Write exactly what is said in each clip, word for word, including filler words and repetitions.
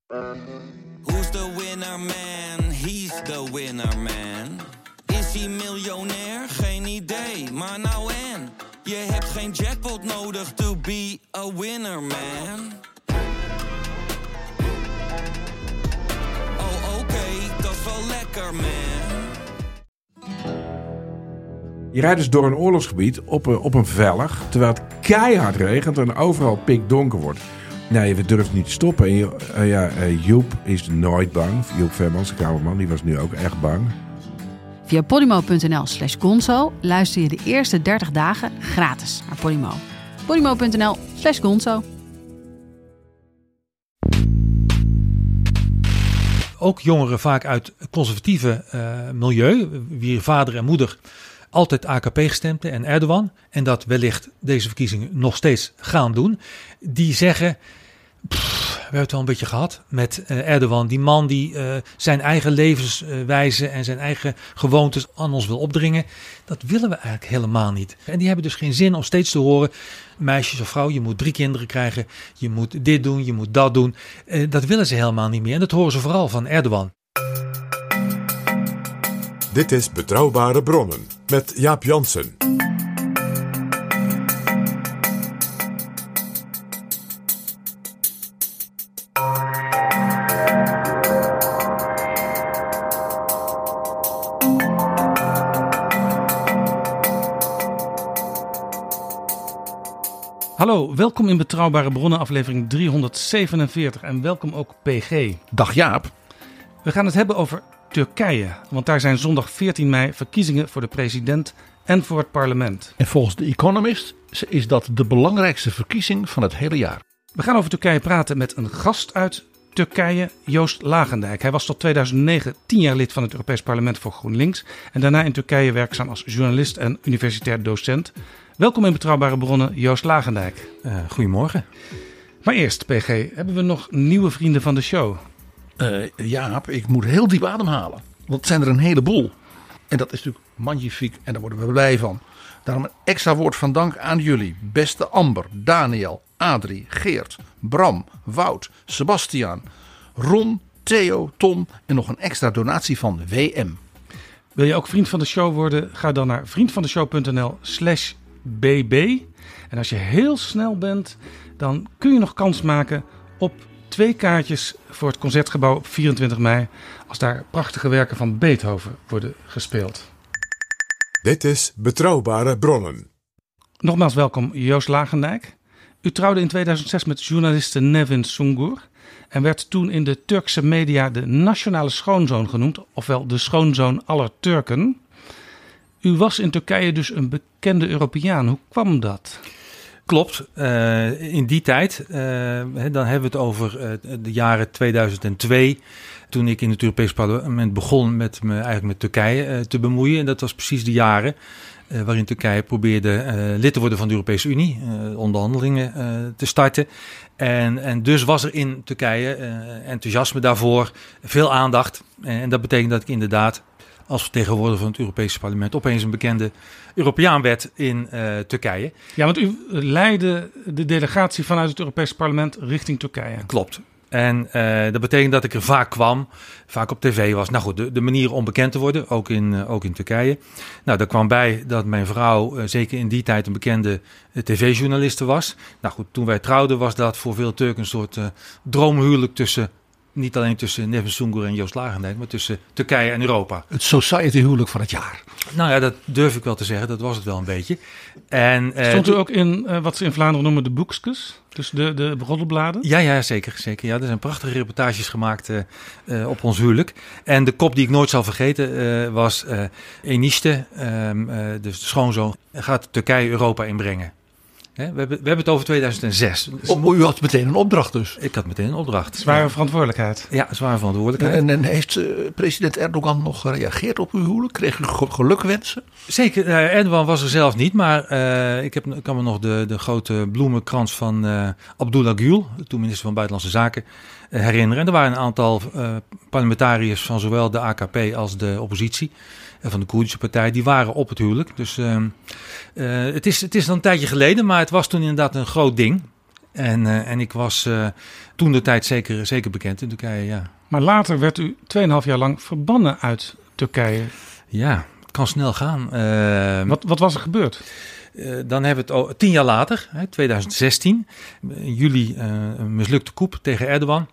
Who's the winner man? He's the winner man. Is hij miljonair? Geen idee, maar nou en. Je hebt geen jackpot nodig to be a winner man. Oh oké, okay, dat is wel lekker man. Je rijdt dus door een oorlogsgebied op een, op een vellig, terwijl het keihard regent en overal pikdonker wordt. Nee, we durven niet te stoppen. En je, uh, ja, uh, Joep is nooit bang. Joep Vermans, de kamerman, die was nu ook echt bang. Via podimo.nl slash gonzo luister je de eerste dertig dagen gratis naar Podimo. podimo.nl slash gonzo. Ook jongeren vaak uit conservatieve uh, milieu, wie vader en moeder altijd A K P gestemd en Erdogan, en dat wellicht deze verkiezingen nog steeds gaan doen, die zeggen, pff, we hebben het wel een beetje gehad met uh, Erdogan. Die man die uh, zijn eigen levenswijze en zijn eigen gewoontes aan ons wil opdringen. Dat willen we eigenlijk helemaal niet. En die hebben dus geen zin om steeds te horen, meisjes of vrouw, je moet drie kinderen krijgen, je moet dit doen, je moet dat doen. Uh, dat willen ze helemaal niet meer. En dat horen ze vooral van Erdogan. Dit is Betrouwbare Bronnen met Jaap Jansen. Hallo, welkom in Betrouwbare Bronnen, aflevering driehonderdzevenenveertig en welkom ook P G. Dag Jaap. We gaan het hebben over Turkije, want daar zijn zondag veertien mei verkiezingen voor de president en voor het parlement. En volgens The Economist is dat de belangrijkste verkiezing van het hele jaar. We gaan over Turkije praten met een gast uit Turkije, Joost Lagendijk. Hij was tot tweeduizend negen tien jaar lid van het Europees Parlement voor GroenLinks en daarna in Turkije werkzaam als journalist en universitair docent. Welkom in Betrouwbare Bronnen, Joost Lagendijk. Uh, goedemorgen. Maar eerst, P G, hebben we nog nieuwe vrienden van de show? Uh, Jaap, ik moet heel diep ademhalen. Want het zijn er een heleboel. En dat is natuurlijk magnifiek en daar worden we blij van. Daarom een extra woord van dank aan jullie. Beste Amber, Daniel, Adrie, Geert, Bram, Wout, Sebastiaan, Ron, Theo, Tom en nog een extra donatie van W M. Wil je ook vriend van de show worden? Ga dan naar vriendvandeshow.nl slash bb. En als je heel snel bent, dan kun je nog kans maken op twee kaartjes voor het Concertgebouw op vierentwintig mei. Als daar prachtige werken van Beethoven worden gespeeld. Dit is Betrouwbare Bronnen. Nogmaals welkom Joost Lagendijk. U trouwde in tweeduizend zes met journaliste Nevin Sungur. En werd toen in de Turkse media de nationale schoonzoon genoemd. Ofwel de schoonzoon aller Turken. U was in Turkije dus een bekende Europeaan. Hoe kwam dat? Klopt. Uh, in die tijd, uh, dan hebben we het over uh, de jaren tweeduizend twee. Toen ik in het Europees Parlement begon met me eigenlijk met Turkije uh, te bemoeien. En dat was precies de jaren uh, waarin Turkije probeerde uh, lid te worden van de Europese Unie. Uh, onderhandelingen uh, te starten. En, en dus was er in Turkije uh, enthousiasme daarvoor, veel aandacht. En dat betekent dat ik inderdaad als vertegenwoordiger van het Europese Parlement opeens een bekende Europeaan werd in uh, Turkije. Ja, want u leidde de delegatie vanuit het Europese Parlement richting Turkije. Klopt. En uh, dat betekent dat ik er vaak kwam, vaak op tv was. Nou goed, de, de manier om bekend te worden, ook in, uh, ook in Turkije. Nou, daar kwam bij dat mijn vrouw uh, zeker in die tijd een bekende uh, tv-journaliste was. Nou goed, toen wij trouwden was dat voor veel Turken een soort uh, droomhuwelijk tussen, niet alleen tussen Nevin Sungur en Joost Lagendijk, maar tussen Turkije en Europa. Het society huwelijk van het jaar. Nou ja, dat durf ik wel te zeggen. Dat was het wel een beetje. En, uh, Stond u ook in uh, wat ze in Vlaanderen noemen de boekskes? Dus de, de roddelbladen? Ja, ja, zeker. zeker. Ja, er zijn prachtige reportages gemaakt uh, uh, op ons huwelijk. En de kop die ik nooit zal vergeten uh, was uh, Enişte, um, uh, dus de schoonzoon, gaat Turkije Europa inbrengen. He, we, hebben, we hebben het over tweeduizend zes. Dus oh, u had meteen een opdracht dus. Ik had meteen een opdracht. Zware ja. verantwoordelijkheid. Ja, zware verantwoordelijkheid. En, en heeft uh, president Erdogan nog gereageerd op uw huwelijk? Kreeg u gelukwensen? Zeker, uh, Erdogan was er zelf niet. Maar uh, ik, heb, ik kan me nog de, de grote bloemenkrans van uh, Abdullah Gül, toen minister van Buitenlandse Zaken, uh, herinneren. En er waren een aantal uh, parlementariërs van zowel de A K P als de oppositie, van de Koerdische partij, die waren op het huwelijk. Dus uh, uh, het, is, het is dan een tijdje geleden, maar het was toen inderdaad een groot ding. En, uh, en ik was uh, toen de tijd zeker, zeker bekend in Turkije, ja. Maar later werd u tweeënhalf jaar lang verbannen uit Turkije. Ja, het kan snel gaan. Uh, wat, wat was er gebeurd? Uh, dan hebben we het oh, tien jaar later, hè, twintig zestien. In juli uh, een mislukte coup tegen Erdogan.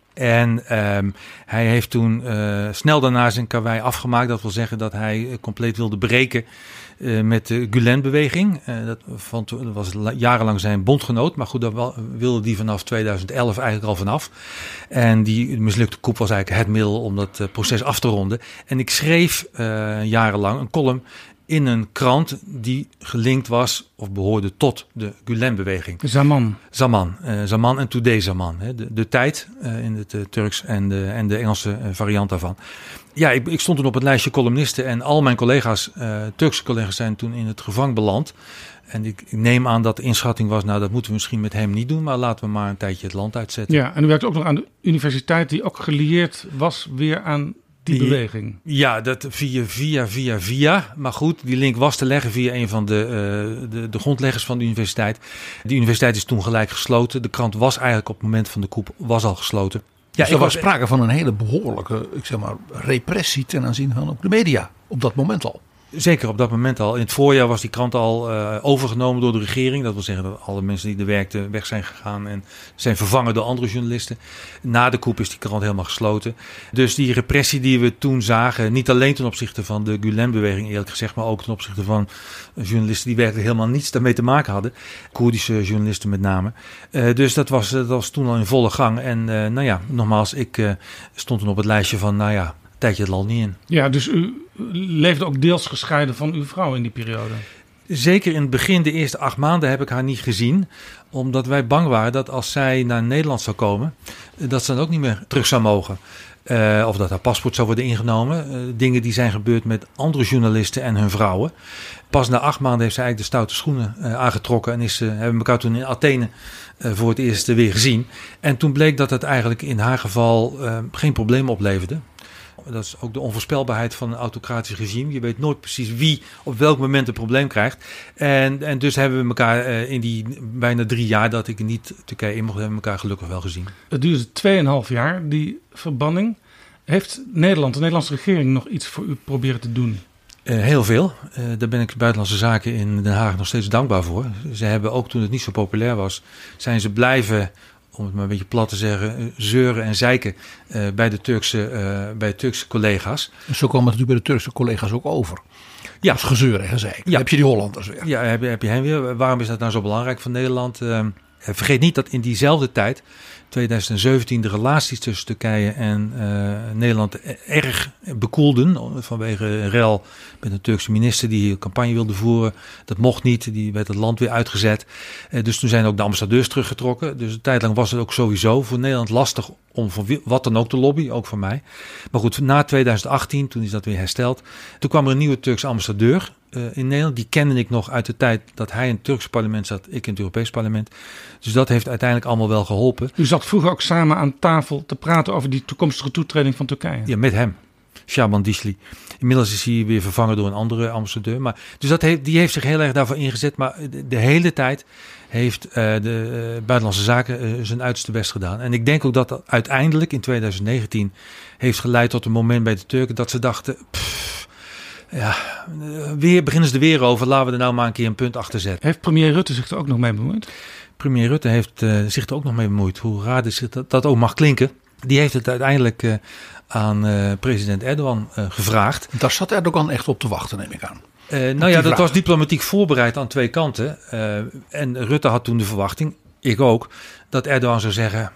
En um, hij heeft toen uh, snel daarna zijn karwei afgemaakt. Dat wil zeggen dat hij uh, compleet wilde breken uh, met de Gülen-beweging. Uh, dat, vond, dat was jarenlang zijn bondgenoot. Maar goed, daar wilde hij vanaf tweeduizend elf eigenlijk al vanaf. En die mislukte coup was eigenlijk het middel om dat uh, proces af te ronden. En ik schreef uh, jarenlang een column in een krant die gelinkt was of behoorde tot de Gülen-beweging. Zaman. Zaman. Uh, Zaman en Today Zaman. Hè. De, de tijd uh, in het uh, Turks en de, en de Engelse uh, variant daarvan. Ja, ik, ik stond toen op het lijstje columnisten en al mijn collega's, uh, Turkse collega's, zijn toen in het gevangen beland. En ik, ik neem aan dat de inschatting was, nou dat moeten we misschien met hem niet doen, maar laten we maar een tijdje het land uitzetten. Ja, en u werkte ook nog aan de universiteit die ook gelieerd was weer aan die beweging. Ja, dat via, via, via, via. Maar goed, die link was te leggen via een van de, uh, de, de grondleggers van de universiteit. Die universiteit is toen gelijk gesloten. De krant was eigenlijk op het moment van de coup was al gesloten. Ja, dus er was sprake van een hele behoorlijke, ik zeg maar, repressie ten aanzien van ook de media. Op dat moment al. Zeker op dat moment al. In het voorjaar was die krant al uh, overgenomen door de regering. Dat wil zeggen dat alle mensen die er werkten weg zijn gegaan en zijn vervangen door andere journalisten. Na de coup is die krant helemaal gesloten. Dus die repressie die we toen zagen, niet alleen ten opzichte van de Gülen-beweging eerlijk gezegd, maar ook ten opzichte van journalisten die werkelijk helemaal niets daarmee te maken hadden. Koerdische journalisten met name. Uh, dus dat was, dat was toen al in volle gang. En uh, nou ja, nogmaals, ik uh, stond toen op het lijstje van, nou ja, tijdje het land niet in. Ja, dus u leefde ook deels gescheiden van uw vrouw in die periode? Zeker in het begin, de eerste acht maanden, heb ik haar niet gezien. Omdat wij bang waren dat als zij naar Nederland zou komen, dat ze dan ook niet meer terug zou mogen. Uh, of dat haar paspoort zou worden ingenomen. Uh, dingen die zijn gebeurd met andere journalisten en hun vrouwen. Pas na acht maanden heeft ze eigenlijk de stoute schoenen uh, aangetrokken. En is, uh, hebben we elkaar toen in Athene uh, voor het eerst uh, weer gezien. En toen bleek dat het eigenlijk in haar geval uh, geen probleem opleverde. Dat is ook de onvoorspelbaarheid van een autocratisch regime. Je weet nooit precies wie op welk moment een probleem krijgt. En, en dus hebben we elkaar uh, in die bijna drie jaar dat ik niet Turkije in mocht, hebben we elkaar gelukkig wel gezien. Het duurde tweeënhalf jaar, die verbanning. Heeft Nederland, de Nederlandse regering, nog iets voor u proberen te doen? Uh, heel veel. Uh, daar ben ik Buitenlandse Zaken in Den Haag nog steeds dankbaar voor. Ze hebben ook toen het niet zo populair was, zijn ze blijven, om het maar een beetje plat te zeggen, zeuren en zeiken uh, bij, de Turkse, uh, bij de Turkse collega's. Zo kwam het natuurlijk bij de Turkse collega's ook over. Ja. Als gezeur en gezeik. Ja. Heb je die Hollanders weer. Ja, heb je, heb je hen weer. Waarom is dat nou zo belangrijk voor Nederland? Uh, vergeet niet dat in diezelfde tijd, twintig zeventien, de relaties tussen Turkije en uh, Nederland erg bekoelden. Vanwege een rel met een Turkse minister die campagne wilde voeren. Dat mocht niet, die werd het land weer uitgezet. Uh, dus toen zijn ook de ambassadeurs teruggetrokken. Dus een tijd lang was het ook sowieso voor Nederland lastig om voor wat dan ook te lobbyen, ook voor mij. Maar goed, na twintig achttien, toen is dat weer hersteld. Toen kwam er een nieuwe Turkse ambassadeur uh, in Nederland. Die kende ik nog uit de tijd dat hij in het Turkse parlement zat, ik in het Europees parlement. Dus dat heeft uiteindelijk allemaal wel geholpen. U zat vroeger ook samen aan tafel te praten over die toekomstige toetreding van Turkije? Ja, met hem. Shaban Dishli. Inmiddels is hij weer vervangen door een andere ambassadeur. Maar, dus dat heeft, die heeft zich heel erg daarvoor ingezet. Maar de, de hele tijd heeft uh, de uh, Buitenlandse Zaken uh, zijn uiterste best gedaan. En ik denk ook dat dat uiteindelijk in twintig negentien heeft geleid tot een moment bij de Turken dat ze dachten, pff, ja, weer beginnen ze er weer over. Laten we er nou maar een keer een punt achter zetten. Heeft premier Rutte zich er ook nog mee bemoeid? Premier Rutte heeft uh, zich er ook nog mee bemoeid. Hoe raar is het dat, dat ook mag klinken. Die heeft het uiteindelijk uh, aan uh, president Erdogan uh, gevraagd. Daar zat Erdogan echt op te wachten, neem ik aan. Uh, nou ja, dat was diplomatiek voorbereid aan twee kanten. Uh, en Rutte had toen de verwachting, ik ook, dat Erdogan zou zeggen,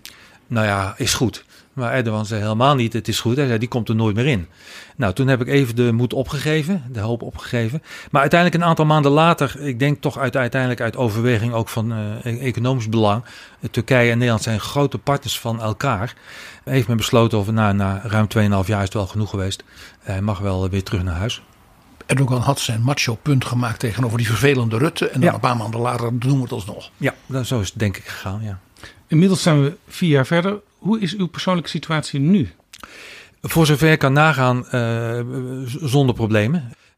nou ja, is goed. Maar Erdogan zei helemaal niet, het is goed. Hij zei, die komt er nooit meer in. Nou, toen heb ik even de moed opgegeven, de hoop opgegeven. Maar uiteindelijk een aantal maanden later, ik denk toch uit, uiteindelijk uit overweging ook van uh, economisch belang. Turkije en Nederland zijn grote partners van elkaar. Heeft men besloten over, nou, na ruim tweeënhalf jaar is het wel genoeg geweest. Hij mag wel weer terug naar huis. Erdogan had zijn macho punt gemaakt tegenover die vervelende Rutte. En dan ja. een paar maanden later doen we het alsnog. Ja, zo is het denk ik gegaan, ja. Inmiddels zijn we vier jaar verder. Hoe is uw persoonlijke situatie nu? Voor zover ik kan nagaan, uh, zonder problemen.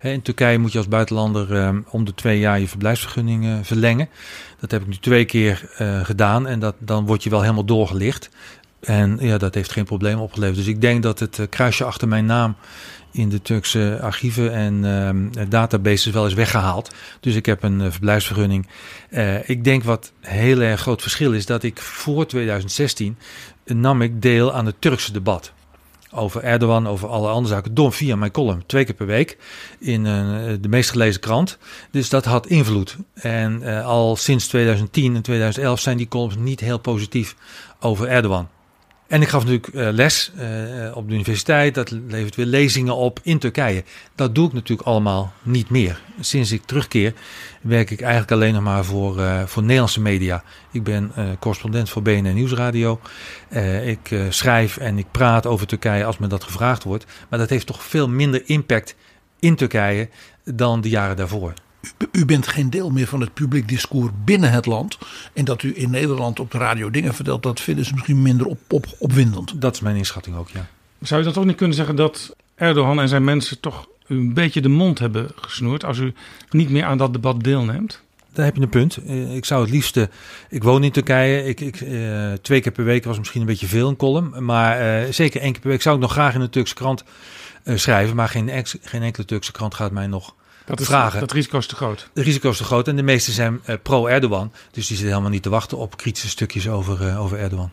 In Turkije moet je als buitenlander uh, om de twee jaar je verblijfsvergunning uh, verlengen. Dat heb ik nu twee keer uh, gedaan en dat, dan word je wel helemaal doorgelicht. En ja, dat heeft geen probleem opgeleverd. Dus ik denk dat het uh, kruisje achter mijn naam in de Turkse archieven en uh, databases wel is weggehaald. Dus ik heb een uh, verblijfsvergunning. Uh, ik denk wat heel erg groot verschil is dat ik voor twintig zestien uh, nam ik deel aan het Turkse debat. Over Erdogan, over alle andere zaken, door via mijn column. Twee keer per week in uh, de meest gelezen krant. Dus dat had invloed. En uh, al sinds twintig tien en twintig elf zijn die columns niet heel positief over Erdogan. En ik gaf natuurlijk uh, les uh, op de universiteit. Dat levert weer lezingen op in Turkije. Dat doe ik natuurlijk allemaal niet meer. Sinds ik terugkeer werk ik eigenlijk alleen nog maar voor, uh, voor Nederlandse media. Ik ben uh, correspondent voor B N N Nieuwsradio. Uh, ik uh, schrijf en ik praat over Turkije als me dat gevraagd wordt. Maar dat heeft toch veel minder impact in Turkije dan de jaren daarvoor. U, u bent geen deel meer van het publiek discours binnen het land. En dat u in Nederland op de radio dingen vertelt, dat vinden ze misschien minder op, op, opwindend. Dat is mijn inschatting ook, ja. Zou je dan toch niet kunnen zeggen dat Erdogan en zijn mensen toch u een beetje de mond hebben gesnoerd als u niet meer aan dat debat deelneemt? Daar heb je een punt. Ik zou het liefste... Ik woon in Turkije. Ik, ik, uh, twee keer per week was misschien een beetje veel een column. Maar uh, zeker één keer per week zou ik nog graag in een Turkse krant uh, schrijven. Maar geen, ex, geen enkele Turkse krant gaat mij nog dat is, vragen. Dat risico is te groot. De risico is te groot. En de meeste zijn uh, pro-Erdogan. Dus die zitten helemaal niet te wachten op kritische stukjes over, uh, over Erdogan.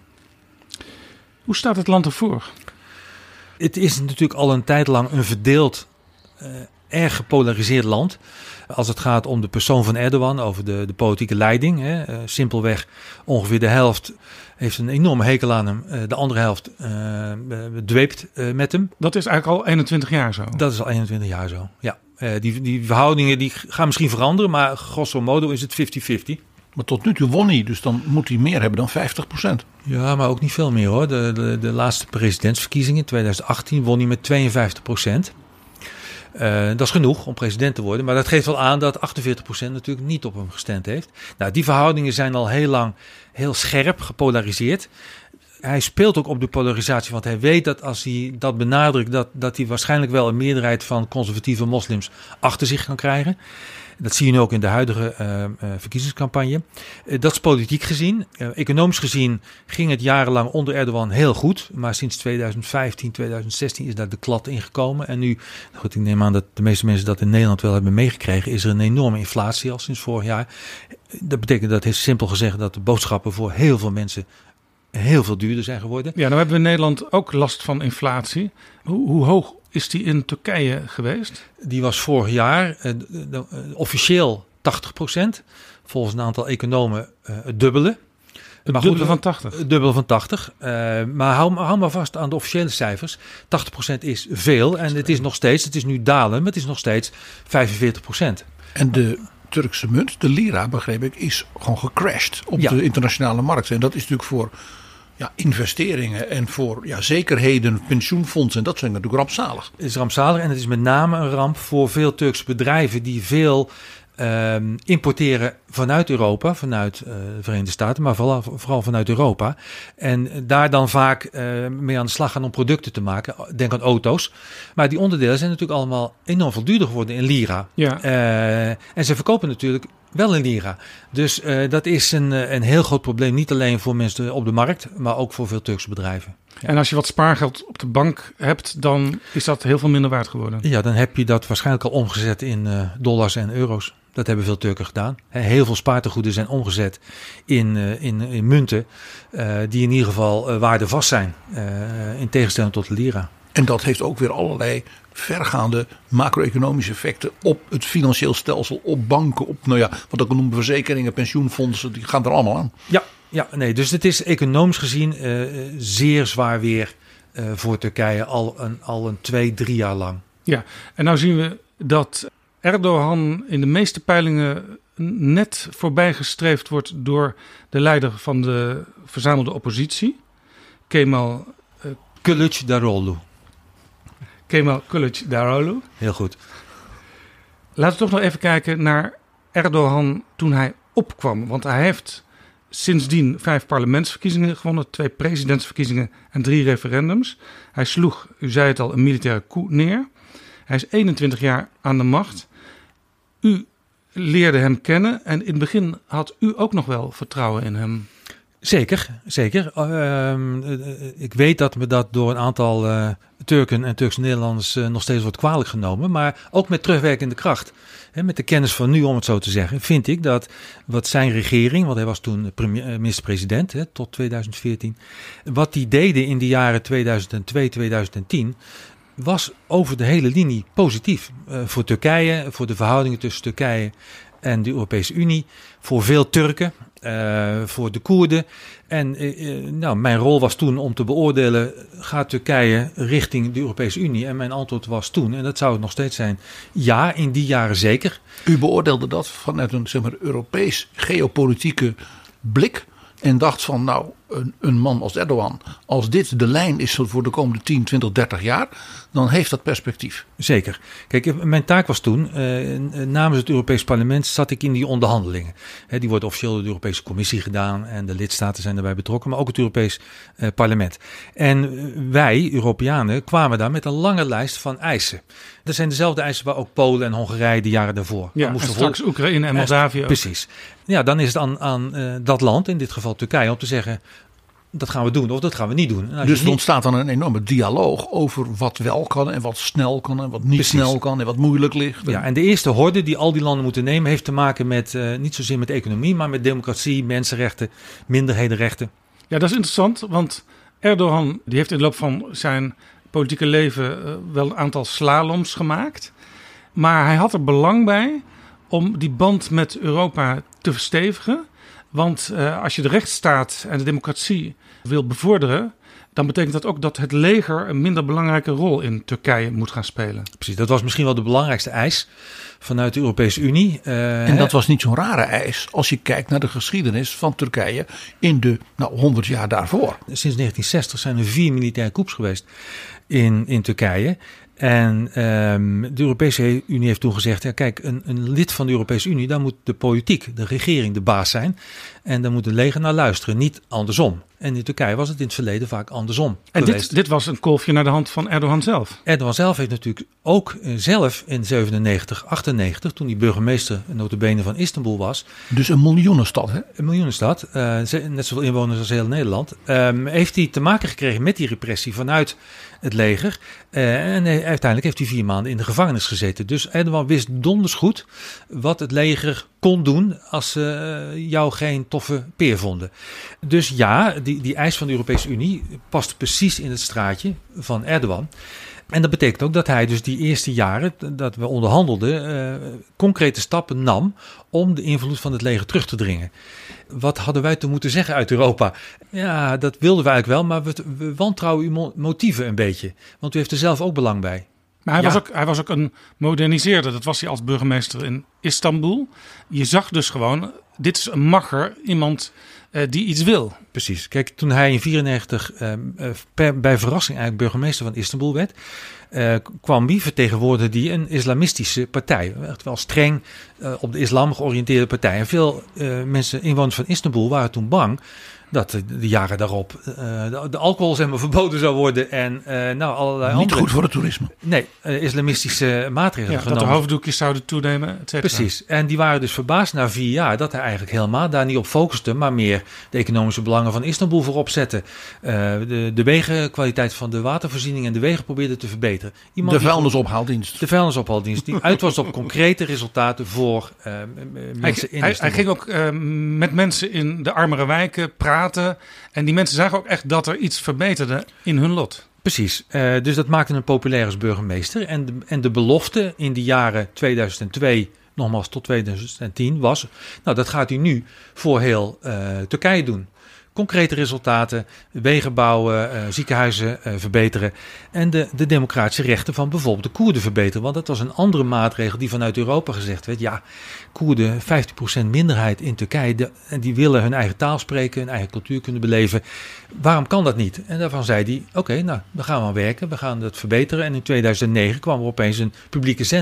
Hoe staat het land ervoor? Het is natuurlijk al een tijd lang een verdeeld, uh, erg gepolariseerd land. Als het gaat om de persoon van Erdogan, over de, de politieke leiding. Hè. Uh, simpelweg ongeveer de helft heeft een enorme hekel aan hem. Uh, de andere helft uh, dweept uh, met hem. Dat is eigenlijk al eenentwintig jaar zo? Dat is al eenentwintig jaar zo, ja. Uh, die, die verhoudingen die gaan misschien veranderen, maar grosso modo is het vijftig vijftig. Maar tot nu toe won hij, dus dan moet hij meer hebben dan vijftig procent. Ja, maar ook niet veel meer hoor. De, de, de laatste presidentsverkiezingen in twintig achttien won hij met tweeënvijftig procent. Uh, dat is genoeg om president te worden. Maar dat geeft wel aan dat achtenveertig procent natuurlijk niet op hem gestemd heeft. Nou, die verhoudingen zijn al heel lang heel scherp gepolariseerd. Hij speelt ook op de polarisatie, want hij weet dat als hij dat benadrukt, dat, dat hij waarschijnlijk wel een meerderheid van conservatieve moslims achter zich kan krijgen. Dat zie je nu ook in de huidige uh, uh, verkiezingscampagne. Uh, dat is politiek gezien. Uh, economisch gezien ging het jarenlang onder Erdogan heel goed. Maar sinds twintig vijftien, twintig zestien is daar de klad ingekomen. En nu, goed, ik neem aan dat de meeste mensen dat in Nederland wel hebben meegekregen, is er een enorme inflatie al sinds vorig jaar. Dat betekent dat, heeft simpel gezegd, dat de boodschappen voor heel veel mensen heel veel duurder zijn geworden. Ja, nou hebben we in Nederland ook last van inflatie. Hoe, hoe hoog is die in Turkije geweest? Die was vorig jaar uh, de, de, uh, officieel tachtig procent. Volgens een aantal economen uh, het dubbele. Het maar dubbele goed, van tachtig? Het dubbele van tachtig. Uh, maar hou, hou maar vast aan de officiële cijfers. tachtig procent is veel en het is nog steeds, het is nu dalen, maar het is nog steeds vijfenveertig procent. En de Turkse munt, de lira begreep ik, is gewoon gecrashed op ja. de internationale markt. En dat is natuurlijk voor ja, investeringen en voor ja, zekerheden, pensioenfondsen en dat zijn natuurlijk rampzalig. Het is rampzalig en het is met name een ramp voor veel Turkse bedrijven die veel uh, importeren vanuit Europa, vanuit uh, de Verenigde Staten, maar vooral, vooral vanuit Europa. En daar dan vaak uh, mee aan de slag gaan om producten te maken. Denk aan auto's. Maar die onderdelen zijn natuurlijk allemaal enorm veel duurder geworden in lira. Ja. Uh, en ze verkopen natuurlijk wel in lira. Dus uh, dat is een, een heel groot probleem. Niet alleen voor mensen op de markt, maar ook voor veel Turkse bedrijven. Ja. En als je wat spaargeld op de bank hebt, dan is dat heel veel minder waard geworden. Ja, dan heb je dat waarschijnlijk al omgezet in uh, dollars en euro's. Dat hebben veel Turken gedaan. Heel veel spaartegoeden zijn omgezet in, uh, in, in munten uh, die in ieder geval uh, waardevast zijn. Uh, in tegenstelling tot de lira. En dat heeft ook weer allerlei vergaande macro-economische effecten op het financieel stelsel, op banken, op nou ja, wat ook noemen verzekeringen, pensioenfondsen, die gaan er allemaal aan. Ja, ja nee, dus het is economisch gezien uh, zeer zwaar weer uh, voor Turkije al een, al een twee, drie jaar lang. Ja, en nou zien we dat Erdogan in de meeste peilingen net voorbijgestreefd wordt door de leider van de verzamelde oppositie, Kemal uh, Kılıçdaroğlu. Kemal Kılıçdaroğlu. Heel goed. Laten we toch nog even kijken naar Erdogan toen hij opkwam. Want hij heeft sindsdien vijf parlementsverkiezingen gewonnen, twee presidentsverkiezingen en drie referendums. Hij sloeg, u zei het al, een militaire coup neer. Hij is eenentwintig jaar aan de macht. U leerde hem kennen en in het begin had u ook nog wel vertrouwen in hem. Zeker, zeker. Uh, ik weet dat me dat door een aantal uh, Turken en Turkse Nederlanders uh, nog steeds wordt kwalijk genomen. Maar ook met terugwerkende kracht, hè, met de kennis van nu om het zo te zeggen, vind ik dat wat zijn regering, want hij was toen premier, minister-president hè, tot tweeduizend veertien. Wat die deden in de jaren tweeduizend twee, tweeduizend tien was over de hele linie positief. Uh, voor Turkije, voor de verhoudingen tussen Turkije en de Europese Unie, voor veel Turken, uh, voor de Koerden. En uh, nou, mijn rol was toen om te beoordelen, gaat Turkije richting de Europese Unie? En mijn antwoord was toen, en dat zou het nog steeds zijn, ja, in die jaren zeker. U beoordeelde dat vanuit een zeg maar, Europees geopolitieke blik en dacht van nou, een, een man als Erdogan, als dit de lijn is voor de komende tien, twintig, dertig jaar, dan heeft dat perspectief. Zeker. Kijk, mijn taak was toen, uh, namens het Europees Parlement zat ik in die onderhandelingen. He, die wordt officieel door de Europese Commissie gedaan en de lidstaten zijn daarbij betrokken, maar ook het Europees uh, Parlement. En wij, Europeanen, kwamen daar met een lange lijst van eisen. Dat zijn dezelfde eisen waar ook Polen en Hongarije de jaren daarvoor. Ja, en straks vol- Oekraïne en Moldavië ook. Precies. Ja, dan is het aan, aan uh, dat land, in dit geval Turkije, om te zeggen, dat gaan we doen of dat gaan we niet doen. Dus er niet... ontstaat dan een enorme dialoog over wat wel kan en wat snel kan en wat niet Precies. snel kan en wat moeilijk ligt. Ja, en de eerste horde die al die landen moeten nemen heeft te maken met uh, niet zozeer met economie, maar met democratie, mensenrechten, minderhedenrechten. Ja, dat is interessant, want Erdogan die heeft in de loop van zijn politieke leven uh, wel een aantal slaloms gemaakt. Maar hij had er belang bij om die band met Europa te verstevigen. Want uh, als je de rechtsstaat en de democratie wil bevorderen, dan betekent dat ook dat het leger een minder belangrijke rol in Turkije moet gaan spelen. Precies, dat was misschien wel de belangrijkste eis vanuit de Europese Unie. Uh, en dat was niet zo'n rare eis als je kijkt naar de geschiedenis van Turkije in de nou, honderd jaar daarvoor. Sinds negentien zestig zijn er vier militaire coups geweest in, in Turkije. En um, de Europese Unie heeft toen gezegd, ja, kijk, een, een lid van de Europese Unie, daar moet de politiek, de regering de baas zijn. En daar moet het leger naar luisteren, niet andersom. En in Turkije was het in het verleden vaak andersom En geweest. dit, dit was een kolfje naar de hand van Erdogan zelf. Erdogan zelf heeft natuurlijk ook uh, zelf in zevenennegentig, achtennegentig, toen hij burgemeester nota bene van Istanbul was. Dus een miljoenenstad, hè? Een miljoenenstad, uh, net zoveel inwoners als heel Nederland. Um, heeft hij te maken gekregen met die repressie vanuit het leger. Uh, en hij, uiteindelijk heeft hij vier maanden in de gevangenis gezeten. Dus Erdogan wist donders goed wat het leger kon doen als ze uh, jou geen toffe peer vonden. Dus ja, die, die eis van de Europese Unie past precies in het straatje van Erdogan. En dat betekent ook dat hij dus die eerste jaren dat we onderhandelden, uh, concrete stappen nam om de invloed van het leger terug te dringen. Wat hadden wij te moeten zeggen uit Europa? Ja, dat wilden we eigenlijk wel, maar we, we wantrouwen uw motieven een beetje. Want u heeft er zelf ook belang bij. Maar hij, ja. was ook, hij was ook een moderniseerder. Dat was hij als burgemeester in Istanbul. Je zag dus gewoon, dit is een macher, iemand uh, die iets wil. Precies. Kijk, toen hij in vierennegentig uh, per, bij verrassing eigenlijk burgemeester van Istanbul werd, uh, kwam hij, vertegenwoordigde die een islamistische partij. Echt wel streng uh, op de islam georiënteerde partij. En veel uh, mensen, inwoners van Istanbul, waren toen bang dat de, de jaren daarop uh, de, de alcohol zeg maar verboden zou worden en uh, nou allerlei Niet andere, goed voor het toerisme. Nee, uh, islamistische maatregelen ja, genomen. Dat de hoofddoekjes zouden toenemen, et cetera. Precies. En die waren dus verbaasd na vier jaar dat hij eigenlijk helemaal daar niet op focuste, maar meer de economische belangen van Istanbul voorop zette. Uh, de, de wegenkwaliteit van de watervoorziening en de wegen probeerde te verbeteren. Iemand de vuilnisophaaldienst. De vuilnisophaaldienst, die uit was op concrete resultaten voor uh, mensen hij, in hij, hij ging ook uh, met mensen in de armere wijken praten. En die mensen zagen ook echt dat er iets verbeterde in hun lot. Precies, uh, dus dat maakte hem populair als burgemeester. En de, en de belofte in de jaren tweeduizend twee, nogmaals tot tweeduizend tien, was, nou dat gaat u nu voor heel uh, Turkije doen. Concrete resultaten, wegen bouwen, uh, ziekenhuizen uh, verbeteren en de, de democratische rechten van bijvoorbeeld de Koerden verbeteren. Want dat was een andere maatregel die vanuit Europa gezegd werd. Ja, Koerden, vijftien procent minderheid in Turkije, de, en die willen hun eigen taal spreken, hun eigen cultuur kunnen beleven. Waarom kan dat niet? En daarvan zei hij, oké, okay, nou, dan gaan we aan werken, we gaan dat verbeteren. En in tweeduizend negen kwam er opeens een publieke zender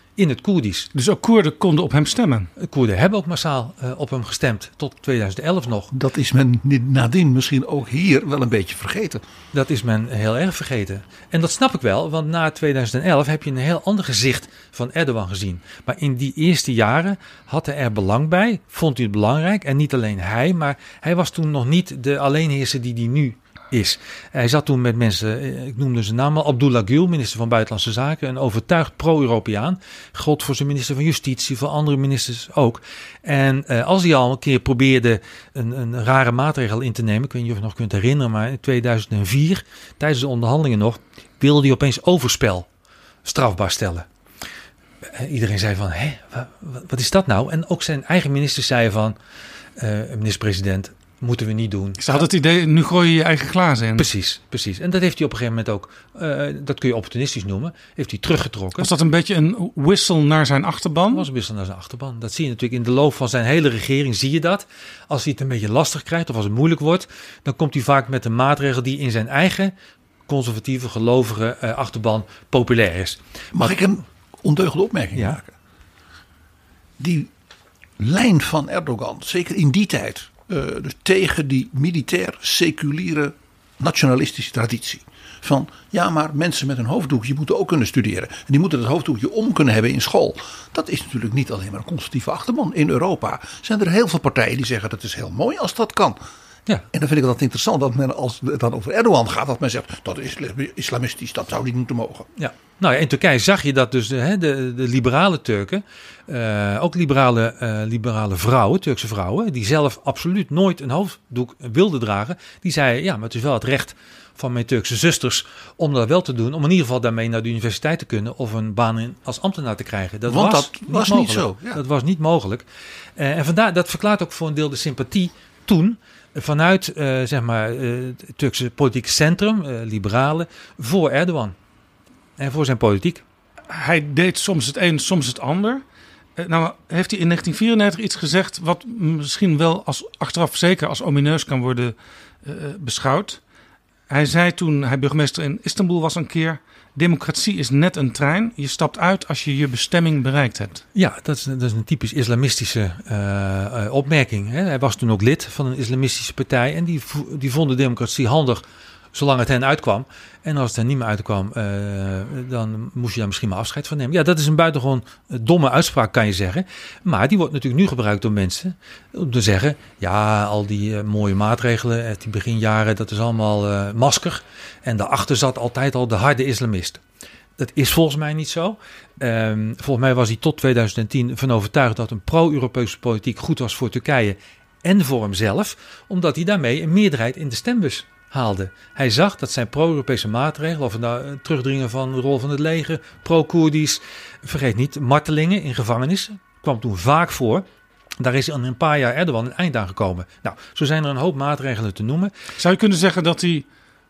in het Koerdisch. Dus ook Koerden konden op hem stemmen? De Koerden hebben ook massaal uh, op hem gestemd, tot tweeduizend elf nog. Dat is men nadien misschien ook hier wel een beetje vergeten. Dat is men heel erg vergeten. En dat snap ik wel, want na tweeduizend elf heb je een heel ander gezicht van Erdogan gezien. Maar in die eerste jaren had hij er belang bij, vond hij het belangrijk. En niet alleen hij, maar hij was toen nog niet de alleenheerser die hij nu is. Hij zat toen met mensen, ik noemde zijn naam al, Abdullah Gül, minister van Buitenlandse Zaken, een overtuigd pro-Europeaan. God voor zijn minister van Justitie, voor andere ministers ook. En uh, als hij al een keer probeerde een, een rare maatregel in te nemen, ik weet niet of je nog kunt herinneren, maar in tweeduizend vier, tijdens de onderhandelingen nog, wilde hij opeens overspel strafbaar stellen. Uh, iedereen zei van, hé, wat, wat is dat nou? En ook zijn eigen minister zei van, uh, minister-president, moeten we niet doen. Ze had het idee, nu gooi je je eigen glazen in. Precies, precies. En dat heeft hij op een gegeven moment ook, uh, dat kun je opportunistisch noemen, heeft hij teruggetrokken. Was dat een beetje een wissel naar zijn achterban? Dat was een wissel naar zijn achterban. Dat zie je natuurlijk in de loop van zijn hele regering, zie je dat. Als hij het een beetje lastig krijgt of als het moeilijk wordt, dan komt hij vaak met een maatregel die in zijn eigen conservatieve, gelovige uh, achterban populair is. Mag maar, ik een ondeugende opmerking ja? maken? Die lijn van Erdogan, zeker in die tijd, Uh, dus tegen die militair seculiere nationalistische traditie. Van ja, maar mensen met een hoofddoekje moeten ook kunnen studeren. En die moeten het hoofddoekje om kunnen hebben in school. Dat is natuurlijk niet alleen maar een conservatieve achterban. In Europa zijn er heel veel partijen die zeggen dat is heel mooi als dat kan. Ja. En dan vind ik dat interessant dat men als het dan over Erdogan gaat, dat men zegt dat is islamistisch, dat zou niet moeten mogen. Ja. Nou ja, in Turkije zag je dat dus de, de, de liberale Turken, uh, ook liberale, uh, liberale vrouwen, Turkse vrouwen, die zelf absoluut nooit een hoofddoek wilden dragen, die zeiden ja, maar het is wel het recht van mijn Turkse zusters om dat wel te doen, om in ieder geval daarmee naar de universiteit te kunnen of een baan in, als ambtenaar te krijgen. Dat Want was dat was niet, niet zo. Ja. Dat was niet mogelijk. Uh, en vandaar, dat verklaart ook voor een deel de sympathie toen vanuit uh, zeg maar uh, het Turkse politieke centrum, uh, liberalen, voor Erdogan. En voor zijn politiek. Hij deed soms het een, soms het ander. Uh, nou heeft hij in negentien vierennegentig iets gezegd wat misschien wel als achteraf zeker als omineus kan worden uh, beschouwd. Hij zei toen hij burgemeester in Istanbul was een keer: democratie is net een trein. Je stapt uit als je je bestemming bereikt hebt. Ja, dat is, dat is een typisch islamistische uh, uh, opmerking. Hè. Hij was toen ook lid van een islamistische partij. En die, die vonden democratie handig zolang het hen uitkwam. En als het hen niet meer uitkwam, uh, dan moest je daar misschien maar afscheid van nemen. Ja, dat is een buitengewoon domme uitspraak, kan je zeggen. Maar die wordt natuurlijk nu gebruikt door mensen om te zeggen: ja, al die uh, mooie maatregelen uit die beginjaren, dat is allemaal uh, masker. En daarachter zat altijd al de harde islamist. Dat is volgens mij niet zo. Um, volgens mij was hij tot tweeduizend tien van overtuigd dat een pro-Europese politiek goed was voor Turkije en voor hemzelf, omdat hij daarmee een meerderheid in de stembus haalde. Hij zag dat zijn pro-Europese maatregelen, of het nou terugdringen van de rol van het leger, pro-Koerdisch, vergeet niet, martelingen in gevangenissen, kwam toen vaak voor. Daar is in een paar jaar Erdogan een eind aan gekomen. Nou, zo zijn er een hoop maatregelen te noemen. Zou je kunnen zeggen dat hij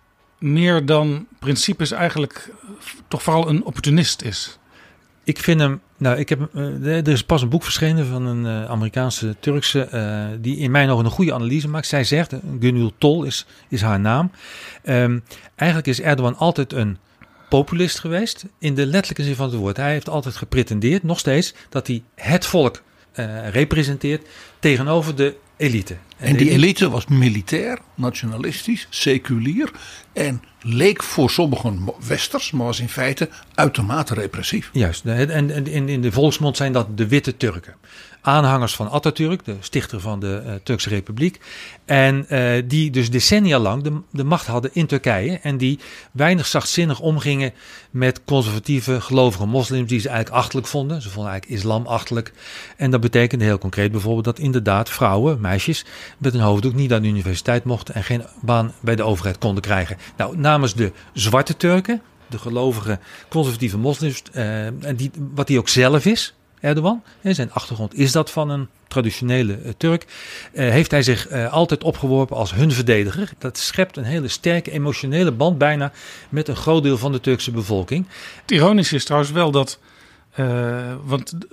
meer dan principes eigenlijk toch vooral een opportunist is? Ik vind hem, nou, ik heb, uh, er is pas een boek verschenen van een uh, Amerikaanse Turkse, uh, die in mijn ogen een goede analyse maakt. Zij zegt, Gönül Tol is, is haar naam. Um, eigenlijk is Erdogan altijd een populist geweest, in de letterlijke zin van het woord. Hij heeft altijd gepretendeerd, nog steeds, dat hij het volk uh, representeert tegenover de elite. En, en die elite was militair, nationalistisch, seculier en leek voor sommigen westers, maar was in feite uitermate repressief. Juist, en, en in de volksmond zijn dat de witte Turken. Aanhangers van Atatürk, de stichter van de uh, Turkse Republiek. En uh, die dus decennia lang de, de macht hadden in Turkije. En die weinig zachtzinnig omgingen met conservatieve gelovige moslims die ze eigenlijk achterlijk vonden. Ze vonden eigenlijk islam achterlijk. En dat betekende heel concreet bijvoorbeeld dat inderdaad vrouwen, meisjes met een hoofddoek niet aan de universiteit mochten en geen baan bij de overheid konden krijgen. Nou, namens de zwarte Turken, de gelovige conservatieve moslims, uh, en die, wat hij ook zelf is, Erdogan, en zijn achtergrond is dat van een traditionele uh, Turk, uh, heeft hij zich uh, altijd opgeworpen als hun verdediger. Dat schept een hele sterke emotionele band bijna met een groot deel van de Turkse bevolking. Het ironische is trouwens wel dat, uh, want uh,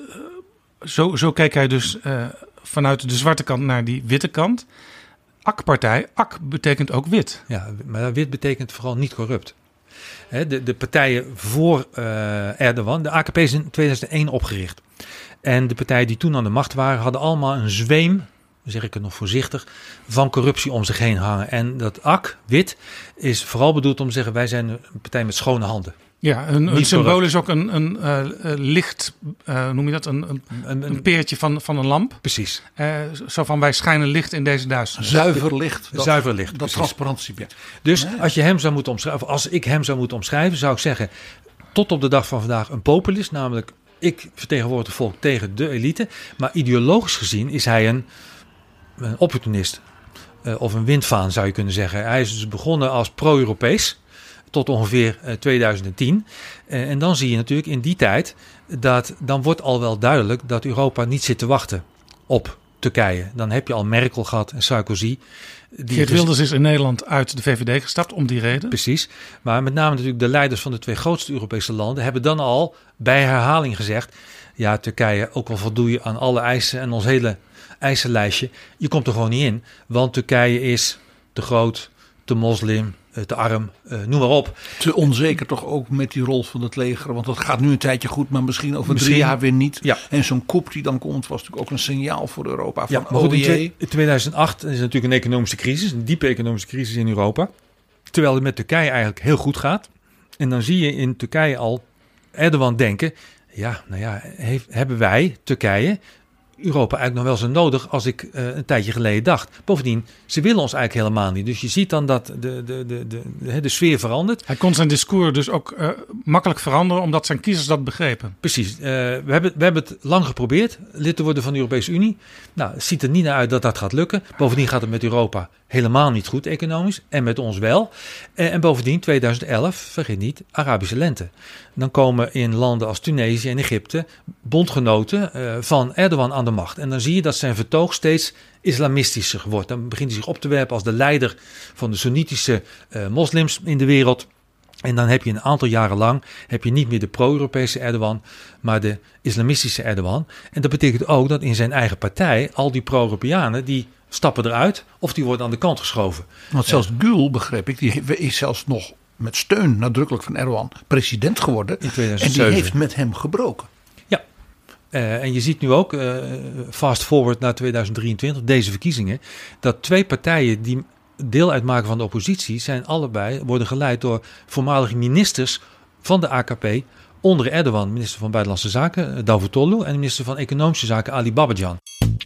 zo, zo kijkt hij dus uh, vanuit de zwarte kant naar die witte kant. A K-partij, A K betekent ook wit. Ja, maar wit betekent vooral niet corrupt. Hè, de, de partijen voor uh, Erdogan. De A K P is in tweeduizend één opgericht. En de partijen die toen aan de macht waren, hadden allemaal een zweem, zeg ik het nog voorzichtig, van corruptie om zich heen hangen. En dat A K, wit, is vooral bedoeld om te zeggen, wij zijn een partij met schone handen. Ja, een, een Niet symbool corrupt. is ook een, een uh, licht, uh, noem je dat, een, een, Een, een een, peertje van, van een lamp. precies, Uh, zo van, wij schijnen licht in deze duisternis. Zuiver licht. Dat, zuiver licht. Dat precies. transparantie. Ja. Dus Nee. als je hem zou moeten omschrijven, of als ik hem zou moeten omschrijven, zou ik zeggen, tot op de dag van vandaag een populist, namelijk ik vertegenwoordig het volk tegen de elite, maar ideologisch gezien is hij een, een opportunist uh, of een windvaan zou je kunnen zeggen. Hij is dus begonnen als pro-Europees tot ongeveer uh, tweeduizend tien uh, en dan zie je natuurlijk in die tijd dat dan wordt al wel duidelijk dat Europa niet zit te wachten op Turkije. Dan heb je al Merkel gehad en Sarkozy. Die Geert Wilders is in Nederland uit de V V D gestapt om die reden. Precies, maar met name natuurlijk de leiders van de twee grootste Europese landen hebben dan al bij herhaling gezegd, ja Turkije, ook al voldoe je aan alle eisen en ons hele eisenlijstje, je komt er gewoon niet in, want Turkije is te groot, te moslim, te arm, uh, noem maar op. Te onzeker toch ook met die rol van het leger. Want dat gaat nu een tijdje goed, maar misschien over Misschien, drie jaar weer niet. Ja. En zo'n coup die dan komt was natuurlijk ook een signaal voor Europa. Van, Ja, maar goed, oh in jee. twe- tweeduizend acht is natuurlijk een economische crisis, een diepe economische crisis in Europa. Terwijl het met Turkije eigenlijk heel goed gaat. En dan zie je in Turkije al Erdogan denken, ja, nou ja, heeft, hebben wij, Turkije, Europa eigenlijk nog wel zo nodig als ik uh, een tijdje geleden dacht. Bovendien, ze willen ons eigenlijk helemaal niet. Dus je ziet dan dat de, de, de, de, de, de sfeer verandert. Hij kon zijn discours dus ook uh, makkelijk veranderen, omdat zijn kiezers dat begrepen. Precies. Uh, we, hebben, we hebben het lang geprobeerd, lid te worden van de Europese Unie. Nou, het ziet er niet naar uit dat dat gaat lukken. Bovendien gaat het met Europa helemaal niet goed economisch. En met ons wel. Uh, en bovendien, tweeduizend elf, vergeet niet, Arabische lente. Dan komen in landen als Tunesië en Egypte bondgenoten uh, van Erdogan aan de macht. En dan zie je dat zijn vertoog steeds islamistischer wordt. Dan begint hij zich op te werpen als de leider van de Soenitische uh, moslims in de wereld. En dan heb je een aantal jaren lang heb je niet meer de pro-Europese Erdogan, maar de islamistische Erdogan. En dat betekent ook dat in zijn eigen partij al die pro-Europeanen die stappen eruit of die worden aan de kant geschoven. Want zelfs Gül, begreep ik, die is zelfs nog met steun nadrukkelijk van Erdogan president geworden. In tweeduizend zeven. En die heeft met hem gebroken. Ja, uh, en je ziet nu ook, uh, fast forward naar tweeduizend drieëntwintig, deze verkiezingen, dat twee partijen die deel uitmaken van de oppositie zijn allebei worden geleid door voormalige ministers van de A K P onder Erdogan, minister van Buitenlandse Zaken Davutoglu en minister van Economische Zaken Ali Babacan.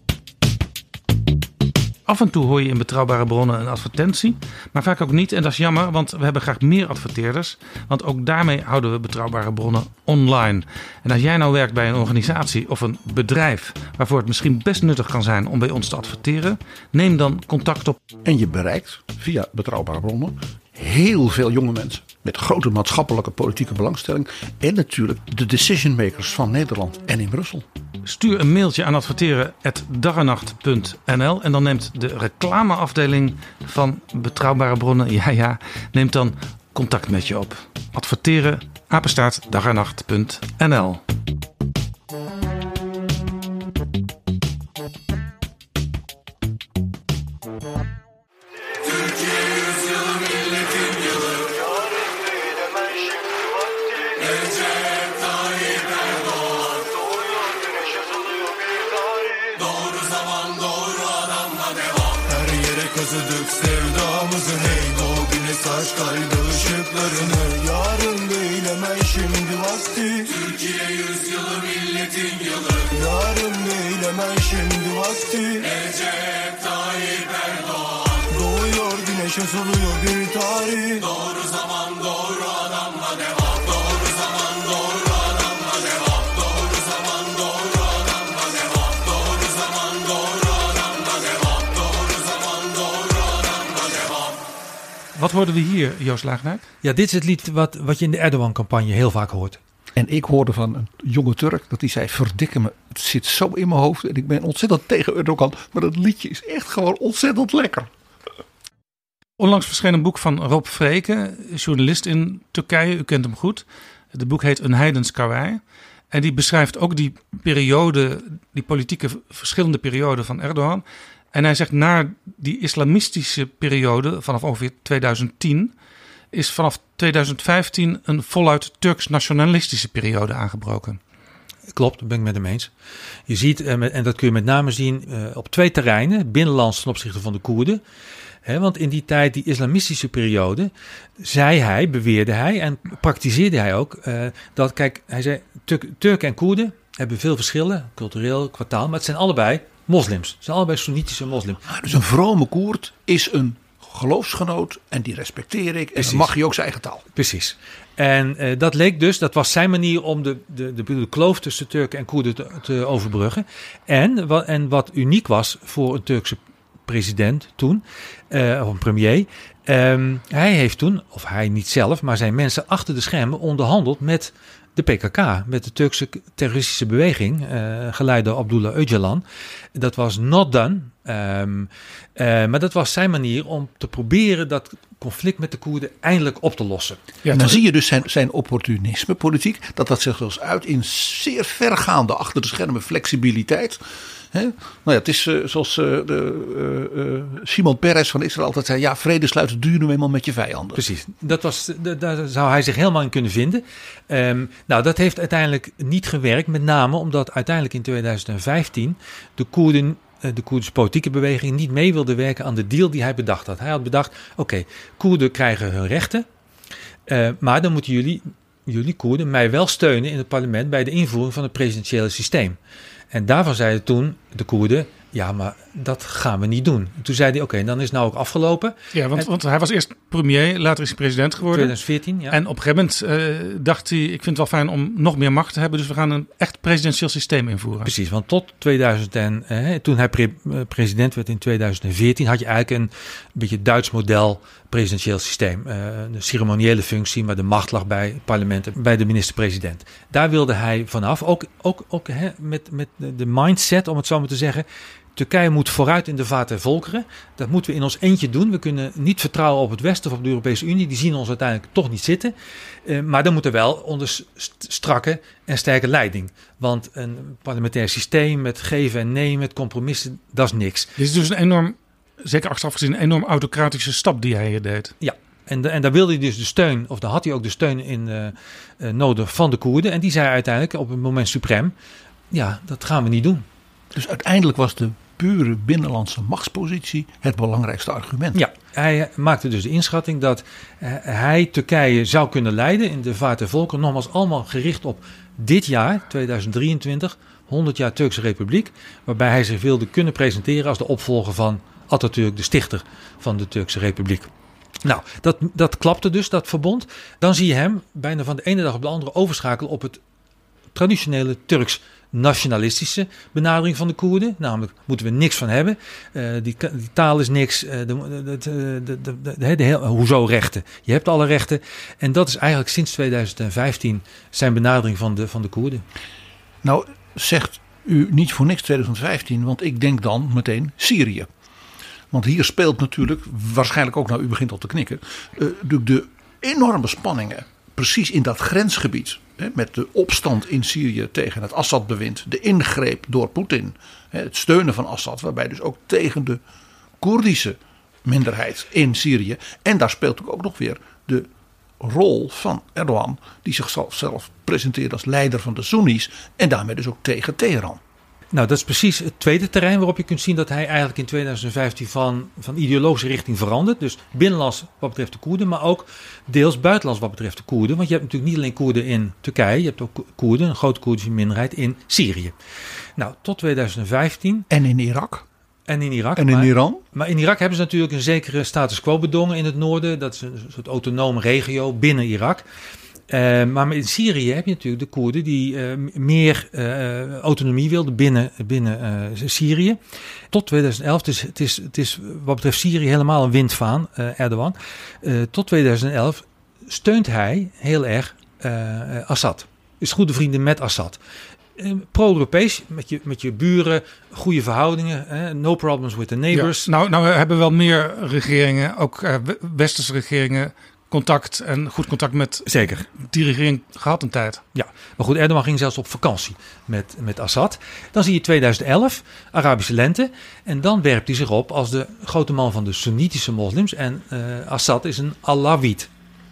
Af en toe hoor je in Betrouwbare Bronnen een advertentie, maar vaak ook niet. En dat is jammer, want we hebben graag meer adverteerders. Want ook daarmee houden we Betrouwbare Bronnen online. En als jij nou werkt bij een organisatie of een bedrijf waarvoor het misschien best nuttig kan zijn om bij ons te adverteren, neem dan contact op. En je bereikt via Betrouwbare Bronnen heel veel jonge mensen met grote maatschappelijke politieke belangstelling. En natuurlijk de decision makers van Nederland en in Brussel. Stuur een mailtje aan adverteren at dag en nacht punt n l en dan neemt de reclameafdeling van Betrouwbare Bronnen, ja ja, neemt dan contact met je op. Adverteren, apenstaart, dag en nacht punt n l. Kazıdık sevdamızı hey doğ güneş aç kalbi ışıklarını. Yarın değil hemen şimdi vakti. Türkiye yüzyılı milletin yılı. Yarın değil hemen şimdi vakti. Recep Tayyip Erdoğan. Doğuyor güneş asılıyor bir tarih. Doğru zaman doğru adamla devam. Doğru zaman doğru adamla devam. Doğru zaman doğru adamla devam. Doğru zaman doğru adamla devam. Doğru zaman doğru adamla devam. Wat hoorden we hier, Joost Laagdijk? Ja, dit is het lied wat, wat je in de Erdogan-campagne heel vaak hoort. En ik hoorde van een jonge Turk dat hij zei, verdikke me, het zit zo in mijn hoofd. En ik ben ontzettend tegen Erdogan, maar dat liedje is echt gewoon ontzettend lekker. Onlangs verscheen een boek van Rob Vreken, journalist in Turkije. U kent hem goed. Het boek heet Een heidens karwei. En die beschrijft ook die periode, die politieke verschillende periode van Erdogan. En hij zegt, na die islamistische periode vanaf ongeveer tweeduizend tien is vanaf tweeduizend vijftien een voluit Turks-nationalistische periode aangebroken. Klopt, dat ben ik met hem eens. Je ziet, en dat kun je met name zien op twee terreinen. Binnenlands ten opzichte van de Koerden. He, want in die tijd, die islamistische periode, zei hij, beweerde hij en praktiseerde hij ook, uh, dat, kijk, hij zei, Turk, Turken en Koerden hebben veel verschillen, cultureel, qua taal, maar het zijn allebei moslims. Het zijn allebei Soenitische moslims. Ah, dus een vrome Koerd is een geloofsgenoot en die respecteer ik. En dan mag je ook zijn eigen taal. Precies. En uh, dat leek dus, dat was zijn manier om de, de, de, de kloof tussen Turken en Koerden te, te overbruggen. En, wat, en wat uniek was voor een Turkse president toen, uh, of een premier. Um, hij heeft toen, of hij niet zelf, maar zijn mensen achter de schermen onderhandeld met de P K K, met de Turkse terroristische beweging, uh, geleid door Abdullah Öcalan. Dat was not done. Um, uh, maar dat was zijn manier om te proberen dat conflict met de Koerden eindelijk op te lossen. Ja, dan zie je dus zijn, zijn opportunisme politiek, dat dat zich dus uit in zeer vergaande achter de schermen flexibiliteit. He? Nou ja, het is uh, zoals uh, de, uh, uh, Simon Peres van Israël altijd zei, ja, vrede sluiten duur nu eenmaal met je vijanden. Precies, dat was, de, daar zou hij zich helemaal in kunnen vinden. Um, nou, dat heeft uiteindelijk niet gewerkt, met name omdat uiteindelijk in tweeduizend vijftien de Koerden, de Koerdische politieke beweging niet mee wilde werken aan de deal die hij bedacht had. Hij had bedacht, oké, okay, Koerden krijgen hun rechten, uh, maar dan moeten jullie, jullie Koerden mij wel steunen in het parlement bij de invoering van het presidentiële systeem. En daarvan zeiden toen de Koerden, ja, maar dat gaan we niet doen. Toen zei hij, oké, okay, dan is het nou ook afgelopen. Ja, want, en, want hij was eerst premier, later is hij president geworden. tweeduizend veertien, ja. En op een gegeven moment uh, dacht hij, ik vind het wel fijn om nog meer macht te hebben, dus we gaan een echt presidentieel systeem invoeren. Precies, want tot tweeduizend en eh, toen hij pre- president werd in tweeduizend veertien, had je eigenlijk een, een beetje Duits model presidentieel systeem. Uh, een ceremoniële functie, maar de macht lag bij het parlement en bij de minister-president. Daar wilde hij vanaf, ook, ook, ook hè, met, met de mindset, om het zo maar te zeggen. Turkije moet vooruit in de vaart der volkeren. Dat moeten we in ons eentje doen. We kunnen niet vertrouwen op het Westen of op de Europese Unie. Die zien ons uiteindelijk toch niet zitten. Uh, maar dan moet er wel onder strakke en sterke leiding. Want een parlementair systeem met geven en nemen, met compromissen, dat is niks. Dit is dus een enorm, zeker achteraf gezien, een enorm autocratische stap die hij hier deed. Ja. En, de, en daar wilde hij dus de steun, of daar had hij ook de steun in uh, uh, nodig van de Koerden. En die zei uiteindelijk op het moment suprem, ja, dat gaan we niet doen. Dus uiteindelijk was de pure binnenlandse machtspositie het belangrijkste argument. Ja, hij maakte dus de inschatting dat uh, hij Turkije zou kunnen leiden in de vaart der volkeren. Nogmaals, allemaal gericht op dit jaar, tweeduizend drieëntwintig, honderd jaar Turkse Republiek. Waarbij hij zich wilde kunnen presenteren als de opvolger van Atatürk, de stichter van de Turkse Republiek. Nou, dat, dat klapte dus, dat verbond. Dan zie je hem bijna van de ene dag op de andere overschakelen op het traditionele Turks nationalistische benadering van de Koerden. Namelijk, moeten we niks van hebben. Uh, die, die taal is niks. Uh, de, de, de, de, de, de, de, de, de, hoezo rechten? Je hebt alle rechten. En dat is eigenlijk sinds tweeduizend vijftien zijn benadering van de, van de Koerden. Nou, zegt u niet voor niks tweeduizend vijftien, want ik denk dan meteen Syrië. Want hier speelt natuurlijk, waarschijnlijk ook, nou u begint al te knikken, uh, de, de enorme spanningen precies in dat grensgebied. Hè, met de opstand in Syrië tegen het Assad-bewind, de ingreep door Poetin, hè, het steunen van Assad, waarbij dus ook tegen de Koerdische minderheid in Syrië. En daar speelt ook nog weer de rol van Erdogan, die zichzelf zelf presenteert als leider van de Soenies en daarmee dus ook tegen Teheran. Nou, dat is precies het tweede terrein waarop je kunt zien dat hij eigenlijk in tweeduizend vijftien van, van ideologische richting verandert. Dus binnenlands wat betreft de Koerden, maar ook deels buitenlands wat betreft de Koerden. Want je hebt natuurlijk niet alleen Koerden in Turkije, je hebt ook Koerden, een grote Koerdische minderheid in Syrië. Nou, tot tweeduizend vijftien. En in Irak. En in Irak. En in maar, Iran. Maar in Irak hebben ze natuurlijk een zekere status quo bedongen in het noorden. Dat is een soort autonome regio binnen Irak. Uh, maar in Syrië heb je natuurlijk de Koerden die uh, meer uh, autonomie wilden binnen, binnen uh, Syrië. Tot tweeduizend elf, het is, het, is, het is wat betreft Syrië helemaal een windvaan, uh, Erdogan. Uh, tot tweeduizend elf steunt hij heel erg uh, Assad. Is goede vrienden met Assad. Uh, pro-Europees, met je, met je buren, goede verhoudingen, uh, no problems with the neighbors. Ja, nou, nou hebben wel meer regeringen, ook uh, westerse regeringen, contact en goed contact met Zeker. die regering gehad een tijd. Ja, maar goed, Erdogan ging zelfs op vakantie met, met Assad. Dan zie je tweeduizend elf, Arabische lente. En dan werpt hij zich op als de grote man van de Soenitische moslims. En uh, Assad is een Alawit.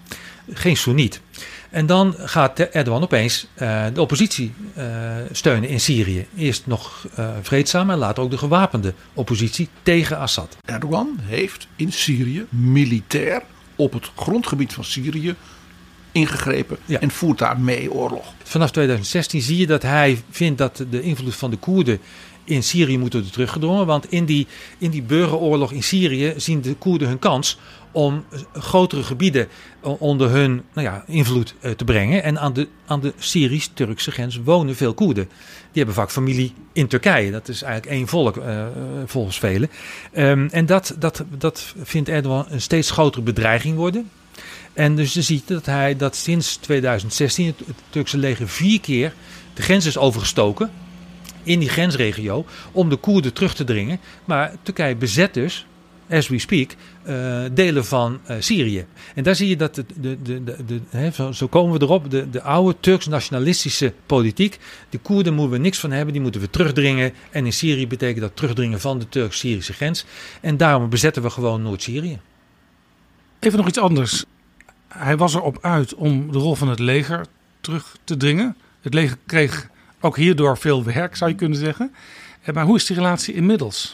geen Soeniet. En dan gaat Erdogan opeens uh, de oppositie uh, steunen in Syrië. Eerst nog uh, vreedzaam en later ook de gewapende oppositie tegen Assad. Erdogan heeft in Syrië militair op het grondgebied van Syrië ingegrepen ja. en voert daar mee oorlog. Vanaf twintig zestien zie je dat hij vindt dat de invloed van de Koerden in Syrië moet worden teruggedrongen. Want in die, in die burgeroorlog in Syrië zien de Koerden hun kans om grotere gebieden onder hun nou ja, invloed te brengen. En aan de, aan de Syrisch-Turkse grens wonen veel Koerden. Die hebben vaak familie in Turkije. Dat is eigenlijk één volk uh, volgens velen. Um, en dat, dat, dat vindt Erdogan een steeds grotere bedreiging worden. En dus je ziet dat hij dat sinds twintig zestien het, het Turkse leger vier keer de grens is overgestoken in die grensregio om de Koerden terug te dringen. Maar Turkije bezet dus, as we speak, uh, delen van uh, Syrië. En daar zie je dat de, de, de, de, de, he, zo, zo komen we erop, de, de oude Turks-nationalistische politiek. De Koerden moeten we niks van hebben, die moeten we terugdringen. En in Syrië betekent dat terugdringen van de Turks-Syrische grens. En daarom bezetten we gewoon Noord-Syrië. Even nog iets anders. Hij was erop uit om de rol van het leger terug te dringen. Het leger kreeg ook hierdoor veel werk, zou je kunnen zeggen. Maar hoe is die relatie inmiddels?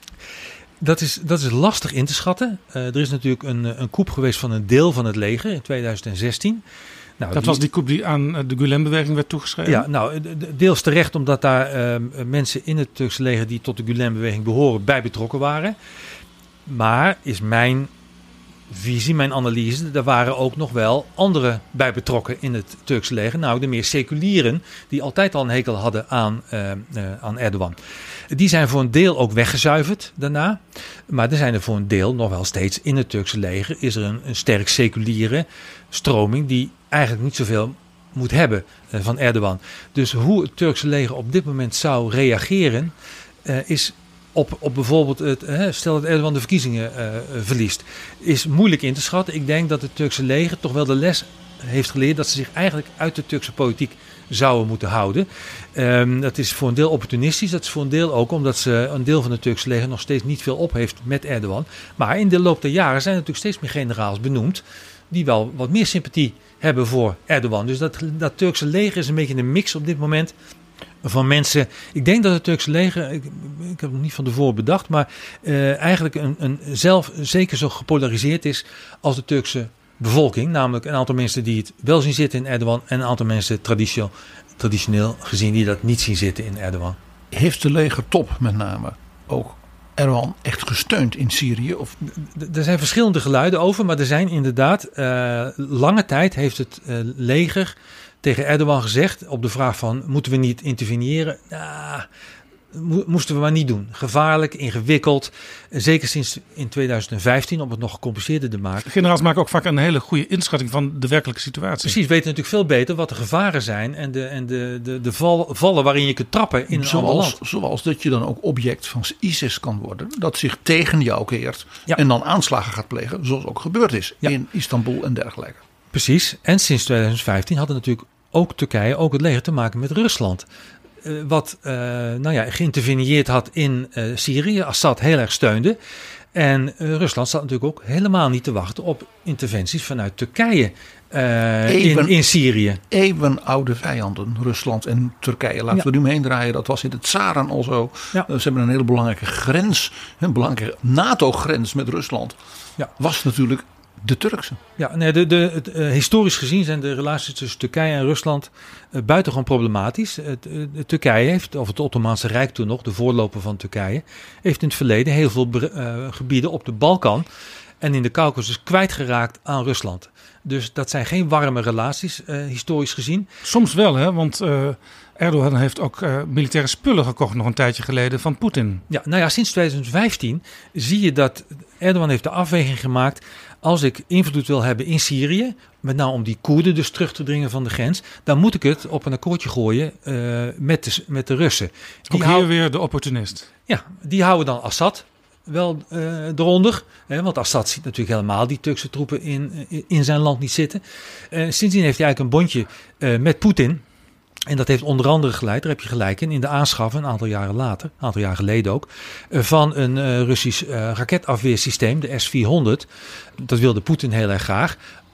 Dat is, dat is lastig in te schatten. Uh, er is natuurlijk een, een coup geweest van een deel van het leger in twintig zestien. Nou, dat die, was die coup die aan de Gülen-beweging werd toegeschreven? Ja, nou, deels terecht omdat daar uh, mensen in het Turkse leger die tot de Gülen-beweging behoren bij betrokken waren. Maar is mijn visie, mijn analyse, er waren ook nog wel anderen bij betrokken in het Turkse leger. Nou, de meer seculieren, die altijd al een hekel hadden aan, uh, uh, aan Erdogan. Die zijn voor een deel ook weggezuiverd daarna. Maar er zijn er voor een deel nog wel steeds in het Turkse leger. Is er een, een sterk seculiere stroming die eigenlijk niet zoveel moet hebben uh, van Erdogan. Dus hoe het Turkse leger op dit moment zou reageren uh, is op, op bijvoorbeeld het, uh, stel dat Erdogan de verkiezingen uh, verliest, is moeilijk in te schatten. Ik denk dat het Turkse leger toch wel de les heeft geleerd dat ze zich eigenlijk uit de Turkse politiek zouden moeten houden. Um, dat is voor een deel opportunistisch. Dat is voor een deel ook omdat ze een deel van het Turkse leger nog steeds niet veel op heeft met Erdogan. Maar in de loop der jaren zijn er natuurlijk steeds meer generaals benoemd die wel wat meer sympathie hebben voor Erdogan. Dus dat, dat Turkse leger is een beetje een mix op dit moment van mensen. Ik denk dat het Turkse leger, ik, ik heb het nog niet van tevoren bedacht, maar uh, eigenlijk een, een zelf zeker zo gepolariseerd is als de Turkse bevolking. Namelijk een aantal mensen die het wel zien zitten in Erdogan en een aantal mensen traditioneel, traditioneel gezien die dat niet zien zitten in Erdogan. Heeft de legertop met name ook Erdogan echt gesteund in Syrië? Of? Er zijn verschillende geluiden over, maar er zijn inderdaad uh, lange tijd heeft het uh, leger tegen Erdogan gezegd op de vraag van moeten we niet interveneren? Nou, mo- moesten we maar niet doen. Gevaarlijk, ingewikkeld. Zeker sinds in twintig vijftien om het nog gecompliceerder te maken. Generaals maken ook vaak een hele goede inschatting van de werkelijke situatie. Precies, weten natuurlijk veel beter wat de gevaren zijn en de, en de, de, de val, vallen waarin je kunt trappen in een zoals, ander land. Zoals dat je dan ook object van ISIS kan worden. Dat zich tegen jou keert ja. en dan aanslagen gaat plegen. Zoals ook gebeurd is ja. in Istanbul en dergelijke. Precies. En sinds twintig vijftien had het natuurlijk ook Turkije, ook het leger te maken met Rusland. Uh, wat uh, nou ja, geïnterveneerd had in uh, Syrië. Assad heel erg steunde. En uh, Rusland zat natuurlijk ook helemaal niet te wachten op interventies vanuit Turkije uh, Even, in, in Syrië. Eeuwenoude vijanden, Rusland en Turkije. Laten ja. we nu omheen draaien. Dat was in het Tsaren al zo. Ja. Uh, ze hebben een hele belangrijke grens, een belangrijke NATO-grens met Rusland. Ja. Was natuurlijk de Turkse. Ja, nee, de, de, het, uh, historisch gezien zijn de relaties tussen Turkije en Rusland uh, buitengewoon problematisch. Uh, uh, Turkije heeft, of het Ottomaanse Rijk toen nog, de voorloper van Turkije, heeft in het verleden heel veel uh, gebieden op de Balkan en in de Caucasus kwijtgeraakt aan Rusland. Dus dat zijn geen warme relaties, uh, historisch gezien. Soms wel, hè, want Uh... Erdogan heeft ook uh, militaire spullen gekocht nog een tijdje geleden van Poetin. Ja, nou ja, sinds twintig vijftien zie je dat Erdogan heeft de afweging gemaakt. Als ik invloed wil hebben in Syrië, met name om die Koerden dus terug te dringen van de grens, dan moet ik het op een akkoordje gooien uh, met, de, met de Russen. Die ook hier hou... weer de opportunist. Ja, die houden dan Assad wel uh, eronder. Hè, want Assad ziet natuurlijk helemaal die Turkse troepen in, in zijn land niet zitten. Uh, sindsdien heeft hij eigenlijk een bondje uh, met Poetin. En dat heeft onder andere geleid, daar heb je gelijk in, in de aanschaf een aantal jaren later, een aantal jaar geleden ook, van een uh, Russisch uh, raketafweersysteem, de S vierhonderd. Dat wilde Poetin heel erg graag.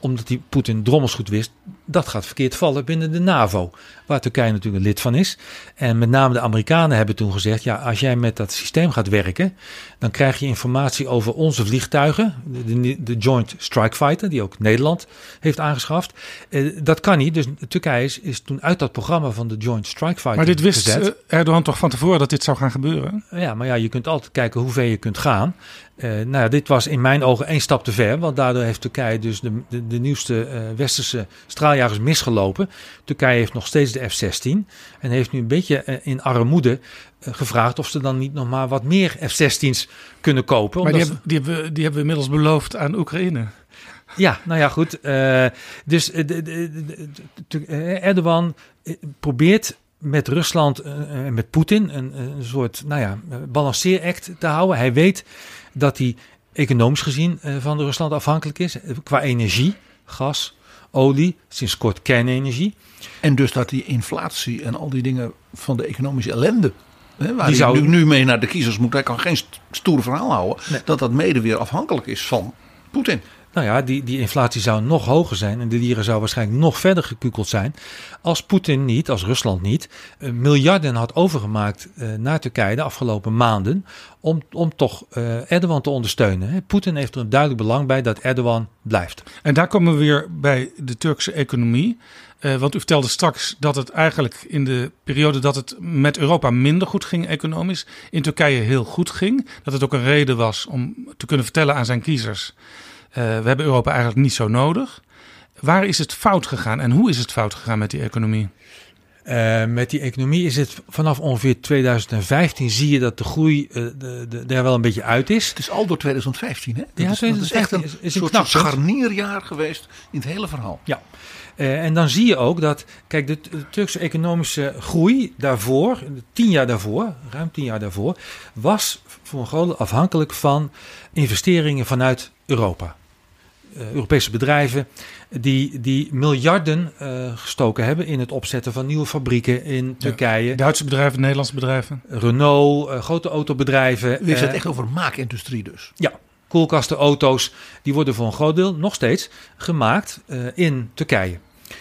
omdat die Poetin drommels goed wist, dat gaat verkeerd vallen binnen de NAVO, waar Turkije natuurlijk een lid van is. En met name de Amerikanen hebben toen gezegd, ja, als jij met dat systeem gaat werken, dan krijg je informatie over onze vliegtuigen, de, de, de Joint Strike Fighter, die ook Nederland heeft aangeschaft. Uh, dat kan niet, dus Turkije is, is toen uit dat programma van de Joint Strike Fighter Maar dit wist gezet. Uh, Erdogan toch van tevoren dat dit zou gaan gebeuren? Ja, maar ja, je kunt altijd kijken hoe ver je kunt gaan. Uh, nou ja, dit was in mijn ogen één stap te ver, want daardoor heeft Turkije dus de, de, de nieuwste uh, westerse straaljagers misgelopen. Turkije heeft nog steeds de F zestien en heeft nu een beetje uh, in armoede uh, gevraagd of ze dan niet nog maar wat meer F zestien's kunnen kopen. Maar die hebben, die, hebben, die hebben we inmiddels beloofd aan Oekraïne. Ja, nou ja, goed. Uh, dus uh, de, de, de, de, uh, Erdogan uh, probeert met Rusland en uh, met Poetin een, een soort, nou ja, balanceeract te houden. Hij weet dat hij economisch gezien uh, van Rusland afhankelijk is. Qua energie, gas, olie, sinds kort kernenergie. En dus dat die inflatie en al die dingen van de economische ellende, hè, waar die hij zou... nu, nu mee naar de kiezers moet. Hij kan geen stoere verhaal houden. Nee. Dat dat mede weer afhankelijk is van Poetin. Nou ja, die, die inflatie zou nog hoger zijn en de lira zou waarschijnlijk nog verder gekukeld zijn als Poetin niet, als Rusland niet, uh, miljarden had overgemaakt uh, naar Turkije de afgelopen maanden om, om toch uh, Erdogan te ondersteunen. Poetin heeft er een duidelijk belang bij dat Erdogan blijft. En daar komen we weer bij de Turkse economie. Uh, want u vertelde straks dat het eigenlijk in de periode dat het met Europa minder goed ging economisch, in Turkije heel goed ging. Dat het ook een reden was om te kunnen vertellen aan zijn kiezers, Uh, we hebben Europa eigenlijk niet zo nodig. Waar is het fout gegaan en hoe is het fout gegaan met die economie? Uh, met die economie is het vanaf ongeveer tweeduizend vijftien zie je dat de groei uh, de, de, er wel een beetje uit is. Het is al door tweeduizend vijftien, hè? Dat, ja, is, dat is echt een, is, is een soort scharnierjaar geweest in het hele verhaal. Ja. Uh, en dan zie je ook dat, kijk, de, de Turkse economische groei daarvoor, tien jaar daarvoor, ruim tien jaar daarvoor, was voor een groot deel afhankelijk van investeringen vanuit Europa. Uh, Europese bedrijven die, die miljarden uh, gestoken hebben in het opzetten van nieuwe fabrieken in Turkije. Ja, Duitse bedrijven, Nederlandse bedrijven. Renault, uh, grote autobedrijven. U heeft het uh, echt over maakindustrie dus. Ja, koelkasten, auto's, die worden voor een groot deel nog steeds gemaakt uh, in Turkije.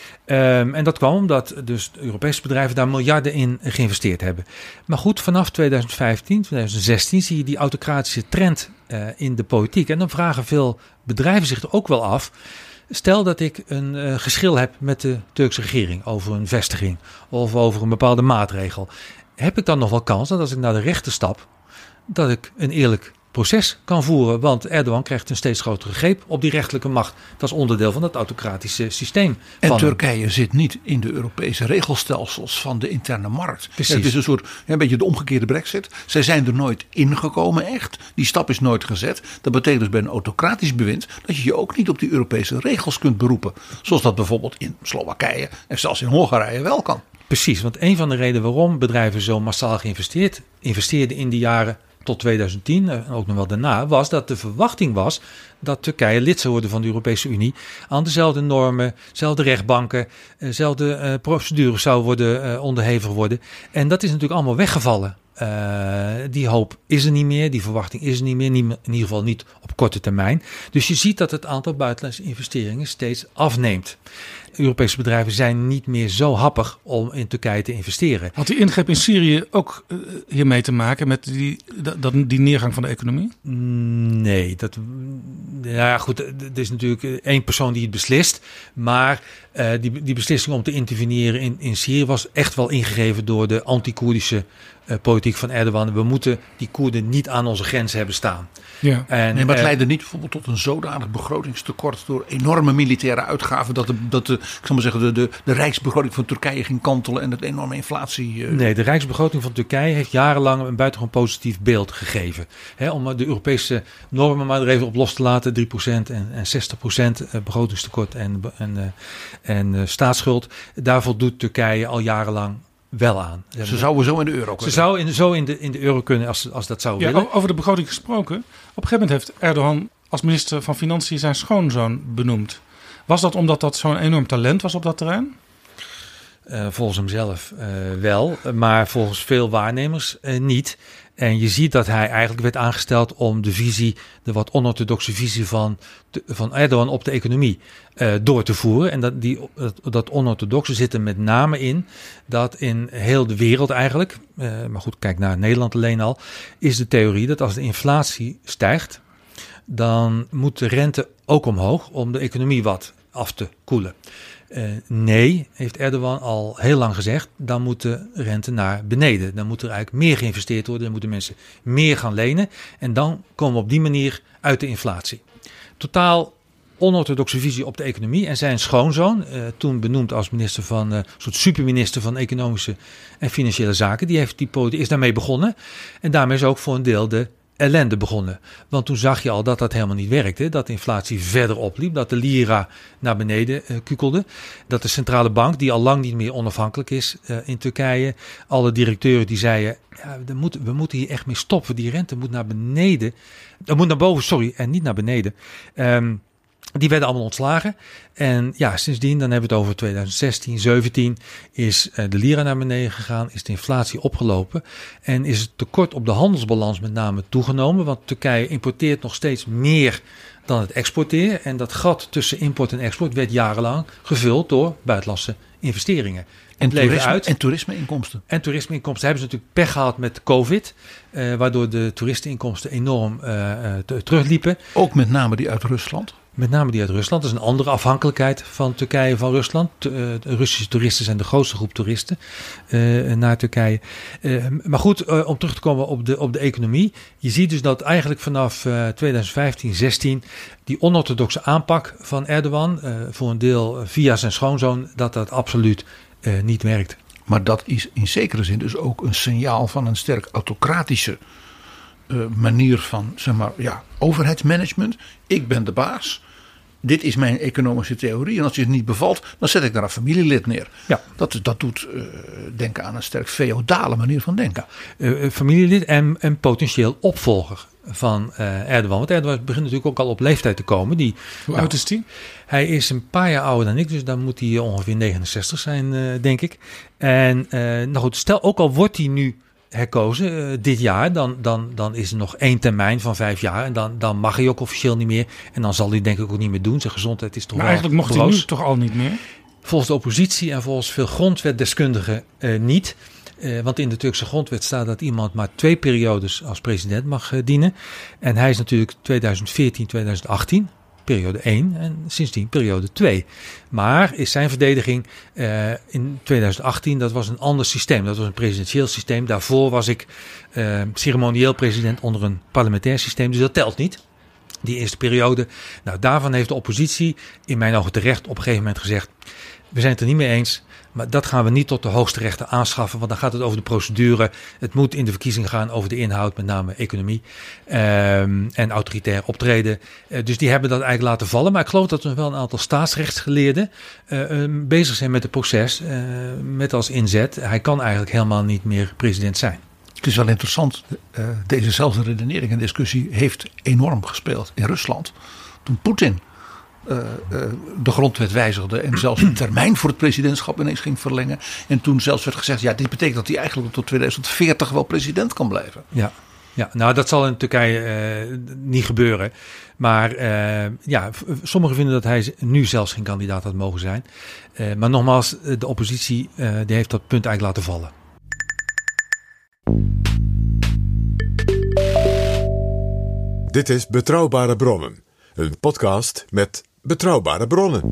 Um, en dat kwam omdat dus de Europese bedrijven daar miljarden in geïnvesteerd hebben. Maar goed, vanaf tweeduizend vijftien, tweeduizend zestien zie je die autocratische trend uh, in de politiek. En dan vragen veel bedrijven zich er ook wel af. Stel dat ik een uh, geschil heb met de Turkse regering over een vestiging of over een bepaalde maatregel. Heb ik dan nog wel kans dat als ik naar de rechter stap, dat ik een eerlijk proces kan voeren? Want Erdogan krijgt een steeds grotere greep op die rechterlijke macht. Dat is onderdeel van het autocratische systeem. En van Turkije hem. zit niet in de Europese regelstelsels van de interne markt. Precies. Het is een soort, een beetje de omgekeerde Brexit. Zij zijn er nooit ingekomen echt. Die stap is nooit gezet. Dat betekent dus bij een autocratisch bewind dat je je ook niet op die Europese regels kunt beroepen. Zoals dat bijvoorbeeld in Slowakije en zelfs in Hongarije wel kan. Precies, want een van de redenen waarom bedrijven zo massaal geïnvesteerd investeerden in die jaren tot tweeduizend tien en ook nog wel daarna, was dat de verwachting was dat Turkije lid zou worden van de Europese Unie, aan dezelfde normen, dezelfde rechtbanken, dezelfde uh, procedures zou worden uh, onderhevig worden. En dat is natuurlijk allemaal weggevallen. Uh, die hoop is er niet meer, die verwachting is er niet meer, niet, in ieder geval niet op korte termijn. Dus je ziet dat het aantal buitenlandse investeringen steeds afneemt. Europese bedrijven zijn niet meer zo happig om in Turkije te investeren. Had die ingreep in Syrië ook uh, hiermee te maken met die, dat, die neergang van de economie? Nee, dat, ja goed, er is natuurlijk één persoon die het beslist. Maar uh, die, die beslissing om te interveneren in, in Syrië was echt wel ingegeven door de anti-Koerdische uh, politiek van Erdogan. We moeten die Koerden niet aan onze grens hebben staan. Ja. En, nee, maar het uh, leidde niet bijvoorbeeld tot een zodanig begrotingstekort door enorme militaire uitgaven dat de, dat de, ik zal maar zeggen, de, de, de rijksbegroting van Turkije ging kantelen en het enorme inflatie. Uh... Nee, de rijksbegroting van Turkije heeft jarenlang een buitengewoon positief beeld gegeven. He, om de Europese normen maar er even op los te laten, drie procent en, en zestig procent begrotingstekort en, en, uh, en uh, staatsschuld. Daar voldoet Turkije al jarenlang wel aan. Ze, ze zouden zo in de euro kunnen. Ze zou in, zo in de, in de euro kunnen als, als dat zou ja, willen. Over de begroting gesproken. Op een gegeven moment heeft Erdogan als minister van Financiën zijn schoonzoon benoemd. Was dat omdat dat zo'n enorm talent was op dat terrein? Uh, volgens hemzelf uh, wel, maar volgens veel waarnemers uh, niet. En je ziet dat hij eigenlijk werd aangesteld om de visie, de wat onorthodoxe visie van, de, van Erdogan op de economie uh, door te voeren. En dat, die, dat, dat onorthodoxe zit er met name in dat in heel de wereld eigenlijk, uh, maar goed, kijk naar Nederland alleen al, is de theorie dat als de inflatie stijgt, dan moet de rente ook omhoog om de economie wat af te koelen. Uh, nee, heeft Erdogan al heel lang gezegd, dan moet de rente naar beneden. Dan moet er eigenlijk meer geïnvesteerd worden, dan moeten mensen meer gaan lenen. En dan komen we op die manier uit de inflatie. Totaal onorthodoxe visie op de economie. En zijn schoonzoon, uh, toen benoemd als minister van, uh, een soort superminister van Economische en Financiële Zaken, die, heeft die is daarmee begonnen. En daarmee is ook voor een deel de ellende begonnen. Want toen zag je al dat dat helemaal niet werkte. Dat de inflatie verder opliep. Dat de lira naar beneden uh, kukelde. Dat de centrale bank, die al lang niet meer onafhankelijk is uh, in Turkije. Alle directeuren die zeiden, ja, we, moeten, we moeten hier echt mee stoppen. Die rente moet naar beneden. Dat moet naar boven, sorry. En niet naar beneden. Um, Die werden allemaal ontslagen. En ja, sindsdien, dan hebben we het over twintig zestien, zeventien, is de lira naar beneden gegaan, is de inflatie opgelopen en is het tekort op de handelsbalans met name toegenomen. Want Turkije importeert nog steeds meer dan het exporteert. En dat gat tussen import en export werd jarenlang gevuld door buitenlandse investeringen. En, toerisme, uit. en toerisme-inkomsten. En toerisme-inkomsten hebben ze natuurlijk pech gehad met COVID. Uh, waardoor de toeristeninkomsten enorm uh, uh, te, terugliepen. Ook met name die uit Rusland. Met name die uit Rusland. Dat is een andere afhankelijkheid van Turkije van Rusland. De Russische toeristen zijn de grootste groep toeristen uh, naar Turkije. Uh, maar goed, uh, om terug te komen op de, op de economie. Je ziet dus dat eigenlijk vanaf uh, twintig vijftien, zestien die onorthodoxe aanpak van Erdogan, uh, voor een deel via zijn schoonzoon, dat dat absoluut uh, niet werkt. Maar dat is in zekere zin dus ook een signaal van een sterk autocratische uh, manier van, zeg maar, ja, overheidsmanagement. Ik ben de baas. Dit is mijn economische theorie. En als je het niet bevalt, dan zet ik daar een familielid neer. Ja. Dat, dat doet uh, denken aan een sterk feodale manier van denken. Ja. Uh, familielid en, en potentieel opvolger van uh, Erdogan. Want Erdogan begint natuurlijk ook al op leeftijd te komen. Die, Hoe nou, oud is die? Hij is een paar jaar ouder dan ik. Dus dan moet hij ongeveer negenenzestig zijn, uh, denk ik. En uh, nou goed, stel ook al wordt hij nu herkozen uh, dit jaar, dan, dan, dan is er nog één termijn van vijf jaar. En dan, dan mag hij ook officieel niet meer. En dan zal hij denk ik ook niet meer doen. Zijn gezondheid is toch maar wel eigenlijk mocht broos. hij nu toch al niet meer? Volgens de oppositie en volgens veel grondwetdeskundigen uh, niet. Uh, want in de Turkse grondwet staat dat iemand maar twee periodes als president mag uh, dienen. En hij is natuurlijk twintig veertien, twintig achttien... periode één en sindsdien periode twee. Maar is zijn verdediging uh, in twintig achttien, dat was een ander systeem. Dat was een presidentieel systeem. Daarvoor was ik uh, ceremonieel president onder een parlementair systeem. Dus dat telt niet. Die eerste periode. Nou, daarvan heeft de oppositie in mijn ogen terecht op een gegeven moment gezegd, we zijn het er niet mee eens. Maar dat gaan we niet tot de hoogste rechter aanschaffen. Want dan gaat het over de procedure. Het moet in de verkiezing gaan over de inhoud. Met name economie. Um, en autoritair optreden. Uh, dus die hebben dat eigenlijk laten vallen. Maar ik geloof dat er wel een aantal staatsrechtsgeleerden uh, um, bezig zijn met het proces. Uh, met als inzet. Hij kan eigenlijk helemaal niet meer president zijn. Het is wel interessant. Uh, dezezelfde redenering en discussie heeft enorm gespeeld in Rusland. Toen Poetin Uh, uh, de grondwet wijzigde en zelfs een termijn voor het presidentschap ineens ging verlengen. En toen zelfs werd gezegd, ja, dit betekent dat hij eigenlijk tot tweeduizend veertig wel president kan blijven. Ja, ja, nou dat zal in Turkije uh, niet gebeuren. Maar uh, ja, sommigen vinden dat hij nu zelfs geen kandidaat had mogen zijn. Uh, maar nogmaals, de oppositie uh, die heeft dat punt eigenlijk laten vallen. Dit is Betrouwbare Bronnen. Een podcast met betrouwbare bronnen.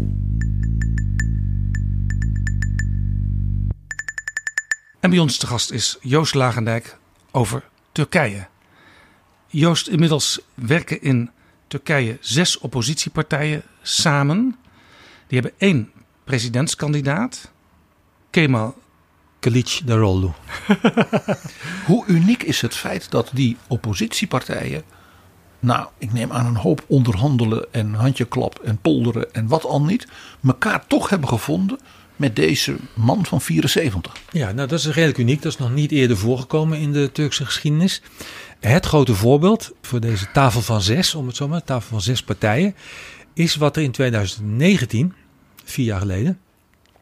En bij ons te gast is Joost Lagendijk over Turkije. Joost, inmiddels werken in Turkije zes oppositiepartijen samen. Die hebben één presidentskandidaat, Kemal Kılıçdaroğlu. Hoe uniek is het feit dat die oppositiepartijen, nou, ik neem aan een hoop onderhandelen en handjeklap en polderen en wat al niet, elkaar toch hebben gevonden met deze man van vierenzeventig. Ja, nou dat is redelijk uniek. Dat is nog niet eerder voorgekomen in de Turkse geschiedenis. Het grote voorbeeld voor deze tafel van zes, om het zo maar, tafel van zes partijen, is wat er in twintig negentien, vier jaar geleden,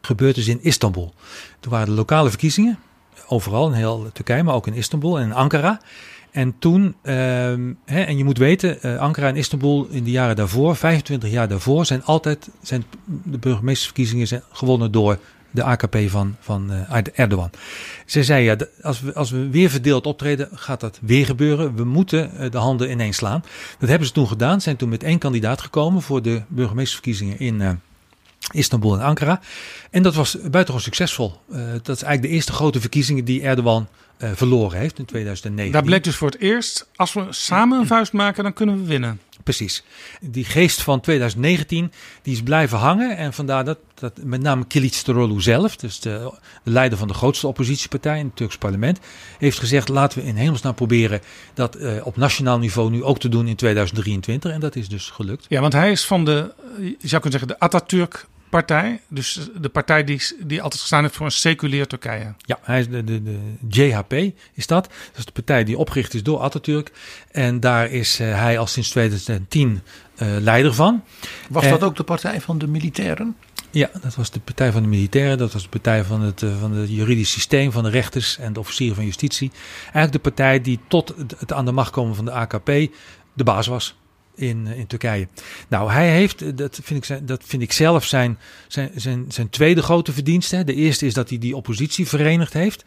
gebeurd is in Istanbul. Toen waren de lokale verkiezingen, overal in heel Turkije, maar ook in Istanbul en in Ankara. En toen, uh, hè, en je moet weten, uh, Ankara en Istanbul in de jaren daarvoor, vijfentwintig jaar daarvoor, zijn altijd zijn de burgemeestersverkiezingen zijn gewonnen door de A K P van, van uh, Erdogan. Ze zei, ja, als we, als we weer verdeeld optreden, gaat dat weer gebeuren. We moeten uh, de handen ineens slaan. Dat hebben ze toen gedaan. Zijn toen met één kandidaat gekomen voor de burgemeestersverkiezingen in uh, Istanbul en Ankara. En dat was buitengewoon succesvol. Uh, dat is eigenlijk de eerste grote verkiezingen die Erdogan uh, verloren heeft in tweeduizend negentien. Daar bleek dus voor het eerst, als we samen een vuist maken, dan kunnen we winnen. Precies. Die geest van tweeduizend negentien die is blijven hangen. En vandaar dat, dat met name Kılıçdaroğlu zelf, dus de, de leider van de grootste oppositiepartij in het Turks parlement, heeft gezegd, laten we in hemelsnaam proberen dat uh, op nationaal niveau nu ook te doen in tweeduizend drieëntwintig. En dat is dus gelukt. Ja, want hij is van de, je zou kunnen zeggen, de Atatürk partij. Dus de partij die, die altijd gestaan heeft voor een seculair Turkije. Ja, hij is de, de, de J H P is dat. Dat is de partij die opgericht is door Atatürk. En daar is uh, hij al sinds tweeduizend tien uh, leider van. Was en, dat ook de partij van de militairen? Ja, dat was de partij van de militairen. Dat was de partij van het, uh, van het juridisch systeem, van de rechters en de officieren van justitie. Eigenlijk de partij die tot het, het aan de macht komen van de A K P de baas was. In, in Turkije. Nou, hij heeft, dat vind ik, dat vind ik zelf zijn, zijn, zijn, zijn tweede grote verdienste. De eerste is dat hij die oppositie verenigd heeft.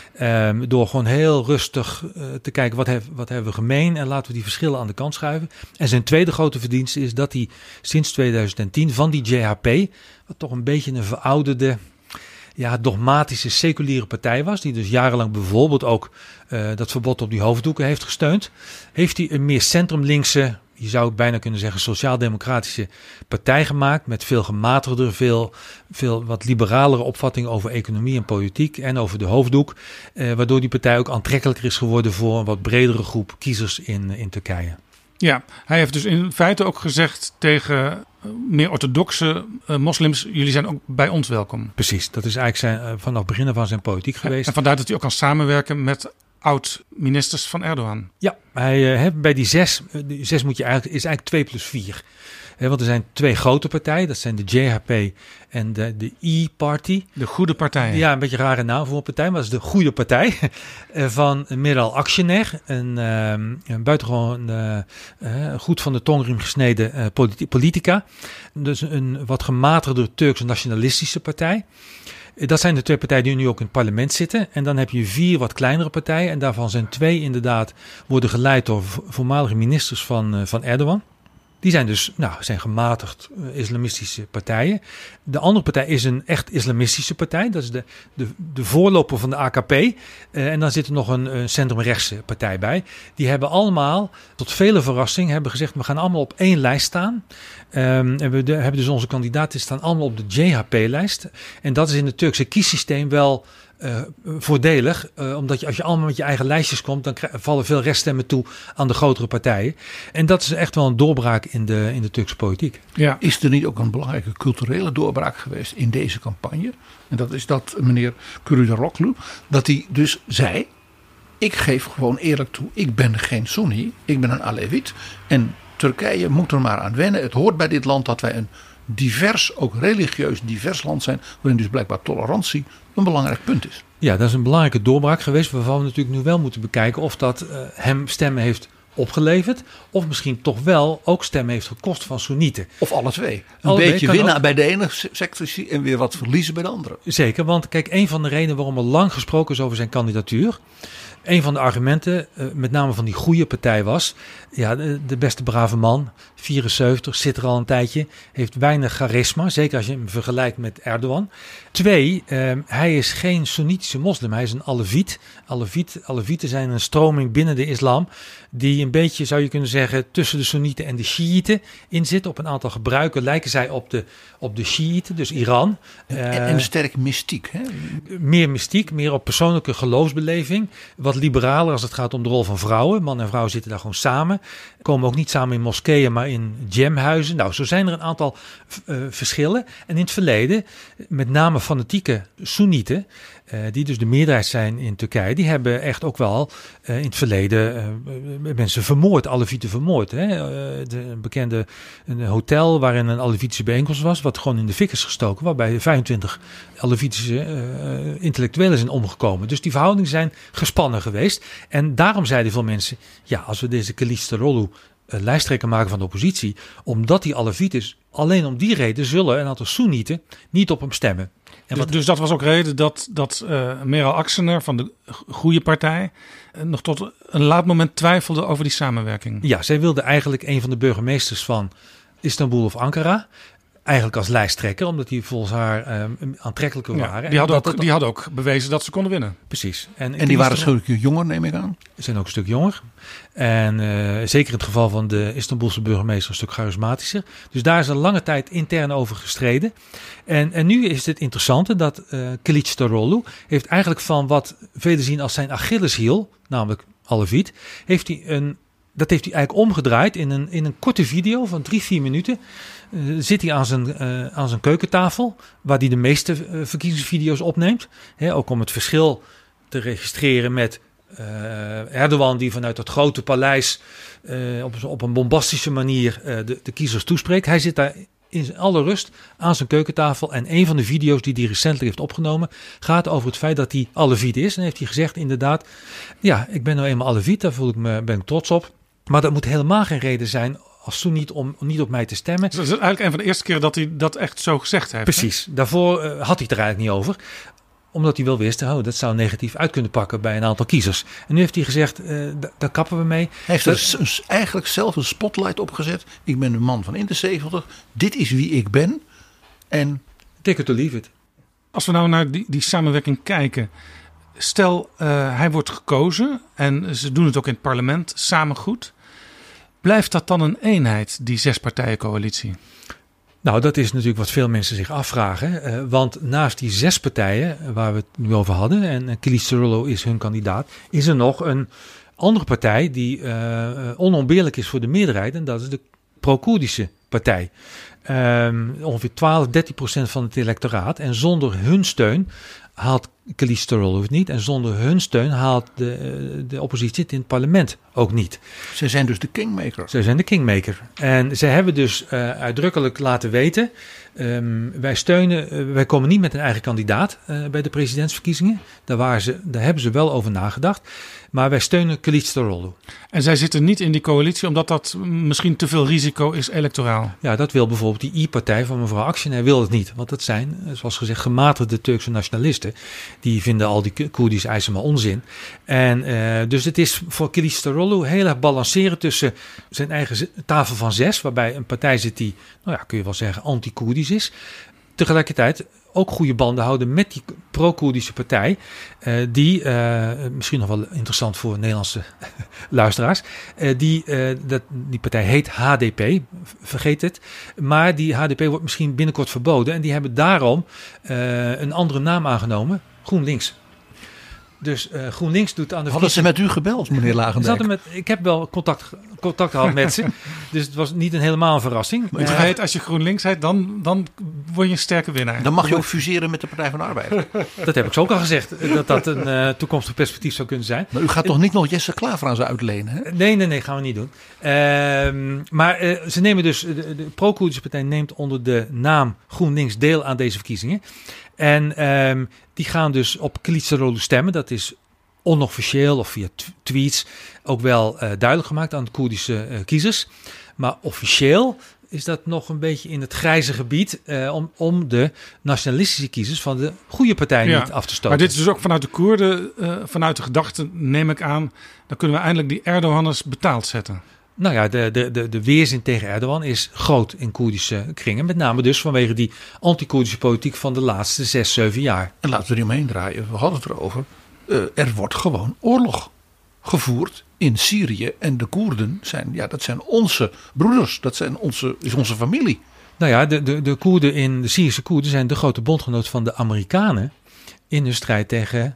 Um, door gewoon heel rustig uh, te kijken wat, hef, wat hebben we gemeen en laten we die verschillen aan de kant schuiven. En zijn tweede grote verdienste is dat hij sinds tweeduizend tien van die J H P, wat toch een beetje een verouderde, ja, dogmatische, seculiere partij was, die dus jarenlang bijvoorbeeld ook uh, dat verbod op die hoofddoeken heeft gesteund, heeft hij een meer centrumlinkse, je zou het bijna kunnen zeggen, sociaal-democratische partij gemaakt. Met veel gematigder, veel, veel wat liberalere opvattingen over economie en politiek en over de hoofddoek. Eh, waardoor die partij ook aantrekkelijker is geworden voor een wat bredere groep kiezers in, in Turkije. Ja, hij heeft dus in feite ook gezegd tegen meer orthodoxe uh, moslims, jullie zijn ook bij ons welkom. Precies, dat is eigenlijk zijn, uh, vanaf het begin van zijn politiek geweest. En vandaar dat hij ook kan samenwerken met oud-ministers van Erdogan. Ja, hij uh, heeft bij die zes, uh, die zes moet je eigenlijk, is eigenlijk twee plus vier. He, want er zijn twee grote partijen, dat zijn de J H P en de, de E-Party. De goede partij. Ja, een beetje een rare naam voor een partij, maar dat is de goede partij van Meral Akşener. Een, um, een buitengewoon uh, uh, goed van de tongriem gesneden uh, politi- politica. Dus een wat gematigder Turks nationalistische partij. Dat zijn de twee partijen die nu ook in het parlement zitten. En dan heb je vier wat kleinere partijen. En daarvan zijn twee inderdaad worden geleid door voormalige ministers van, uh, van Erdogan. Die zijn dus nou, zijn gematigd uh, islamistische partijen. De andere partij is een echt islamistische partij. Dat is de, de, de voorloper van de A K P. Uh, en dan zit er nog een, een centrumrechtse partij bij. Die hebben allemaal, tot vele verrassing, hebben gezegd, we gaan allemaal op één lijst staan. Um, en we de, hebben dus onze kandidaten staan allemaal op de J H P-lijst. En dat is in het Turkse kiessysteem wel Uh, voordelig, uh, omdat je als je allemaal met je eigen lijstjes komt, dan krijg, vallen veel reststemmen toe aan de grotere partijen. En dat is echt wel een doorbraak in de, in de Turkse politiek. Ja. Is er niet ook een belangrijke culturele doorbraak geweest in deze campagne? En dat is dat meneer Kılıçdaroğlu, dat hij dus zei, ik geef gewoon eerlijk toe, ik ben geen Sunni, ik ben een Alevit. En Turkije moet er maar aan wennen. Het hoort bij dit land dat wij een divers, ook religieus divers land zijn, waarin dus blijkbaar tolerantie een belangrijk punt is. Ja, dat is een belangrijke doorbraak geweest, waarvan we natuurlijk nu wel moeten bekijken of dat uh, hem stemmen heeft opgeleverd, of misschien toch wel ook stemmen heeft gekost van Soenieten. Of alle twee. Een alle beetje twee winnen ook bij de ene sector en weer wat verliezen bij de andere. Zeker, want kijk, een van de redenen waarom er lang gesproken is over zijn kandidatuur, een van de argumenten, uh, met name van die goede partij was, ja, de, de beste brave man, vierenzeventig, zit er al een tijdje, heeft weinig charisma, zeker als je hem vergelijkt met Erdogan. Twee, uh, hij is geen Soenitische moslim, hij is een Alevit. Alevit. Alevieten zijn een stroming binnen de islam, die een beetje, zou je kunnen zeggen, tussen de Soenieten en de Shiiten in zit. Op een aantal gebruiken lijken zij op de, op de Shiiten, dus Iran. Uh, en, en sterk mystiek. Hè? Meer mystiek, meer op persoonlijke geloofsbeleving. Wat liberaler als het gaat om de rol van vrouwen. Man en vrouw zitten daar gewoon samen. Komen ook niet samen in moskeeën, maar in jamhuizen. Nou, zo zijn er een aantal uh, verschillen. En in het verleden, met name fanatieke Soenieten, uh, die dus de meerderheid zijn in Turkije, die hebben echt ook wel uh, in het verleden uh, mensen vermoord, Alevieten vermoord. Hè? Uh, de, een bekende een hotel waarin een Alevitische bijeenkomst was, wat gewoon in de fik is gestoken, waarbij vijfentwintig Alevitische uh, intellectuelen zijn omgekomen. Dus die verhoudingen zijn gespannen geweest. En daarom zeiden veel mensen, ja, als we deze Kılıçdaroğlu uh, lijsttrekker maken van de oppositie, omdat hij Aleviet is, alleen om die reden zullen een aantal Soenieten niet op hem stemmen. En wat... Dus dat was ook reden dat, dat uh, Meral Akşener van de Goede Partij uh, nog tot een laat moment twijfelde over die samenwerking. Ja, zij wilde eigenlijk een van de burgemeesters van Istanbul of Ankara eigenlijk als lijsttrekker, omdat die volgens haar um, aantrekkelijker ja, waren. Die hadden, ook, ook, die hadden ook bewezen dat ze konden winnen. Precies. En, en die waren een stukje jonger, neem ik aan? Ze zijn ook een stuk jonger. En uh, zeker in het geval van de Istanbulse burgemeester een stuk charismatischer. Dus daar is een lange tijd intern over gestreden. En, en nu is het interessante dat uh, Kılıçdaroğlu heeft eigenlijk van wat velen zien als zijn Achilleshiel, namelijk Aleviet, heeft hij een Dat heeft hij eigenlijk omgedraaid in een, in een korte video van drie, vier minuten. Uh, zit hij aan zijn, uh, aan zijn keukentafel, waar hij de meeste uh, verkiezingsvideo's opneemt. He, ook om het verschil te registreren met uh, Erdogan, die vanuit dat grote paleis uh, op, op een bombastische manier uh, de, de kiezers toespreekt. Hij zit daar in alle rust aan zijn keukentafel. En een van de video's die hij recentelijk heeft opgenomen gaat over het feit dat hij Aleviet is. En heeft hij gezegd inderdaad, ja, ik ben nou eenmaal Aleviet, daar voel ik me, ben ik trots op. Maar dat moet helemaal geen reden zijn als Soeniet om niet op mij te stemmen. Dus dat is eigenlijk een van de eerste keren dat hij dat echt zo gezegd heeft. Precies. Hè? Daarvoor uh, had hij het er eigenlijk niet over. Omdat hij wel wist, oh, dat zou negatief uit kunnen pakken bij een aantal kiezers. En nu heeft hij gezegd, uh, d- daar kappen we mee. Hij heeft dat... er s- eigenlijk zelf een spotlight op gezet. Ik ben een man van in de zeventig. Dit is wie ik ben. En take it or leave it. Als we nou naar die, die samenwerking kijken. Stel, uh, hij wordt gekozen en ze doen het ook in het parlement samen goed. Blijft dat dan een eenheid, die zespartijencoalitie? Nou, dat is natuurlijk wat veel mensen zich afvragen. Uh, want naast die zes partijen waar we het nu over hadden, en uh, Kılıçdaroğlu is hun kandidaat, is er nog een andere partij die uh, onontbeerlijk is voor de meerderheid. En dat is de pro-Koerdische partij. Um, ongeveer twaalf, dertien procent van het electoraat. En zonder hun steun haalt Kılıçdaroğlu het niet. En zonder hun steun haalt de, de oppositie het in het parlement ook niet. Ze zijn dus de kingmaker. Ze zijn de kingmaker. En ze hebben dus uh, uitdrukkelijk laten weten, um, wij steunen, uh, wij komen niet met een eigen kandidaat uh, bij de presidentsverkiezingen. Daar, waren ze, daar hebben ze wel over nagedacht. Maar wij steunen Kılıçdaroğlu. En zij zitten niet in die coalitie omdat dat misschien te veel risico is electoraal. Ja, dat wil bijvoorbeeld die I-partij van mevrouw Akşener wil het niet. Want dat zijn, zoals gezegd, gematigde Turkse nationalisten. Die vinden al die Koerdische eisen maar onzin. En uh, dus het is voor Kılıçdaroğlu heel erg balanceren tussen zijn eigen tafel van zes, waarbij een partij zit die, nou ja, kun je wel zeggen, anti-Koerdisch is. Tegelijkertijd ook goede banden houden met die pro-Koerdische partij. Uh, die, uh, misschien nog wel interessant voor Nederlandse luisteraars. Uh, die, uh, dat, die partij heet H D P, vergeet het. Maar die H D P wordt misschien binnenkort verboden. En die hebben daarom uh, een andere naam aangenomen. GroenLinks. Dus uh, GroenLinks doet aan de... Hadden ze met u gebeld, meneer Lagendijk? Met, ik heb wel contact, contact gehad met ze. Dus het was niet een helemaal een verrassing. Maar uh, heet, als je GroenLinks heet, dan, dan word je een sterke winnaar. Dan mag je ook fuseren met de Partij van de Arbeid. Dat heb ik zo ook al gezegd. Dat dat een uh, toekomstig perspectief zou kunnen zijn. Maar u gaat toch niet nog Jesse Klaver aan ze uitlenen? Hè? Nee, nee, nee, gaan we niet doen. Uh, maar uh, ze nemen dus, de, de pro-Koerdische partij neemt onder de naam GroenLinks deel aan deze verkiezingen. En um, die gaan dus op Kılıçdaroğlu stemmen. Dat is onofficieel of via t- tweets ook wel uh, duidelijk gemaakt aan de Koerdische uh, kiezers. Maar officieel is dat nog een beetje in het grijze gebied uh, om, om de nationalistische kiezers van de goede partij ja, niet af te stoten. Maar dit is dus ook vanuit de Koerden, uh, vanuit de gedachte neem ik aan, dan kunnen we eindelijk die Erdoganners betaald zetten. Nou ja, de, de, de, de weerzin tegen Erdogan is groot in Koerdische kringen. Met name dus vanwege die anti-Koerdische politiek van de laatste zes, zeven jaar. En laten we er niet omheen draaien. We hadden het erover. Uh, er wordt gewoon oorlog gevoerd in Syrië. En de Koerden zijn, ja, dat zijn onze broeders. Dat zijn onze, is onze familie. Nou ja, de, de, de Koerden in de Syrische Koerden zijn de grote bondgenoot van de Amerikanen in de strijd tegen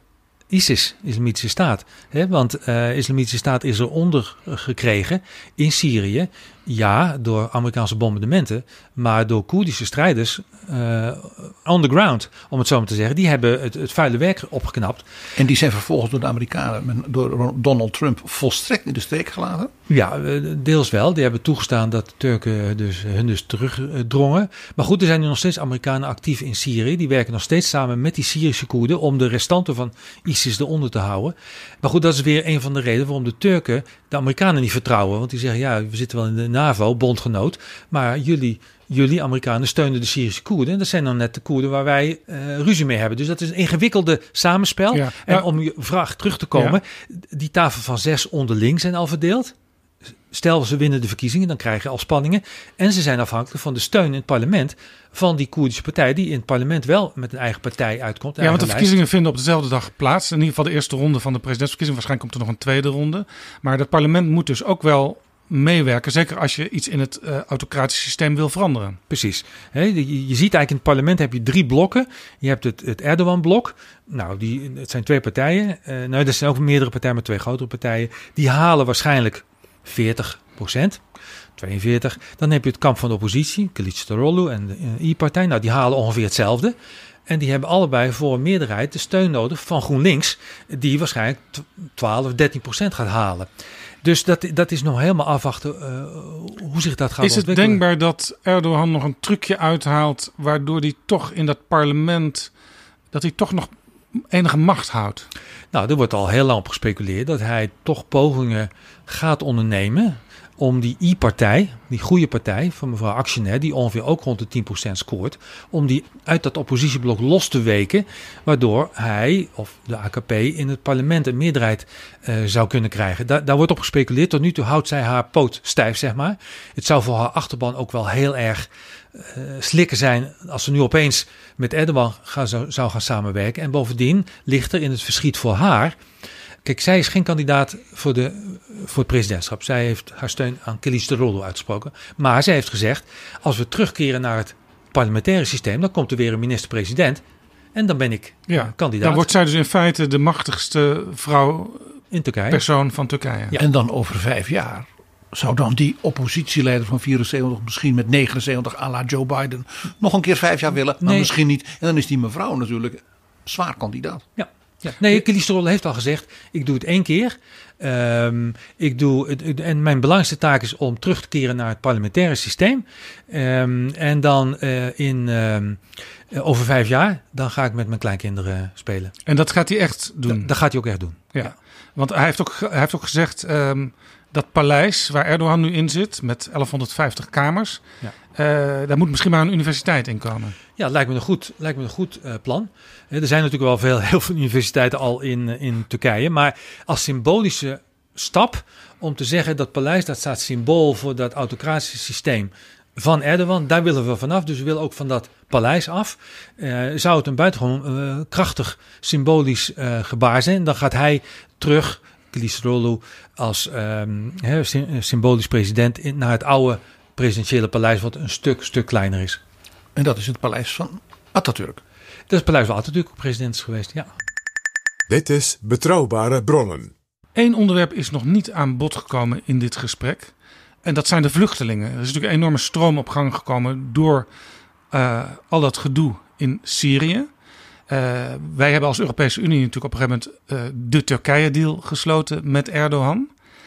ISIS, Islamitische Staat. Hè? Want uh, Islamitische Staat is eronder gekregen in Syrië. Ja, door Amerikaanse bombardementen. Maar door Koerdische strijders uh, on the ground, om het zo maar te zeggen. Die hebben het, het vuile werk opgeknapt. En die zijn vervolgens door de Amerikanen, door Donald Trump, volstrekt in de steek gelaten? Ja, deels wel. Die hebben toegestaan dat de Turken dus, hun dus terugdrongen. Maar goed, er zijn nu nog steeds Amerikanen actief in Syrië. Die werken nog steeds samen met die Syrische Koerden om de restanten van ISIS eronder te houden. Maar goed, dat is weer een van de redenen waarom de Turken de Amerikanen niet vertrouwen. Want die zeggen, ja, we zitten wel in de NAVO, bondgenoot. Maar jullie, jullie Amerikanen steunen de Syrische Koerden. En dat zijn dan net de Koerden waar wij uh, ruzie mee hebben. Dus dat is een ingewikkelde samenspel. Ja, en ja. om je vraag terug te komen. Ja. Die tafel van zes onderling zijn al verdeeld. Stel, ze winnen de verkiezingen, dan krijg je al spanningen. En ze zijn afhankelijk van de steun in het parlement van die Koerdische partij, die in het parlement wel met een eigen partij uitkomt. Ja, want de verkiezingen vinden op dezelfde dag plaats. In ieder geval de eerste ronde van de presidentsverkiezingen. Waarschijnlijk komt er nog een tweede ronde. Maar het parlement moet dus ook wel meewerken. Zeker als je iets in het uh, autocratische systeem wil veranderen. Precies. He, je, je ziet eigenlijk in het parlement heb je drie blokken. Je hebt het, het Erdogan-blok. Nou, die, het zijn twee partijen. Uh, nou, er zijn ook meerdere partijen, maar twee grotere partijen. Die halen waarschijnlijk veertig procent, tweeënveertig. Dan heb je het kamp van de oppositie, Kılıçdaroğlu en de uh, I-partij. Nou, die halen ongeveer hetzelfde. En die hebben allebei voor een meerderheid de steun nodig van GroenLinks, die waarschijnlijk twaalf, dertien procent gaat halen. Dus dat, dat is nog helemaal afwachten uh, hoe zich dat gaat is ontwikkelen. Is het denkbaar dat Erdogan nog een trucje uithaalt, waardoor hij toch in dat parlement, dat hij toch nog enige macht houdt? Nou, er wordt al heel lang op gespeculeerd dat hij toch pogingen gaat ondernemen om die I-partij, die goede partij van mevrouw Akşener, die ongeveer ook rond de tien procent scoort, om die uit dat oppositieblok los te weken, waardoor hij of de A K P in het parlement een meerderheid uh, zou kunnen krijgen. Da- daar wordt op gespeculeerd. Tot nu toe houdt zij haar poot stijf, zeg maar. Het zou voor haar achterban ook wel heel erg uh, slikken zijn als ze nu opeens met Erdogan gaan, zou, zou gaan samenwerken. En bovendien ligt er in het verschiet voor haar. Kijk, zij is geen kandidaat voor, de, voor het presidentschap. Zij heeft haar steun aan Kılıçdaroğlu uitgesproken. Maar zij heeft gezegd, als we terugkeren naar het parlementaire systeem, dan komt er weer een minister-president. En dan ben ik ja, kandidaat. Dan wordt zij dus in feite de machtigste vrouw, in Turkije, persoon van Turkije. Ja. En dan over vijf jaar zou dan die oppositieleider van vierenzeventig misschien met negenenzeventig à la Joe Biden nog een keer vijf jaar willen. Maar nee. misschien niet. En dan is die mevrouw natuurlijk zwaar kandidaat. Ja. Ja, nee, Kılıçdaroğlu heeft al gezegd, ik doe het één keer. Um, ik doe het, en mijn belangrijkste taak is om terug te keren naar het parlementaire systeem. Um, en dan uh, in, um, over vijf jaar, dan ga ik met mijn kleinkinderen spelen. En dat gaat hij echt doen? Da, dat gaat hij ook echt doen. Ja, ja. Want hij heeft ook, hij heeft ook gezegd, um, dat paleis waar Erdogan nu in zit, met elfhonderdvijftig kamers, ja. uh, daar moet misschien maar een universiteit in komen. Ja, lijkt me een goed, lijkt me een goed uh, plan. Er zijn natuurlijk wel veel, heel veel universiteiten al in, in Turkije. Maar als symbolische stap om te zeggen dat paleis, dat staat symbool voor dat autocratische systeem van Erdogan. Daar willen we vanaf. Dus we willen ook van dat paleis af. Uh, zou het een buitengewoon uh, krachtig symbolisch uh, gebaar zijn. Dan gaat hij terug, Kılıçdaroğlu, als um, he, symbolisch president in, naar het oude presidentiële paleis, wat een stuk, stuk kleiner is. En dat is het paleis van Atatürk. Dat is het paleis van Atatürk president is geweest, ja. Dit is Betrouwbare Bronnen. Eén onderwerp is nog niet aan bod gekomen in dit gesprek. En dat zijn de vluchtelingen. Er is natuurlijk een enorme stroom op gang gekomen door uh, al dat gedoe in Syrië. Uh, wij hebben als Europese Unie natuurlijk op een gegeven moment uh, de Turkije-deal gesloten met Erdogan.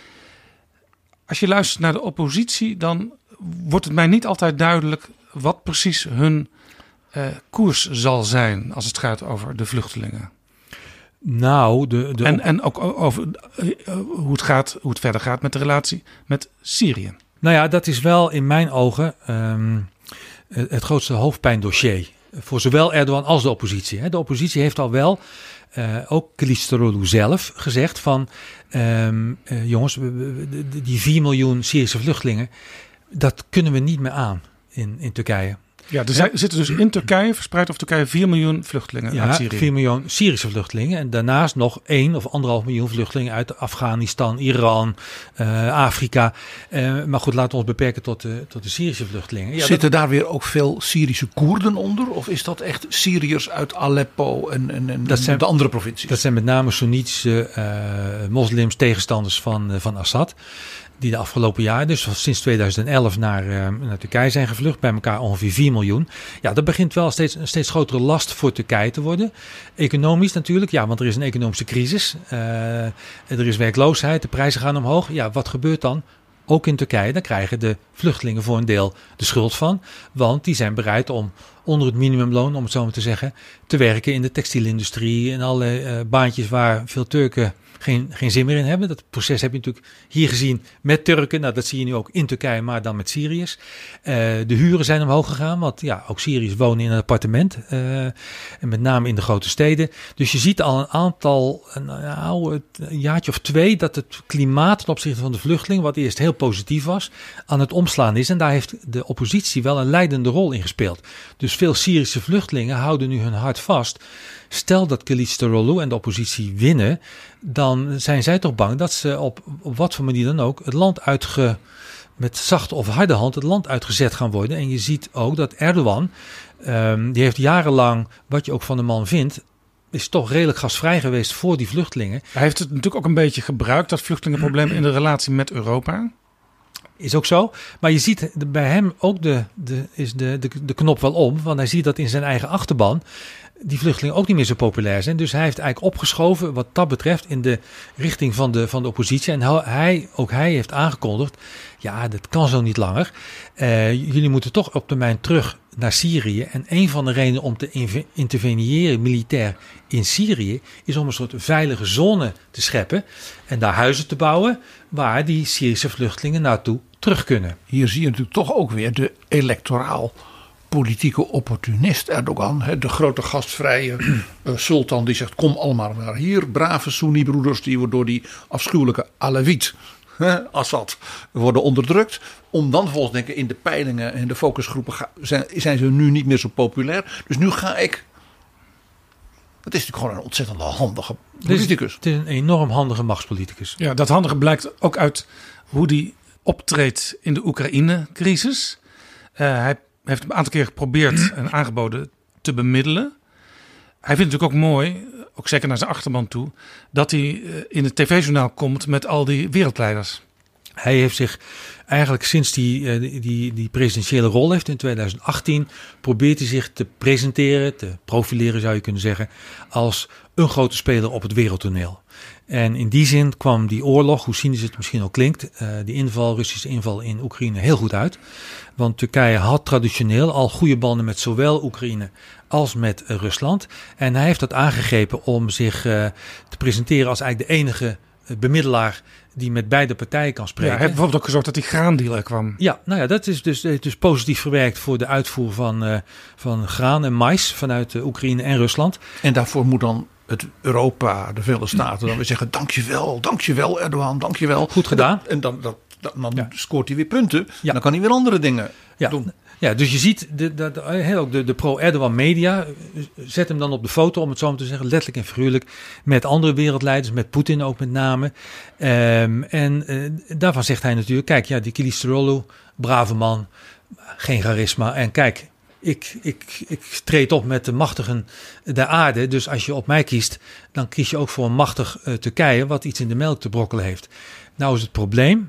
Als je luistert naar de oppositie, dan wordt het mij niet altijd duidelijk wat precies hun uh, koers zal zijn als het gaat over de vluchtelingen. Nou, de, de en, en ook over uh, hoe, het gaat, hoe het verder gaat met de relatie met Syrië. Nou ja, dat is wel in mijn ogen um, het grootste hoofdpijndossier voor zowel Erdogan als de oppositie. De oppositie heeft al wel, uh, ook Kılıçdaroğlu zelf, gezegd van um, uh, jongens, die vier miljoen Syrische vluchtelingen, dat kunnen we niet meer aan in, in Turkije. Ja, er zijn, zitten dus in Turkije, verspreid over Turkije, vier miljoen vluchtelingen Ja, uit Syrië. vier miljoen Syrische vluchtelingen. En daarnaast nog één of anderhalf miljoen vluchtelingen uit Afghanistan, Iran, uh, Afrika. Uh, maar goed, laten we ons beperken tot de, tot de Syrische vluchtelingen. Ja, Zitten dat, daar weer ook veel Syrische Koerden onder? Of is dat echt Syriërs uit Aleppo en, en, en Dat zijn- de andere provincies? dat zijn met name Soenitische uh, moslims, tegenstanders van, uh, van Assad. Die de afgelopen jaar, dus sinds tweeduizend elf, naar, uh, naar Turkije zijn gevlucht. Bij elkaar ongeveer vier miljoen. Ja, dat begint wel steeds, een steeds grotere last voor Turkije te worden. Economisch natuurlijk, ja, want er is een economische crisis. Uh, er is werkloosheid, de prijzen gaan omhoog. Ja, wat gebeurt dan? Ook in Turkije, dan krijgen de vluchtelingen voor een deel de schuld van. Want die zijn bereid om onder het minimumloon, om het zo maar te zeggen, te werken in de textielindustrie en alle uh, baantjes waar veel Turken geen, geen zin meer in hebben. Dat proces heb je natuurlijk hier gezien met Turken. Nou, dat zie je nu ook in Turkije, maar dan met Syriërs. Uh, de huren zijn omhoog gegaan, want ja, ook Syriërs wonen in een appartement. Uh, en met name in de grote steden. Dus je ziet al een aantal, een, nou, een jaartje of twee, dat het klimaat ten opzichte van de vluchteling, wat eerst heel positief was, aan het omslaan is. En daar heeft de oppositie wel een leidende rol in gespeeld. Dus veel Syrische vluchtelingen houden nu hun hart vast. Stel dat Kılıçdaroğlu en de oppositie winnen, dan zijn zij toch bang dat ze op, op wat voor manier dan ook het land uitge, met zachte of harde hand het land uitgezet gaan worden. En je ziet ook dat Erdogan, um, die heeft jarenlang, wat je ook van de man vindt, is toch redelijk gastvrij geweest voor die vluchtelingen. Hij heeft het natuurlijk ook een beetje gebruikt, dat vluchtelingenprobleem, in de relatie met Europa. Is ook zo. Maar je ziet bij hem ook de, de, is de, de, de knop wel om. Want hij ziet dat in zijn eigen achterban die vluchtelingen ook niet meer zo populair zijn. Dus hij heeft eigenlijk opgeschoven wat dat betreft in de richting van de, van de oppositie. En hij, ook hij heeft aangekondigd, ja, dat kan zo niet langer. Uh, jullie moeten toch op termijn terug naar Syrië. En een van de redenen om te inv- interveneren militair in Syrië is om een soort veilige zone te scheppen en daar huizen te bouwen waar die Syrische vluchtelingen naartoe terug kunnen. Hier zie je natuurlijk toch ook weer de electoraal politieke opportunist Erdogan. Hè, de grote gastvrije uh, sultan die zegt, kom allemaal naar hier. Brave Soenni-broeders die door die afschuwelijke Alawit, hè, Assad, worden onderdrukt. Om dan volgens denken in de peilingen en de focusgroepen ga, zijn, zijn ze nu niet meer zo populair. Dus nu ga ik. Het is natuurlijk gewoon een ontzettend handige politicus. Het is een enorm handige machtspoliticus. Ja, dat handige blijkt ook uit hoe die optreedt in de Oekraïne-crisis. Uh, hij heeft een aantal keer geprobeerd en aangeboden te bemiddelen. Hij vindt het natuurlijk ook mooi, ook zeker naar zijn achterban toe, dat hij in het tv-journaal komt met al die wereldleiders. Hij heeft zich eigenlijk sinds die, die, die, die presidentiële rol heeft in tweeduizend achttien, probeert hij zich te presenteren, te profileren zou je kunnen zeggen, als een grote speler op het wereldtoneel. En in die zin kwam die oorlog, hoe cynisch het misschien ook klinkt, uh, die inval, Russische inval in Oekraïne heel goed uit. Want Turkije had traditioneel al goede banden met zowel Oekraïne als met uh, Rusland. En hij heeft dat aangegrepen om zich uh, te presenteren als eigenlijk de enige uh, bemiddelaar die met beide partijen kan spreken. Ja, hij heeft bijvoorbeeld ook gezorgd dat die graandeal er kwam. Ja, nou ja, dat is dus, dus positief verwerkt voor de uitvoer van, uh, van graan en mais vanuit uh, Oekraïne en Rusland. En daarvoor moet dan het Europa, de Verenigde Staten, dan weer zeggen, dankjewel, dankjewel Erdogan, dankjewel. Goed gedaan. En dan, dan, dan, dan Ja. scoort hij weer punten. Ja. Dan kan hij weer andere dingen Ja. doen. Ja, dus je ziet de, de, de, ook de, de pro-Erdogan media, zet hem dan op de foto, om het zo maar te zeggen, letterlijk en figuurlijk, met andere wereldleiders, met Poetin ook met name. Um, en uh, daarvan zegt hij natuurlijk, kijk, ja, die Kılıçdaroğlu, brave man, geen charisma. En kijk, ik, ik, ik treed op met de machtigen der aarde. Dus als je op mij kiest, dan kies je ook voor een machtig uh, Turkije, wat iets in de melk te brokkelen heeft. Nou is het probleem,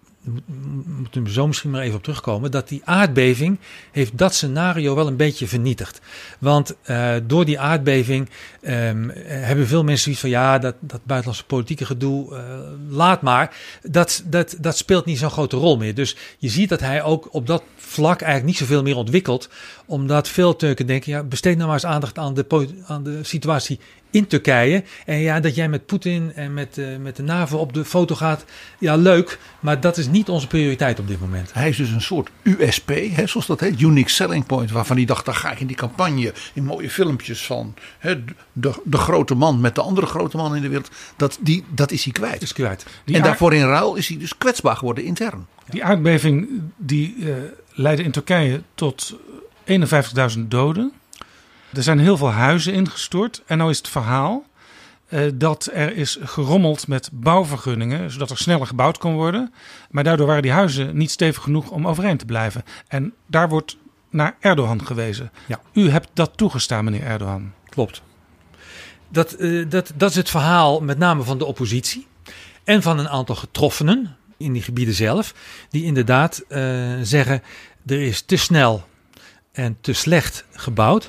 moeten we zo misschien maar even op terugkomen, dat die aardbeving heeft dat scenario wel een beetje vernietigd. Want uh, door die aardbeving um, hebben veel mensen zoiets van, ja, dat, dat buitenlandse politieke gedoe, uh, laat maar. Dat, dat, dat speelt niet zo'n grote rol meer. Dus je ziet dat hij ook op dat vlak eigenlijk niet zoveel meer ontwikkelt, omdat veel Turken denken, ja, besteed nou maar eens aandacht aan de, aan de situatie in Turkije. En ja, dat jij met Poetin en met, uh, met de NAVO op de foto gaat, ja, leuk, maar dat is niet onze prioriteit op dit moment. Hij is dus een soort U S P, hè, zoals dat heet, Unique Selling Point, waarvan hij dacht, daar ga ik in die campagne, in mooie filmpjes van hè, de, de grote man met de andere grote man in de wereld, dat, die, dat is hij kwijt. Is kwijt. Die en aard- daarvoor in ruil is hij dus kwetsbaar geworden intern. Die aardbeving die uh, leidde in Turkije tot eenenvijftigduizend doden. Er zijn heel veel huizen ingestort. En nou is het verhaal uh, dat er is gerommeld met bouwvergunningen, zodat er sneller gebouwd kon worden. Maar daardoor waren die huizen niet stevig genoeg om overeind te blijven. En daar wordt naar Erdogan gewezen. Ja. U hebt dat toegestaan, meneer Erdogan. Klopt. Dat, uh, dat, dat is het verhaal met name van de oppositie en van een aantal getroffenen in die gebieden zelf, die inderdaad uh, zeggen, er is te snel en te slecht gebouwd.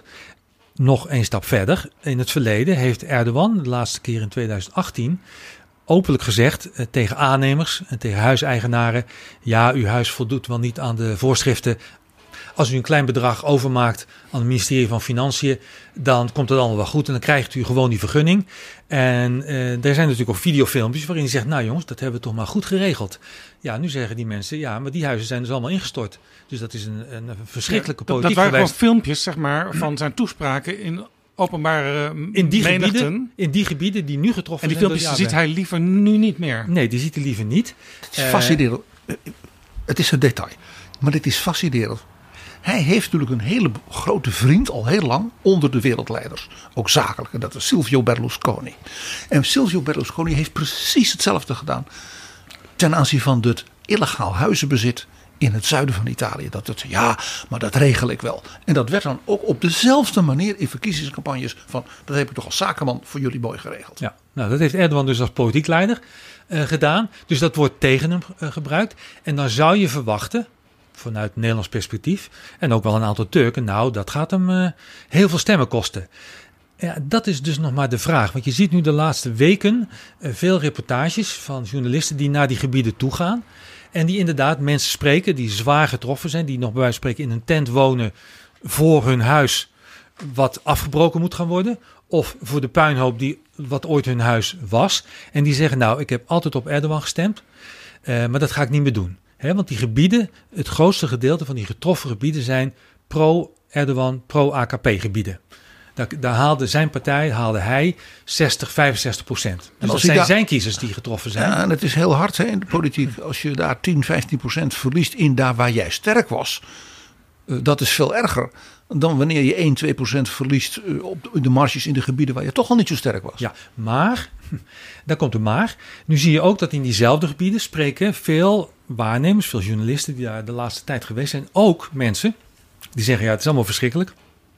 Nog een stap verder. In het verleden heeft Erdogan, de laatste keer in tweeduizend achttien, openlijk gezegd uh, tegen aannemers en tegen huiseigenaren, ja, uw huis voldoet wel niet aan de voorschriften. Als u een klein bedrag overmaakt aan het ministerie van Financiën, dan komt het allemaal wel goed en dan krijgt u gewoon die vergunning. En uh, er zijn natuurlijk ook videofilmpjes waarin hij zegt, nou jongens, dat hebben we toch maar goed geregeld. Ja, nu zeggen die mensen, ja, maar die huizen zijn dus allemaal ingestort. Dus dat is een, een verschrikkelijke ja, dat, politiek dat waren geweest. gewoon filmpjes, zeg maar, van zijn toespraken in openbare in die menigten. gebieden, in die gebieden die nu getroffen zijn. En die zijn. filmpjes ziet hij liever nu niet meer. Nee, die ziet hij liever niet. Het is fascinerend. Uh, het is een detail, maar dit is fascinerend. Hij heeft natuurlijk een hele grote vriend al heel lang onder de wereldleiders. Ook zakelijk. En dat is Silvio Berlusconi. En Silvio Berlusconi heeft precies hetzelfde gedaan ten aanzien van het illegaal huizenbezit in het zuiden van Italië. Dat het, ja, maar dat regel ik wel. En dat werd dan ook op dezelfde manier in verkiezingscampagnes van, dat heb ik toch als zakenman voor jullie mooi geregeld. Ja, nou dat heeft Erdogan dus als politiek leider uh, gedaan. Dus dat wordt tegen hem uh, gebruikt. En dan zou je verwachten, vanuit Nederlands perspectief, en ook wel een aantal Turken, nou dat gaat hem uh, heel veel stemmen kosten. Ja, dat is dus nog maar de vraag. Want je ziet nu de laatste weken uh, veel reportages van journalisten die naar die gebieden toe gaan. En die inderdaad mensen spreken die zwaar getroffen zijn. Die nog bij wijze van spreken in een tent wonen voor hun huis wat afgebroken moet gaan worden. Of voor de puinhoop die wat ooit hun huis was. En die zeggen, nou ik heb altijd op Erdogan gestemd. Uh, maar dat ga ik niet meer doen. He, want die gebieden, het grootste gedeelte van die getroffen gebieden zijn pro-Erdogan, pro-A K P gebieden. Daar, daar haalde zijn partij, haalde hij zestig, vijfenzestig procent. En dat zijn daar zijn kiezers die getroffen zijn. Ja, en het is heel hard hè, in de politiek. Als je daar tien, vijftien procent verliest in daar waar jij sterk was. Uh, dat is veel erger dan wanneer je één, twee procent verliest uh, op de marges in de gebieden waar je toch al niet zo sterk was. Ja, maar, daar komt een maar. Nu zie je ook dat in diezelfde gebieden spreken veel waarnemers, veel journalisten die daar de laatste tijd geweest zijn. Ook mensen die zeggen, ja het is allemaal verschrikkelijk.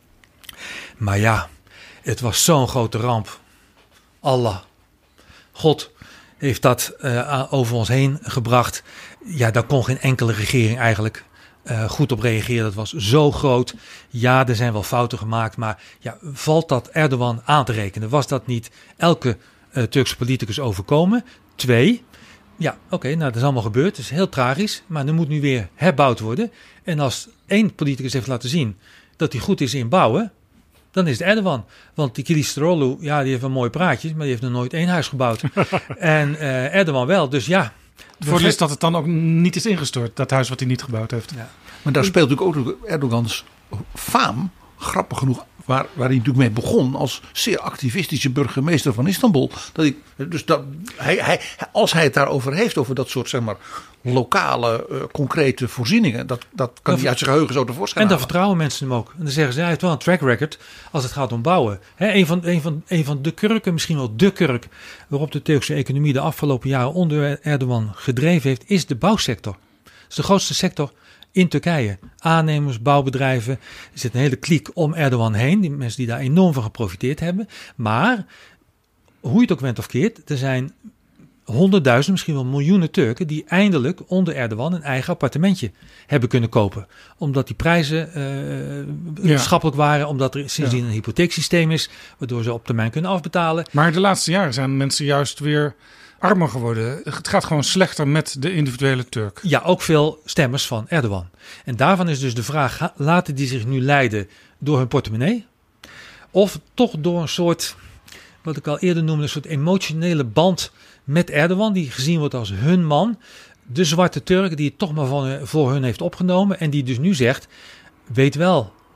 Maar ja, het was zo'n grote ramp. Allah, God heeft dat uh, over ons heen gebracht. Ja, daar kon geen enkele regering eigenlijk uh, goed op reageren. Dat was zo groot. Ja, er zijn wel fouten gemaakt. Maar ja, valt dat Erdogan aan te rekenen? Was dat niet elke uh, Turkse politicus overkomen? Twee, ja, oké, okay, nou dat is allemaal gebeurd. Het is heel tragisch. Maar er moet nu weer herbouwd worden. En als één politicus heeft laten zien dat hij goed is in bouwen, dan is het Erdogan. Want die Kılıçdaroğlu, ja, die heeft wel mooie praatjes, maar die heeft nog nooit één huis gebouwd. En uh, Erdogan wel, dus ja. Het voordeel is dat het dan ook niet is ingestort, dat huis wat hij niet gebouwd heeft. Ja. Maar daar speelt natuurlijk ook Erdogans faam, grappig genoeg, waar, waar hij natuurlijk mee begon als zeer activistische burgemeester van Istanbul. Dat ik, dus dat, hij, hij, als hij het daarover heeft, over dat soort zeg maar lokale, uh, concrete voorzieningen, dat, dat kan hij uit zijn geheugen zo tevoorschijn En dan halen. vertrouwen mensen hem ook. En dan zeggen ze, hij heeft wel een track record als het gaat om bouwen. He, een, van, een, van, een van de kurken, misschien wel de kurk, waarop de Turkse economie de afgelopen jaren onder Erdogan gedreven heeft, is de bouwsector. Dat is de grootste sector in Turkije. Aannemers, bouwbedrijven. Er zit een hele kliek om Erdogan heen. Die mensen die daar enorm van geprofiteerd hebben. Maar, hoe je het ook went of keert, er zijn honderdduizenden, misschien wel miljoenen Turken die eindelijk onder Erdogan een eigen appartementje hebben kunnen kopen. Omdat die prijzen uh, ja. schappelijk waren, omdat er sindsdien ja. een hypotheeksysteem is, waardoor ze op termijn kunnen afbetalen. Maar de laatste jaren zijn mensen juist weer armer geworden. Het gaat gewoon slechter met de individuele Turk. Ja, ook veel stemmers van Erdogan. En daarvan is dus de vraag, laten die zich nu leiden door hun portemonnee? Of toch door een soort, wat ik al eerder noemde, een soort emotionele band met Erdogan, die gezien wordt als hun man. De zwarte Turk die het toch maar van, voor hun heeft opgenomen. En die dus nu zegt, weet wel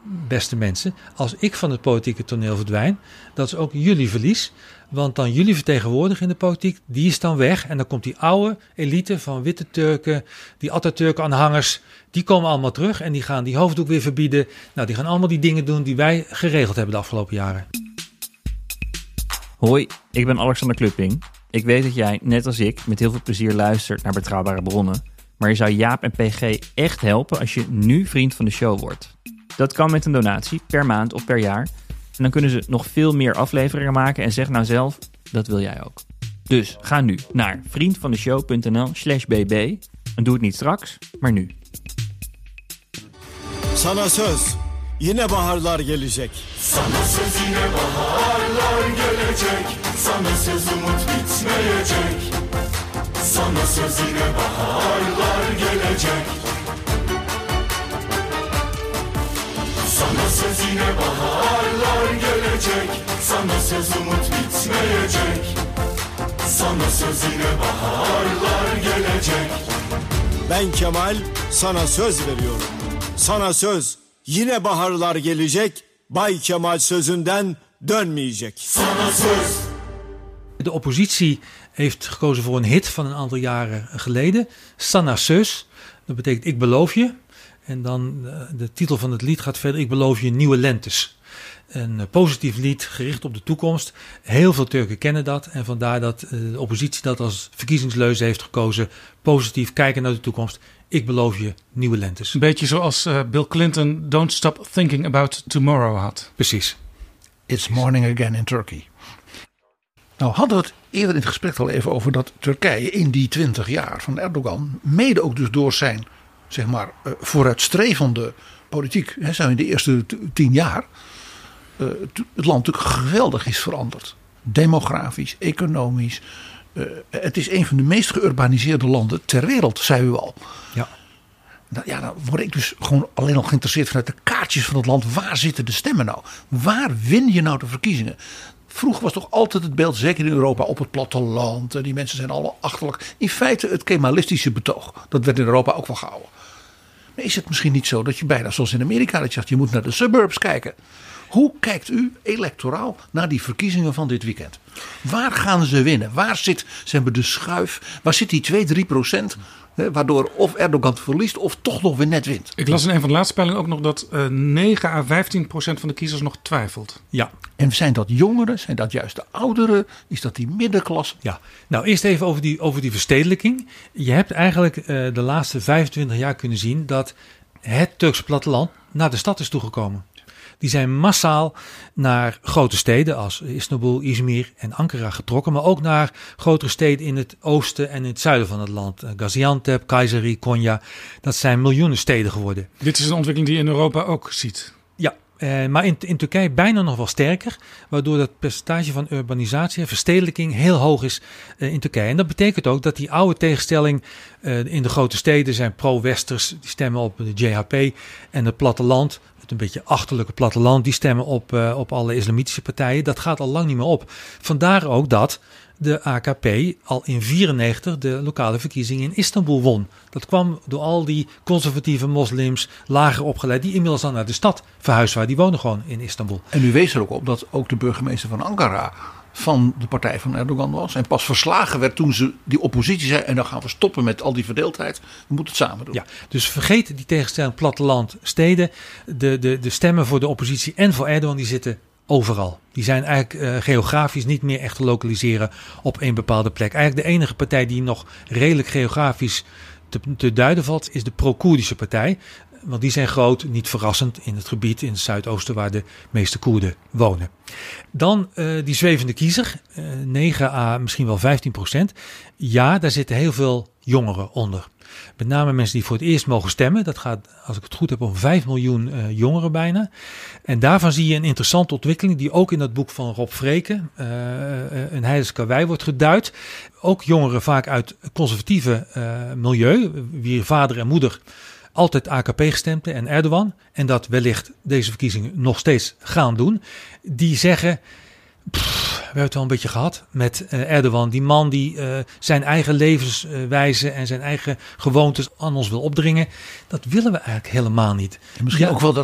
beste mensen, als ik van het politieke toneel verdwijn, dat is ook jullie verlies. Want dan jullie vertegenwoordiger in de politiek, die is dan weg. En dan komt die oude elite van witte Turken, die Atatürk-aanhangers, die komen allemaal terug en die gaan die hoofddoek weer verbieden. Nou, die gaan allemaal die dingen doen die wij geregeld hebben de afgelopen jaren. Hoi, ik ben Alexander Klupping. Ik weet dat jij, net als ik, met heel veel plezier luistert naar Betrouwbare Bronnen. Maar je zou Jaap en P G echt helpen als je nu vriend van de show wordt. Dat kan met een donatie, per maand of per jaar. En dan kunnen ze nog veel meer afleveringen maken en zeg nou zelf, dat wil jij ook. Dus ga nu naar vriendvandeshow.nl slash bb en doe het niet straks, maar nu. Sana söz, yine baharlar gelecek. Sana söz yine baharlar gelecek. Sana söz umut bitmeyecek. Sana söz yine baharlar gelecek. Sana söz yine baharlar gelecek. Sana söz umut bitmeyecek. Sana söz yine baharlar gelecek. Ben Kemal sana söz veriyorum. Sana söz yine baharlar gelecek. Bay Kemal sözünden dönmeyecek. Sana söz. De oppositie heeft gekozen voor een hit van een aantal jaren geleden. Sana söz. Dat betekent ik beloof je. En dan de, de titel van het lied gaat verder. Ik beloof je nieuwe lentes. Een uh, positief lied gericht op de toekomst. Heel veel Turken kennen dat. En vandaar dat uh, de oppositie dat als verkiezingsleuze heeft gekozen. Positief kijken naar de toekomst. Ik beloof je nieuwe lentes. Een beetje zoals uh, Bill Clinton Don't Stop Thinking About Tomorrow had. Precies. It's morning again in Turkey. Nou hadden we het eerder in het gesprek al even over dat Turkije in die twintig jaar van Erdogan, mede ook dus door zijn zeg maar uh, vooruitstrevende politiek, hè, zijn we in de eerste t- tien jaar, uh, t- het land natuurlijk geweldig is veranderd. Demografisch, economisch. Uh, het is een van de meest geurbaniseerde landen ter wereld, zei u al. Ja. Nou, ja, dan word ik dus gewoon alleen al geïnteresseerd vanuit de kaartjes van het land. Waar zitten de stemmen nou? Waar win je nou de verkiezingen? Vroeger was toch altijd het beeld, zeker in Europa, op het platteland. Die mensen zijn allemaal achterlijk. In feite het Kemalistische betoog. Dat werd in Europa ook wel gehouden. Maar is het misschien niet zo dat je bijna zoals in Amerika, dat je zegt, je moet naar de suburbs kijken. Hoe kijkt u electoraal naar die verkiezingen van dit weekend? Waar gaan ze winnen? Waar zit, ze hebben de schuif, waar zit die twee, drie procent? Waardoor of Erdogan verliest of toch nog weer net wint. Ik las in een van de laatste peilingen ook nog dat uh, negen à vijftien procent van de kiezers nog twijfelt. Ja. En zijn dat jongeren? Zijn dat juist de ouderen? Is dat die middenklasse? Ja. Nou, eerst even over die, over die verstedelijking. Je hebt eigenlijk uh, de laatste vijfentwintig jaar kunnen zien dat het Turkse platteland naar de stad is toegekomen. Die zijn massaal naar grote steden als Istanbul, Izmir en Ankara getrokken. Maar ook naar grotere steden in het oosten en in het zuiden van het land. Gaziantep, Kayseri, Konya. Dat zijn miljoenen steden geworden. Dit is een ontwikkeling die je in Europa ook ziet. Ja, eh, maar in, in Turkije bijna nog wel sterker. Waardoor dat percentage van urbanisatie en verstedelijking heel hoog is eh, in Turkije. En dat betekent ook dat die oude tegenstelling eh, in de grote steden zijn pro-westers. Die stemmen op de J H P en het platteland. Het een beetje achterlijke platteland, die stemmen op, uh, op alle islamitische partijen. Dat gaat al lang niet meer op. Vandaar ook dat de A K P al in vierennegentig de lokale verkiezingen in Istanbul won. Dat kwam door al die conservatieve moslims, lager opgeleid, die inmiddels al naar de stad verhuisd waren. Die wonen gewoon in Istanbul. En u wees er ook op dat ook de burgemeester van Ankara van de partij van Erdogan was. En pas verslagen werd toen ze die oppositie zei, en dan gaan we stoppen met al die verdeeldheid. We moeten het samen doen. Ja, dus vergeet die tegenstelling platteland, steden. De, de, de stemmen voor de oppositie en voor Erdogan die zitten overal. Die zijn eigenlijk uh, geografisch niet meer echt te lokaliseren op één bepaalde plek. Eigenlijk de enige partij die nog redelijk geografisch te, te duiden valt is de pro-Koerdische partij. Want die zijn groot, niet verrassend, in het gebied in het zuidoosten waar de meeste Koerden wonen. Dan uh, die zwevende kiezer, uh, negen à misschien wel vijftien procent. Ja, daar zitten heel veel jongeren onder. Met name mensen die voor het eerst mogen stemmen. Dat gaat, als ik het goed heb, om vijf miljoen uh, jongeren bijna. En daarvan zie je een interessante ontwikkeling die ook in dat boek van Rob Vreken, uh, uh, Een Heidens Karwei, wordt geduid. Ook jongeren vaak uit conservatieve uh, milieu, wie vader en moeder altijd A K P gestemd en Erdogan, en dat wellicht deze verkiezingen nog steeds gaan doen, die zeggen, pff, we hebben het wel een beetje gehad met uh, Erdogan. Die man die uh, zijn eigen levenswijze en zijn eigen gewoontes aan ons wil opdringen. Dat willen we eigenlijk helemaal niet. En misschien ja, ook wel dat dat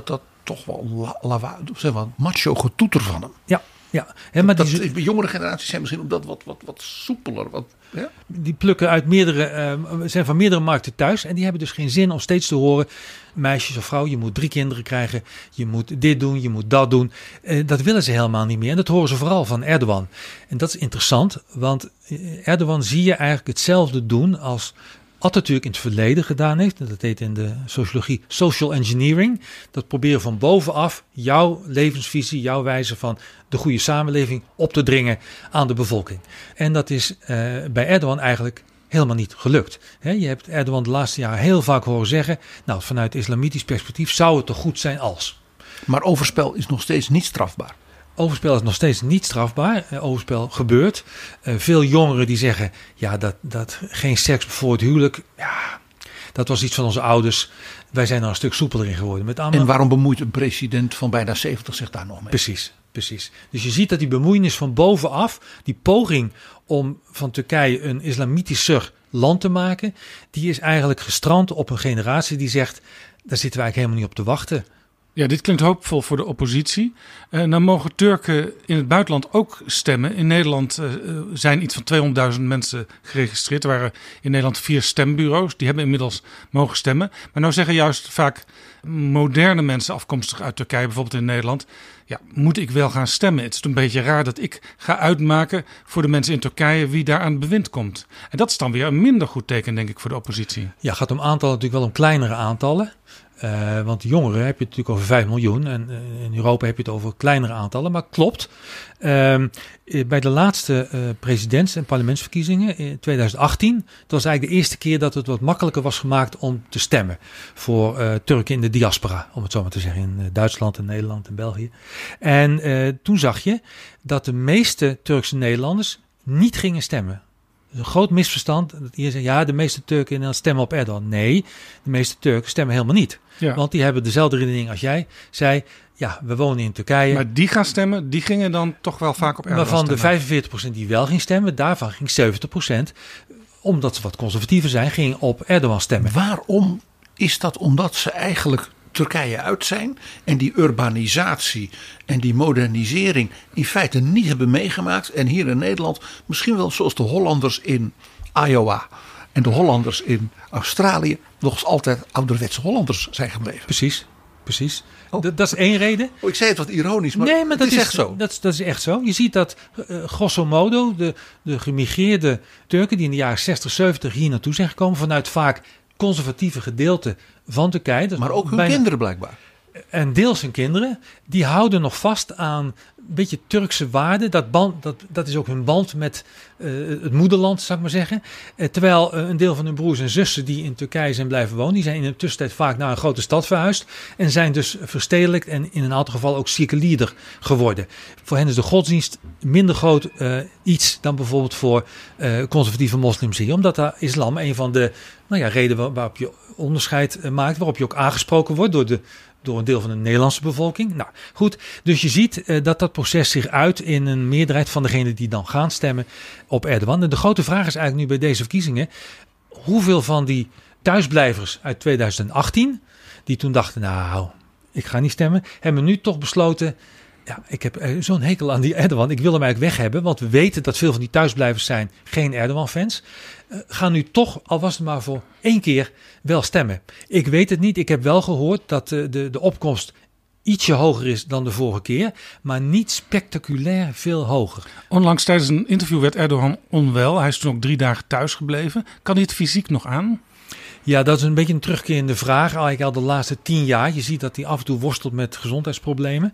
toch wel la, la, zeg maar, macho getoeter van hem. Ja, ja. He, maar dat, die, de jongere generaties zijn misschien omdat wat, wat, wat soepeler. Wat, ja? Die plukken uit meerdere, uh, zijn van meerdere markten thuis. En die hebben dus geen zin om steeds te horen. Meisjes of vrouw, je moet drie kinderen krijgen. Je moet dit doen, je moet dat doen. Uh, dat willen ze helemaal niet meer. En dat horen ze vooral van Erdogan. En dat is interessant. Want Erdogan zie je eigenlijk hetzelfde doen als Atatürk in het verleden gedaan heeft. Dat heet in de sociologie social engineering. Dat proberen van bovenaf jouw levensvisie, jouw wijze van de goede samenleving op te dringen aan de bevolking. En dat is uh, bij Erdogan eigenlijk helemaal niet gelukt. He, je hebt Erdogan de laatste jaren heel vaak horen zeggen, nou, vanuit islamitisch perspectief zou het toch goed zijn als. Maar overspel is nog steeds niet strafbaar. Overspel is nog steeds niet strafbaar. Overspel gebeurt. Uh, veel jongeren die zeggen, ja, dat, dat geen seks voor het huwelijk, ja, dat was iets van onze ouders. Wij zijn er een stuk soepeler in geworden. Met allemaal... En waarom bemoeit een president van bijna zeventig zich daar nog mee? Precies, precies. Dus je ziet dat die bemoeienis van bovenaf, die poging om van Turkije een islamitischer land te maken, die is eigenlijk gestrand op een generatie die zegt, daar zitten we eigenlijk helemaal niet op te wachten. Ja, dit klinkt hoopvol voor de oppositie. Uh, nou mogen Turken in het buitenland ook stemmen. In Nederland uh, zijn iets van tweehonderdduizend mensen geregistreerd. Er waren in Nederland vier stembureaus. Die hebben inmiddels mogen stemmen. Maar nou zeggen juist vaak moderne mensen afkomstig uit Turkije, bijvoorbeeld in Nederland, ja, moet ik wel gaan stemmen? Het is een beetje raar dat ik ga uitmaken voor de mensen in Turkije wie daar aan het bewind komt. En dat is dan weer een minder goed teken, denk ik, voor de oppositie. Ja, het gaat om aantallen natuurlijk wel om kleinere aantallen. Uh, want jongeren heb je het natuurlijk over vijf miljoen. En uh, in Europa heb je het over kleinere aantallen. Maar klopt. Uh, bij de laatste uh, presidents- en parlementsverkiezingen in twintig achttien. Dat was eigenlijk de eerste keer dat het wat makkelijker was gemaakt om te stemmen. Voor uh, Turken in de diaspora. Om het zo maar te zeggen. In uh, Duitsland en Nederland en België. En uh, toen zag je dat de meeste Turkse Nederlanders niet gingen stemmen. Een groot misverstand. Dat hier zeggen, ja, de meeste Turken in Nederland stemmen op Erdogan. Nee, de meeste Turken stemmen helemaal niet. Ja. Want die hebben dezelfde redenering als jij zei. Ja, we wonen in Turkije. Maar die gaan stemmen, die gingen dan toch wel vaak op Erdogan maar van stemmen. De vijfenveertig procent die wel ging stemmen, daarvan ging zeventig procent, omdat ze wat conservatiever zijn, gingen op Erdogan stemmen. Waarom is dat? Omdat ze eigenlijk Turkije uit zijn en die urbanisatie en die modernisering in feite niet hebben meegemaakt. En hier in Nederland misschien wel zoals de Hollanders in Iowa en de Hollanders in Australië nog altijd ouderwetse Hollanders zijn gebleven. Precies, precies. Oh. Dat, dat is één reden. Oh, ik zei het wat ironisch, maar, nee, maar dat dat is echt zo. Dat, dat is echt zo. Je ziet dat uh, grosso modo de, de gemigreerde Turken die in de jaren zestig, zeventig hier naartoe zijn gekomen vanuit vaak conservatieve gedeelte van Turkije. Maar ook hun bijna, kinderen blijkbaar. En deels hun kinderen. Die houden nog vast aan een beetje Turkse waarden. Dat, band, dat, dat is ook hun band met uh, het moederland, zou ik maar zeggen. Uh, terwijl uh, een deel van hun broers en zussen die in Turkije zijn blijven wonen, die zijn in de tussentijd vaak naar een grote stad verhuisd. En zijn dus verstedelijkt en in een aantal gevallen ook seculierder geworden. Voor hen is de godsdienst minder groot uh, iets dan bijvoorbeeld voor uh, conservatieve moslims hier. Omdat daar islam een van de nou ja, redenen waarop je onderscheid uh, maakt. Waarop je ook aangesproken wordt door de door een deel van de Nederlandse bevolking. Nou goed, dus je ziet uh, dat dat proces zich uit in een meerderheid van degenen die dan gaan stemmen op Erdogan. En de grote vraag is eigenlijk nu bij deze verkiezingen, hoeveel van die thuisblijvers uit twintig achttien, die toen dachten, nou, ik ga niet stemmen, hebben nu toch besloten, ja, ik heb zo'n hekel aan die Erdogan, ik wil hem eigenlijk weg hebben, want we weten dat veel van die thuisblijvers zijn geen Erdogan-fans. Uh, gaan nu toch, al was het maar voor één keer, wel stemmen. Ik weet het niet. Ik heb wel gehoord dat uh, de, de opkomst ietsje hoger is dan de vorige keer, maar niet spectaculair veel hoger. Onlangs tijdens een interview werd Erdogan onwel. Hij is toen ook drie dagen thuis gebleven. Kan hij het fysiek nog aan? Ja, dat is een beetje een terugkerende vraag. Eigenlijk al de laatste tien jaar. Je ziet dat hij af en toe worstelt met gezondheidsproblemen.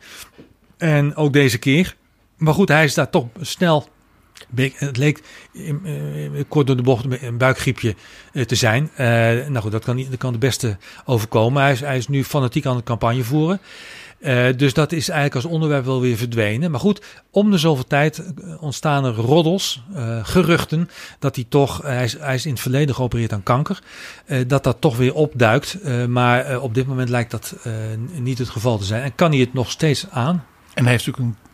En ook deze keer. Maar goed, hij is daar toch snel. Het leek uh, kort door de bocht een buikgriepje uh, te zijn. Uh, nou goed, dat kan, niet, dat kan de beste overkomen. Hij is, hij is nu fanatiek aan het campagne voeren. Uh, dus dat is eigenlijk als onderwerp wel weer verdwenen. Maar goed, om de zoveel tijd ontstaan er roddels, uh, geruchten, dat hij toch, uh, hij, is, hij is in het verleden geopereerd aan kanker, uh, dat dat toch weer opduikt. Uh, maar uh, op dit moment lijkt dat uh, niet het geval te zijn. En kan hij het nog steeds aan? En hij heeft natuurlijk een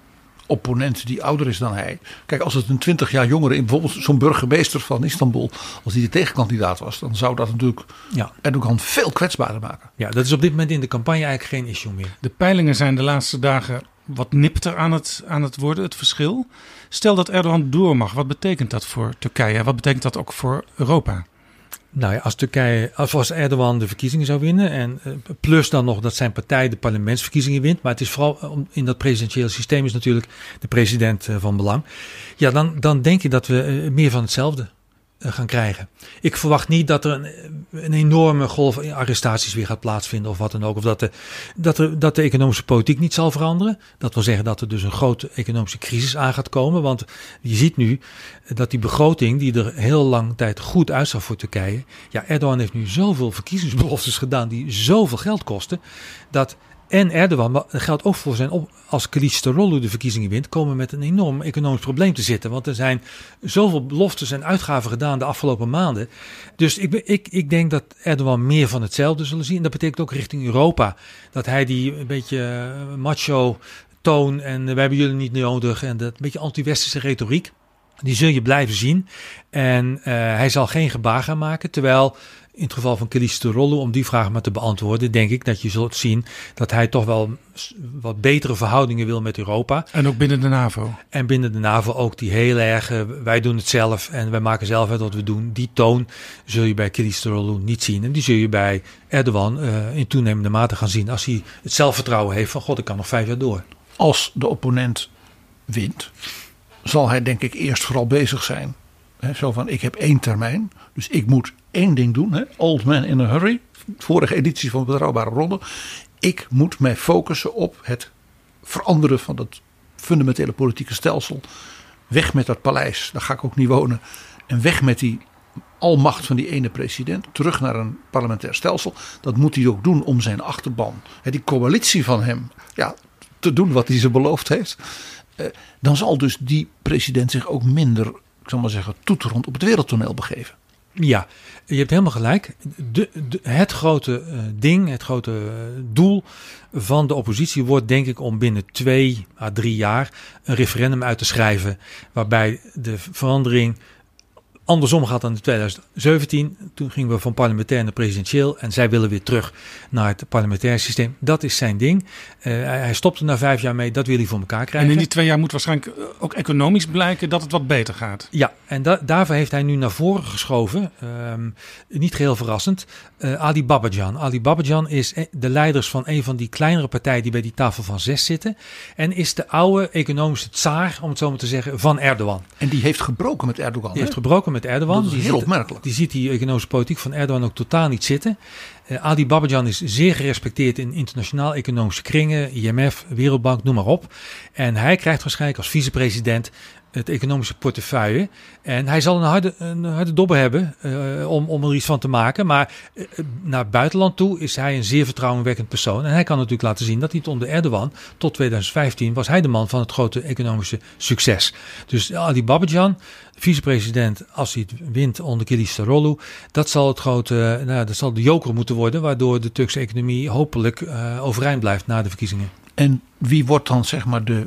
opponent die ouder is dan hij. Kijk, als het een twintig jaar jongere, bijvoorbeeld zo'n burgemeester van Istanbul, als die de tegenkandidaat was, dan zou dat natuurlijk Ja. Erdogan veel kwetsbaarder maken. Ja, dat is op dit moment in de campagne eigenlijk geen issue meer. De peilingen zijn de laatste dagen wat nipter aan het, aan het worden, het verschil. Stel dat Erdogan door mag, wat betekent dat voor Turkije? Wat betekent dat ook voor Europa? Nou ja, als Turkije, als als Erdogan de verkiezingen zou winnen en uh, plus dan nog dat zijn partij de parlementsverkiezingen wint, maar het is vooral um, in dat presidentiële systeem is natuurlijk de president uh, van belang. Ja, dan, dan denk je dat we uh, meer van hetzelfde uh, gaan krijgen. Ik verwacht niet dat er een, een enorme golf arrestaties weer gaat plaatsvinden of wat dan ook. Of dat de, dat, er, dat de economische politiek niet zal veranderen. Dat wil zeggen dat er dus een grote economische crisis aan gaat komen. Want je ziet nu dat die begroting die er heel lang tijd goed uitzag voor Turkije. Ja, Erdogan heeft nu zoveel verkiezingsbeloftes gedaan die zoveel geld kosten. Dat en Erdogan, maar dat geldt ook voor zijn op, als Kılıçdaroğlu de verkiezingen wint, komen met een enorm economisch probleem te zitten. Want er zijn zoveel beloftes en uitgaven gedaan de afgelopen maanden. Dus ik, ik, ik denk dat Erdogan meer van hetzelfde zullen zien. En dat betekent ook richting Europa. Dat hij die een beetje macho toon en wij hebben jullie niet nodig. En dat een beetje anti-westerse retoriek. Die zul je blijven zien. En uh, hij zal geen gebaar gaan maken. Terwijl in het geval van Kılıçdaroğlu, om die vraag maar te beantwoorden, denk ik dat je zult zien dat hij toch wel wat betere verhoudingen wil met Europa. En ook binnen de NAVO. En binnen de NAVO ook die heel erg, uh, wij doen het zelf en wij maken zelf uit wat we doen. Die toon zul je bij Kılıçdaroğlu niet zien. En die zul je bij Erdogan uh, in toenemende mate gaan zien als hij het zelfvertrouwen heeft van god, ik kan nog vijf jaar door. Als de opponent wint, zal hij denk ik eerst vooral bezig zijn. He, zo van, ik heb één termijn, dus ik moet één ding doen. He, old man in a hurry, vorige editie van Betrouwbare Bronnen. Ik moet mij focussen op het veranderen van het fundamentele politieke stelsel. Weg met dat paleis, daar ga ik ook niet wonen. En weg met die almacht van die ene president. Terug naar een parlementair stelsel. Dat moet hij ook doen om zijn achterban, he, die coalitie van hem, ja, te doen wat hij ze beloofd heeft. Uh, dan zal dus die president zich ook minder, ik zal maar zeggen, toeterend op het wereldtoneel begeven. Ja, je hebt helemaal gelijk. De, de, het grote uh, ding, het grote uh, doel van de oppositie wordt denk ik om binnen twee à drie jaar een referendum uit te schrijven. Waarbij de verandering andersom gaat dan in twintig zeventien. Toen gingen we van parlementair naar presidentieel. En zij willen weer terug naar het parlementaire systeem. Dat is zijn ding. Uh, hij stopte na vijf jaar mee. Dat wil hij voor elkaar krijgen. En in die twee jaar moet waarschijnlijk ook economisch blijken dat het wat beter gaat. Ja, en da- daarvoor heeft hij nu naar voren geschoven. Um, niet geheel verrassend. Uh, Ali Babacan. Ali Babacan is de leiders van een van die kleinere partijen die bij die tafel van zes zitten. En is de oude economische tsaar, om het zo maar te zeggen, van Erdogan. En die heeft gebroken met Erdogan. Die heeft gebroken met Erdogan. Dat is heel die opmerkelijk. Die ziet die economische politiek van Erdogan ook totaal niet zitten. Uh, Ali Babacan is zeer gerespecteerd in internationaal economische kringen, I M F, Wereldbank, noem maar op. En hij krijgt waarschijnlijk als vicepresident het economische portefeuille. En hij zal een harde, een harde dobber hebben uh, om, om er iets van te maken. Maar uh, naar het buitenland toe is hij een zeer vertrouwenwekkend persoon. En hij kan natuurlijk laten zien dat hij het onder Erdogan tot twintig vijftien was hij de man van het grote economische succes. Dus Ali Babacan, vicepresident, als hij het wint onder Kılıçdaroğlu, dat zal het grote, nou, dat zal de joker moeten worden, waardoor de Turkse economie hopelijk uh, overeind blijft na de verkiezingen. En wie wordt dan zeg maar de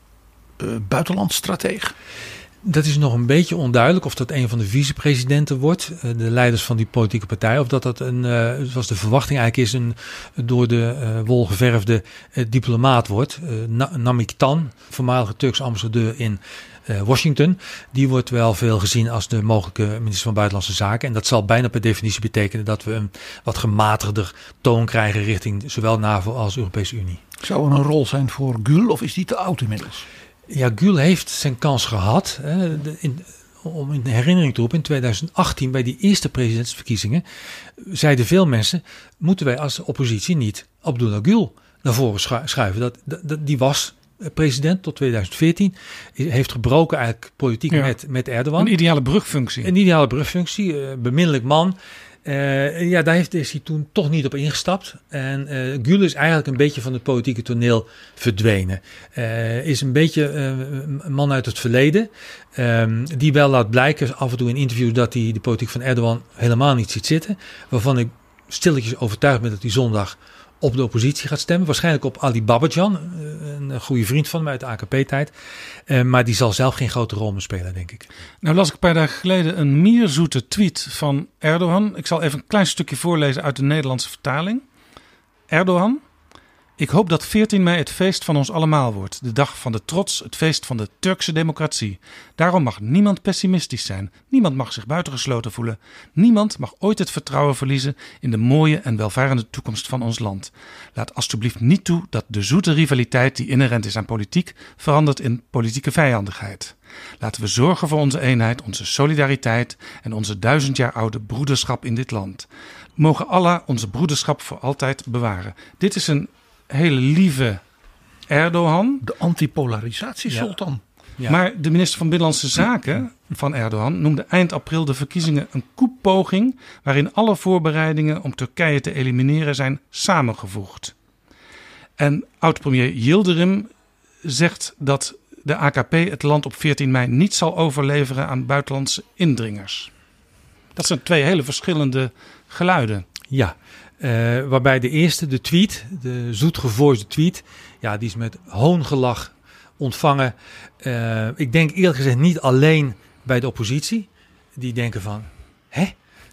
uh, buitenlandstrateeg? Dat is nog een beetje onduidelijk of dat een van de vicepresidenten wordt, de leiders van die politieke partij, of dat dat een, uh, zoals de verwachting eigenlijk is, een door de uh, wol geverfde uh, diplomaat wordt. Uh, Na- Namık Tan, voormalige Turks ambassadeur in uh, Washington, die wordt wel veel gezien als de mogelijke minister van Buitenlandse Zaken. En dat zal bijna per definitie betekenen dat we een wat gematigder toon krijgen richting zowel NAVO als Europese Unie. Zou er een rol zijn voor Gül of is die te oud inmiddels? Ja, Gül heeft zijn kans gehad. Hè, de, in, om in herinnering te roepen, in twintig achttien bij die eerste presidentsverkiezingen zeiden veel mensen, moeten wij als oppositie niet Abdullah Gül naar voren schuiven. Dat, dat, die was president tot twintig veertien, heeft gebroken eigenlijk politiek ja. met, met Erdogan. Een ideale brugfunctie. Een ideale brugfunctie, uh, beminnelijk man. Uh, ja, daar heeft, is hij toen toch niet op ingestapt. En uh, Gül is eigenlijk een beetje van het politieke toneel verdwenen. Uh, is een beetje uh, een man uit het verleden. Um, die wel laat blijken af en toe in interviews dat hij de politiek van Erdogan helemaal niet ziet zitten. Waarvan ik stilletjes overtuigd ben dat hij zondag op de oppositie gaat stemmen. Waarschijnlijk op Ali Babacan, een goede vriend van me uit de A K P-tijd. Uh, maar die zal zelf geen grote rol meer spelen, denk ik. Nou las ik een paar dagen geleden een mierzoete tweet van Erdogan. Ik zal even een klein stukje voorlezen uit de Nederlandse vertaling. Erdogan: ik hoop dat veertien mei het feest van ons allemaal wordt. De dag van de trots, het feest van de Turkse democratie. Daarom mag niemand pessimistisch zijn. Niemand mag zich buitengesloten voelen. Niemand mag ooit het vertrouwen verliezen in de mooie en welvarende toekomst van ons land. Laat alstublieft niet toe dat de zoete rivaliteit die inherent is aan politiek verandert in politieke vijandigheid. Laten we zorgen voor onze eenheid, onze solidariteit en onze duizend jaar oude broederschap in dit land. Mogen Allah onze broederschap voor altijd bewaren. Dit is een hele lieve Erdogan. De antipolarisatiesultan. Ja. Maar de minister van Binnenlandse Zaken van Erdogan noemde eind april de verkiezingen een koepoging waarin alle voorbereidingen om Turkije te elimineren zijn samengevoegd. En oud-premier Yildirim zegt dat de A K P het land op veertien mei niet zal overleveren aan buitenlandse indringers. Dat zijn twee hele verschillende geluiden. Ja, uh, waarbij de eerste, de tweet, de zoetgevoerde tweet, ja, die is met hoongelach ontvangen. Uh, ik denk eerlijk gezegd niet alleen bij de oppositie. Die denken van, hè?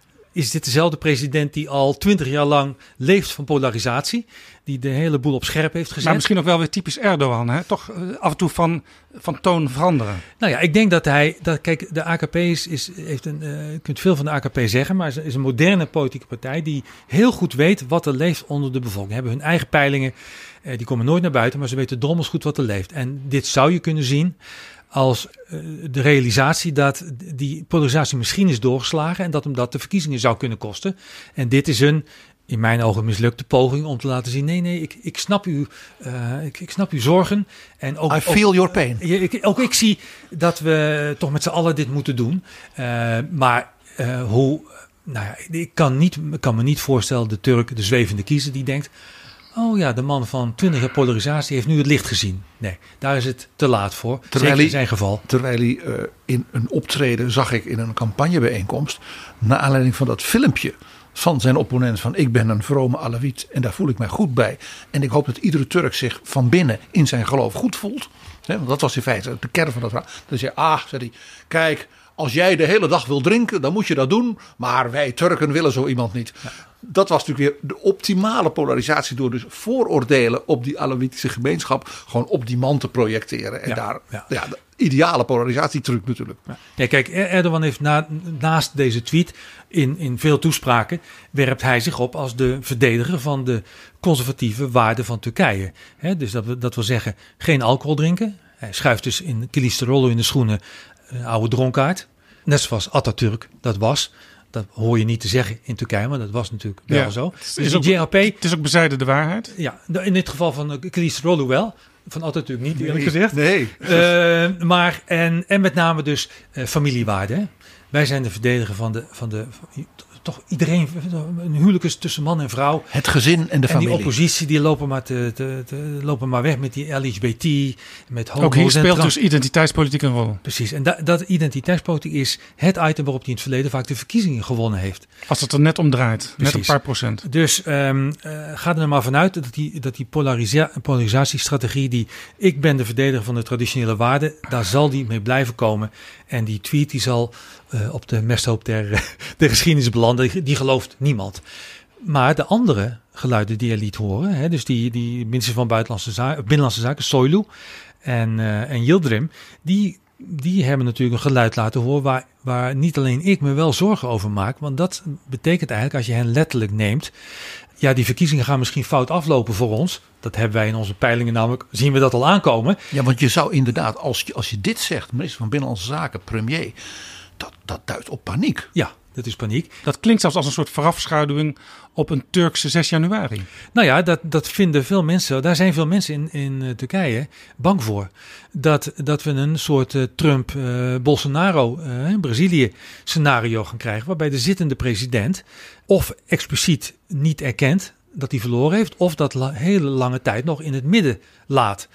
Is dit dezelfde president die al twintig jaar lang leeft van polarisatie? Die de hele boel op scherp heeft gezet? Maar misschien ook wel weer typisch Erdogan, hè? Toch uh, af en toe van, van toon veranderen. Nou ja, ik denk dat hij... Dat, kijk, de A K P is, is, heeft een... Uh, je kunt veel van de A K P zeggen, maar het is een moderne politieke partij die heel goed weet wat er leeft onder de bevolking. Ze hebben hun eigen peilingen, uh, die komen nooit naar buiten, maar ze weten drommels goed wat er leeft. En dit zou je kunnen zien als uh, de realisatie dat die polarisatie misschien is doorgeslagen en dat hem dat de verkiezingen zou kunnen kosten. En dit is een, in mijn ogen, mislukte poging om te laten zien, nee, nee, ik, ik, snap, u, uh, ik, ik snap uw zorgen. En ook, I feel ook, your pain. Uh, ik, ook ik zie dat we toch met z'n allen dit moeten doen. Uh, maar uh, hoe, nou ja, ik kan, niet, kan me niet voorstellen, de Turk, de zwevende kiezer, die denkt, oh ja, de man van twintig jaar polarisatie heeft nu het licht gezien. Nee, daar is het te laat voor. Terwijl zeker hij, in zijn geval. Terwijl hij uh, in een optreden, zag ik in een campagnebijeenkomst, naar aanleiding van dat filmpje van zijn opponent van ik ben een vrome Alawiet en daar voel ik mij goed bij. En ik hoop dat iedere Turk zich van binnen in zijn geloof goed voelt. He, want dat was in feite de kern van dat verhaal. Dan zei hij, ah, zei hij, kijk, als jij de hele dag wil drinken, dan moet je dat doen. Maar wij Turken willen zo iemand niet. Ja. Dat was natuurlijk weer de optimale polarisatie door dus vooroordelen op die Alawitische gemeenschap gewoon op die man te projecteren. En ja, daar, ja. ja, de ideale polarisatietruc natuurlijk. Ja. Ja, kijk, Erdogan heeft na, naast deze tweet in, in veel toespraken werpt hij zich op als de verdediger van de conservatieve waarden van Turkije. He, dus dat, dat wil zeggen, geen alcohol drinken. Hij schuift dus in Kılıçdaroğlu in de schoenen een oude dronkaard. Net zoals Atatürk dat was. Dat hoor je niet te zeggen in Turkije, maar dat was natuurlijk wel ja, zo. Dus is ook, J H P, het is ook bezijden de waarheid. Ja, in dit geval van Kılıçdaroğlu wel. Van Atatürk niet, eerlijk nee, gezegd. Nee. Uh, maar, en, en met name dus uh, familiewaarden. Wij zijn de verdediger van de... Van de van, toch iedereen, een huwelijk is tussen man en vrouw. Het gezin en de familie. En die oppositie, die lopen maar, te, te, te, lopen maar weg met die L G B T, met homo's. Ook hier speelt dus identiteitspolitiek een rol. Precies, en da, dat identiteitspolitiek is het item waarop hij in het verleden vaak de verkiezingen gewonnen heeft. Als het er net om draait, Precies. net een paar procent. Dus um, uh, ga er maar vanuit dat die, dat die polarisa- polarisatiestrategie, die ik ben de verdediger van de traditionele waarden, daar zal die mee blijven komen. En die tweet die zal uh, op de mesthoop der, der geschiedenis belanden. Die gelooft niemand. Maar de andere geluiden die hij liet horen, hè, dus die, die minister van Buitenlandse Zaken, Binnenlandse Zaken, Soylu en, uh, en Yildirim, die, die hebben natuurlijk een geluid laten horen waar, waar niet alleen ik me wel zorgen over maak. Want dat betekent eigenlijk, als je hen letterlijk neemt, ja, die verkiezingen gaan misschien fout aflopen voor ons. Dat hebben wij in onze peilingen namelijk, zien we dat al aankomen. Ja, want je zou inderdaad, als je, als je dit zegt, minister van Binnenlandse Zaken, premier, dat, dat duidt op paniek. Ja, dat is paniek. Dat klinkt zelfs als een soort voorafschaduwing op een Turkse zes januari. Nou ja, dat, dat vinden veel mensen, daar zijn veel mensen in, in uh, Turkije bang voor. Dat, dat we een soort uh, Trump-Bolsonaro, uh, uh, Brazilië scenario gaan krijgen, waarbij de zittende president of expliciet niet erkent dat hij verloren heeft, of dat la- hele lange tijd nog in het midden laat.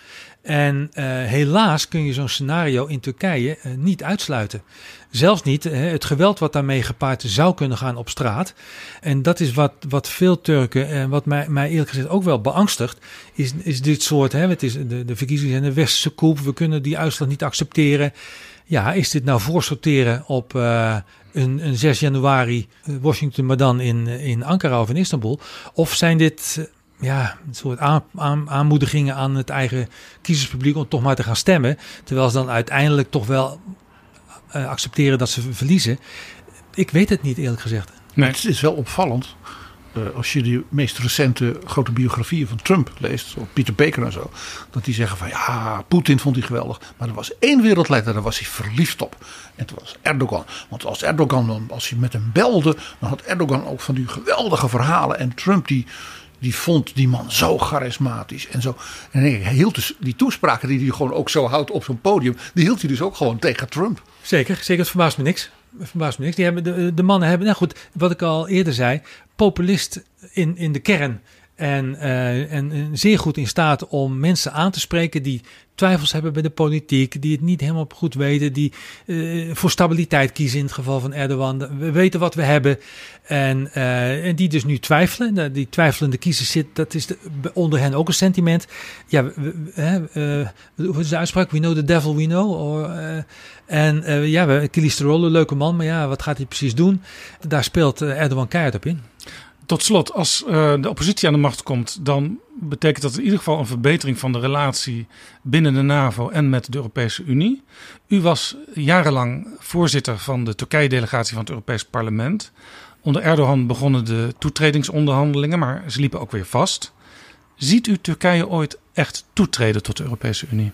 En uh, helaas kun je zo'n scenario in Turkije uh, niet uitsluiten. Zelfs niet uh, het geweld wat daarmee gepaard zou kunnen gaan op straat. En dat is wat, wat veel Turken, en wat mij, mij eerlijk gezegd ook wel beangstigt, is, is dit soort, hè, het is de, de verkiezingen zijn een westerse coup, we kunnen die uitslag niet accepteren. Ja, is dit nou voorsorteren op uh, een, een zes januari Washington, maar dan in, in Ankara of in Istanbul? Of zijn dit uh, ja, een soort aan, aan, aanmoedigingen aan het eigen kiezerspubliek om toch maar te gaan stemmen, terwijl ze dan uiteindelijk toch wel uh, accepteren dat ze verliezen? Ik weet het niet, eerlijk gezegd. Nee. Het is wel opvallend. Uh, als je de meest recente grote biografieën van Trump leest, of Peter Baker en zo, dat die zeggen van ja, Poetin vond hij geweldig, maar er was één wereldleider, daar was hij verliefd op. En dat was Erdogan. Want als Erdogan, als je met hem belde, dan had Erdogan ook van die geweldige verhalen. En Trump die, die vond die man zo charismatisch en zo. En dan denk ik, hij hield dus die toespraken die hij gewoon ook zo houdt op zo'n podium, die hield hij dus ook gewoon tegen Trump. Zeker, zeker, het verbaast me niks. Verbaast me niks. Die hebben de, de mannen hebben, nou goed, wat ik al eerder zei, populist in, in de kern. En, uh, en, en zeer goed in staat om mensen aan te spreken die twijfels hebben bij de politiek, die het niet helemaal goed weten, die uh, voor stabiliteit kiezen in het geval van Erdogan. We weten wat we hebben. En, uh, en die dus nu twijfelen. Die twijfelende kiezers zit, dat is de, onder hen ook een sentiment. Ja, we, uh, hoe is de uitspraak? We know the devil we know. Or, uh, en uh, ja, Kılıçdaroğlu, leuke man, maar ja, wat gaat hij precies doen? Daar speelt uh, Erdogan keihard op in. Tot slot, als uh, de oppositie aan de macht komt, dan betekent dat in ieder geval een verbetering van de relatie binnen de NAVO en met de Europese Unie. U was jarenlang voorzitter van de Turkije-delegatie van het Europees Parlement. Onder Erdogan begonnen de toetredingsonderhandelingen, maar ze liepen ook weer vast. Ziet u Turkije ooit echt toetreden tot de Europese Unie?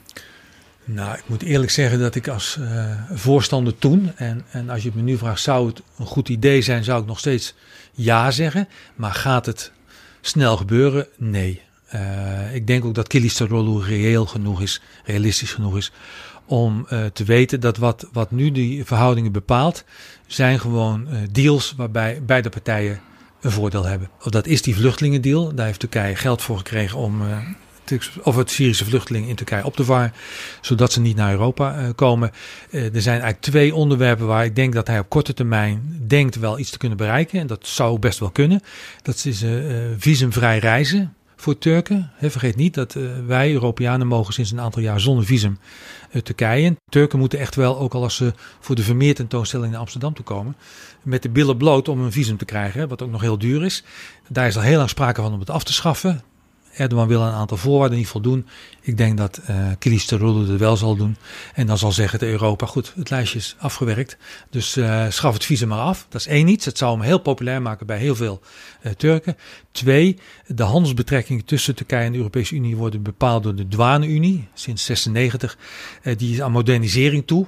Nou, ik moet eerlijk zeggen dat ik als uh, voorstander toen, en, en als je het me nu vraagt, zou het een goed idee zijn, zou ik nog steeds ja zeggen. Maar gaat het snel gebeuren? Nee. Uh, ik denk ook dat Kılıçdaroğlu reëel genoeg is, realistisch genoeg is, om uh, te weten dat wat, wat nu die verhoudingen bepaalt, zijn gewoon uh, deals waarbij beide partijen een voordeel hebben. Dat is die vluchtelingendeal. Daar heeft Turkije geld voor gekregen om uh, of het Syrische vluchtelingen in Turkije op te vangen, zodat ze niet naar Europa uh, komen. Uh, er zijn eigenlijk twee onderwerpen waar ik denk dat hij op korte termijn denkt wel iets te kunnen bereiken. En dat zou best wel kunnen. Dat is uh, uh, visumvrij reizen voor Turken. He, vergeet niet dat uh, wij Europeanen mogen sinds een aantal jaar zonder visum uh, Turkije. Turken moeten echt wel, ook al als ze voor de Vermeer tentoonstelling naar Amsterdam toe komen, met de billen bloot om een visum te krijgen, wat ook nog heel duur is. Daar is al heel lang sprake van om het af te schaffen. Erdogan wil een aantal voorwaarden niet voldoen. Ik denk dat uh, Kılıçdaroğlu het wel zal doen. En dan zal zeggen tegen Europa, goed, het lijstje is afgewerkt. Dus uh, schaf het visum maar af. Dat is één iets. Het zou hem heel populair maken bij heel veel uh, Turken. Twee, de handelsbetrekkingen tussen Turkije en de Europese Unie worden bepaald door de douane-Unie. Sinds zesennegentig. Uh, die is aan modernisering toe.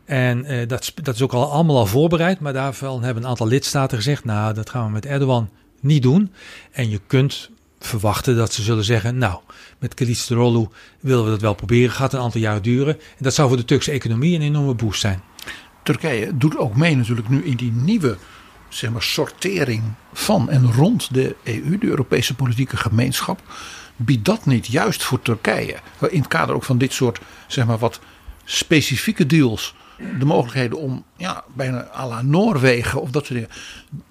En uh, dat, dat is ook al allemaal al voorbereid. Maar daarvan hebben een aantal lidstaten gezegd, nou, dat gaan we met Erdogan niet doen. En je kunt verwachten dat ze zullen zeggen, nou, met Kılıçdaroğlu willen we dat wel proberen, gaat een aantal jaren duren. En dat zou voor de Turkse economie een enorme boost zijn. Turkije doet ook mee natuurlijk nu in die nieuwe, zeg maar, sortering van en rond de E U, de Europese politieke gemeenschap. Biedt dat niet juist voor Turkije, in het kader ook van dit soort, zeg maar, wat specifieke deals, de mogelijkheden om, ja, bijna à la Noorwegen of dat soort dingen,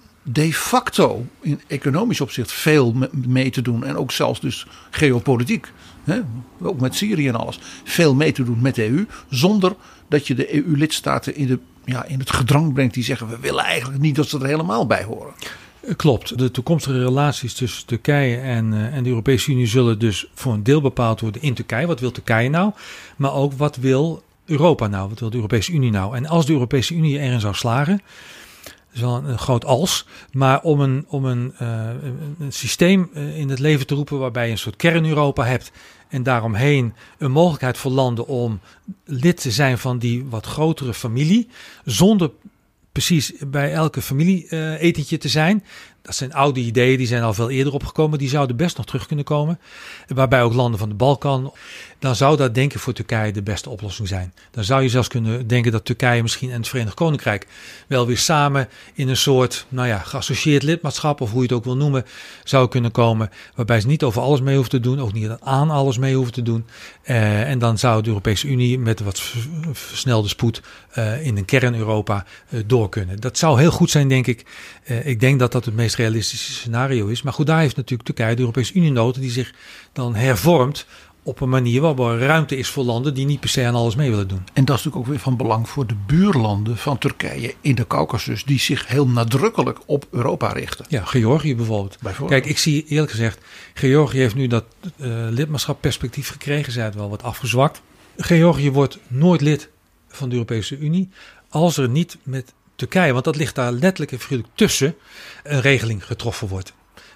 de facto in economisch opzicht veel mee te doen. En ook zelfs dus geopolitiek. Hè, ook met Syrië en alles. Veel mee te doen met de E U. Zonder dat je de E U-lidstaten in, de, ja, in het gedrang brengt. Die zeggen, we willen eigenlijk niet dat ze er helemaal bij horen. Klopt. De toekomstige relaties tussen Turkije en, uh, en de Europese Unie zullen dus voor een deel bepaald worden in Turkije. Wat wil Turkije nou? Maar ook wat wil Europa nou? Wat wil de Europese Unie nou? En als de Europese Unie erin zou slagen, is wel een, een groot als, maar om een, om een, uh, een systeem in het leven te roepen waarbij je een soort kern-Europa hebt en daaromheen een mogelijkheid voor landen om lid te zijn van die wat grotere familie, zonder precies bij elke familie uh, etentje te zijn. Dat zijn oude ideeën, die zijn al veel eerder opgekomen. Die zouden best nog terug kunnen komen. Waarbij ook landen van de Balkan. Dan zou dat denk ik voor Turkije de beste oplossing zijn. Dan zou je zelfs kunnen denken dat Turkije misschien en het Verenigd Koninkrijk wel weer samen in een soort, nou ja, geassocieerd lidmaatschap, of hoe je het ook wil noemen, zou kunnen komen. Waarbij ze niet over alles mee hoeven te doen, ook niet aan alles mee hoeven te doen. Uh, en dan zou de Europese Unie met wat versnelde spoed uh, in een kern Europa uh, door kunnen. Dat zou heel goed zijn, denk ik. Uh, ik denk dat dat het meest realistische scenario is. Maar goed, daar heeft natuurlijk Turkije de Europese Unie nodig, die zich dan hervormt op een manier waarop er ruimte is voor landen die niet per se aan alles mee willen doen. En dat is natuurlijk ook weer van belang voor de buurlanden van Turkije in de Caucasus, die zich heel nadrukkelijk op Europa richten. Ja, Georgië bijvoorbeeld. bijvoorbeeld. Kijk, ik zie eerlijk gezegd, Georgië heeft nu dat uh, lidmaatschapperspectief gekregen. Zij het wel wat afgezwakt. Georgië wordt nooit lid van de Europese Unie als er niet met Turkije, want dat ligt daar letterlijk en figuurlijk tussen, een regeling getroffen wordt.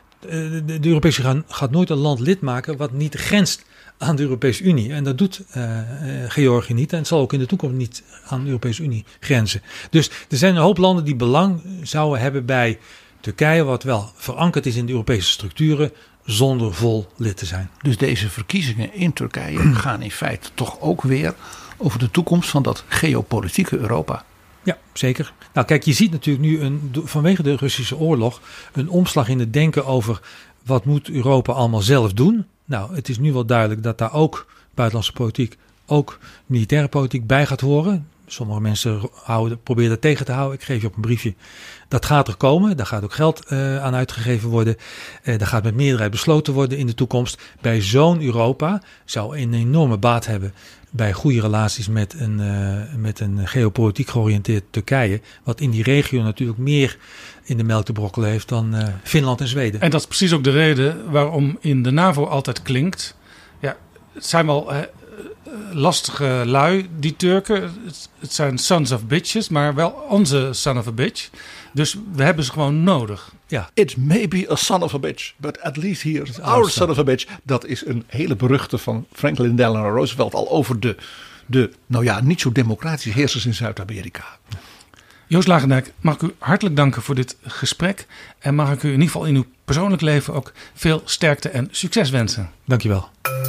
De, de, de Europese Unie gaat nooit een land lid maken wat niet grenst aan de Europese Unie. En dat doet uh, uh, Georgië niet. En het zal ook in de toekomst niet aan de Europese Unie grenzen. Dus er zijn een hoop landen die belang zouden hebben bij Turkije, wat wel verankerd is in de Europese structuren, zonder vol lid te zijn. Dus deze verkiezingen in Turkije gaan in feite toch ook weer over de toekomst van dat geopolitieke Europa. Ja, zeker. Nou kijk, je ziet natuurlijk nu een, vanwege de Russische oorlog een omslag in het denken over wat moet Europa allemaal zelf doen. Nou, het is nu wel duidelijk dat daar ook buitenlandse politiek, ook militaire politiek bij gaat horen. Sommige mensen houden, proberen dat tegen te houden. Ik geef je op een briefje. Dat gaat er komen. Daar gaat ook geld uh, aan uitgegeven worden. Uh, daar gaat met meerderheid besloten worden in de toekomst. Bij zo'n Europa zou een enorme baat hebben bij goede relaties met een, uh, met een geopolitiek georiënteerd Turkije. Wat in die regio natuurlijk meer in de melk te brokkelen heeft dan uh, Finland en Zweden. En dat is precies ook de reden waarom in de NAVO altijd klinkt. Ja, het zijn wel uh, lastige lui, die Turken. Het, het zijn sons of bitches, maar wel onze son of a bitch. Dus we hebben ze gewoon nodig. Ja. It may be a son of a bitch, but at least here is our son of a bitch. Dat is een hele beruchte van Franklin Delano Roosevelt al over de, de nou ja, niet zo democratische heersers in Zuid-Amerika. Ja. Joost Lagendijk, mag ik u hartelijk danken voor dit gesprek. En mag ik u in ieder geval in uw persoonlijk leven ook veel sterkte en succes wensen. Dankjewel.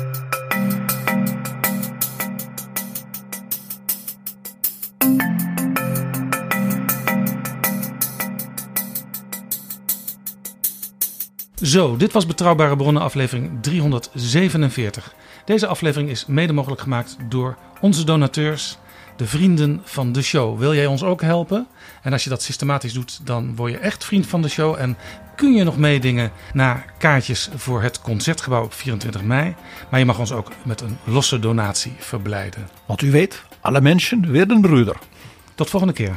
Zo, dit was Betrouwbare Bronnen aflevering driehonderdzevenenveertig. Deze aflevering is mede mogelijk gemaakt door onze donateurs, de vrienden van de show. Wil jij ons ook helpen? En als je dat systematisch doet, dan word je echt vriend van de show. En kun je nog meedingen naar kaartjes voor het Concertgebouw op vierentwintig mei. Maar je mag ons ook met een losse donatie verblijden. Want u weet, alle mensen werden broeder. Tot volgende keer.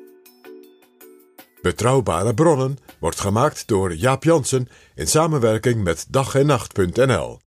Betrouwbare Bronnen wordt gemaakt door Jaap Jansen in samenwerking met dag en nacht punt n l.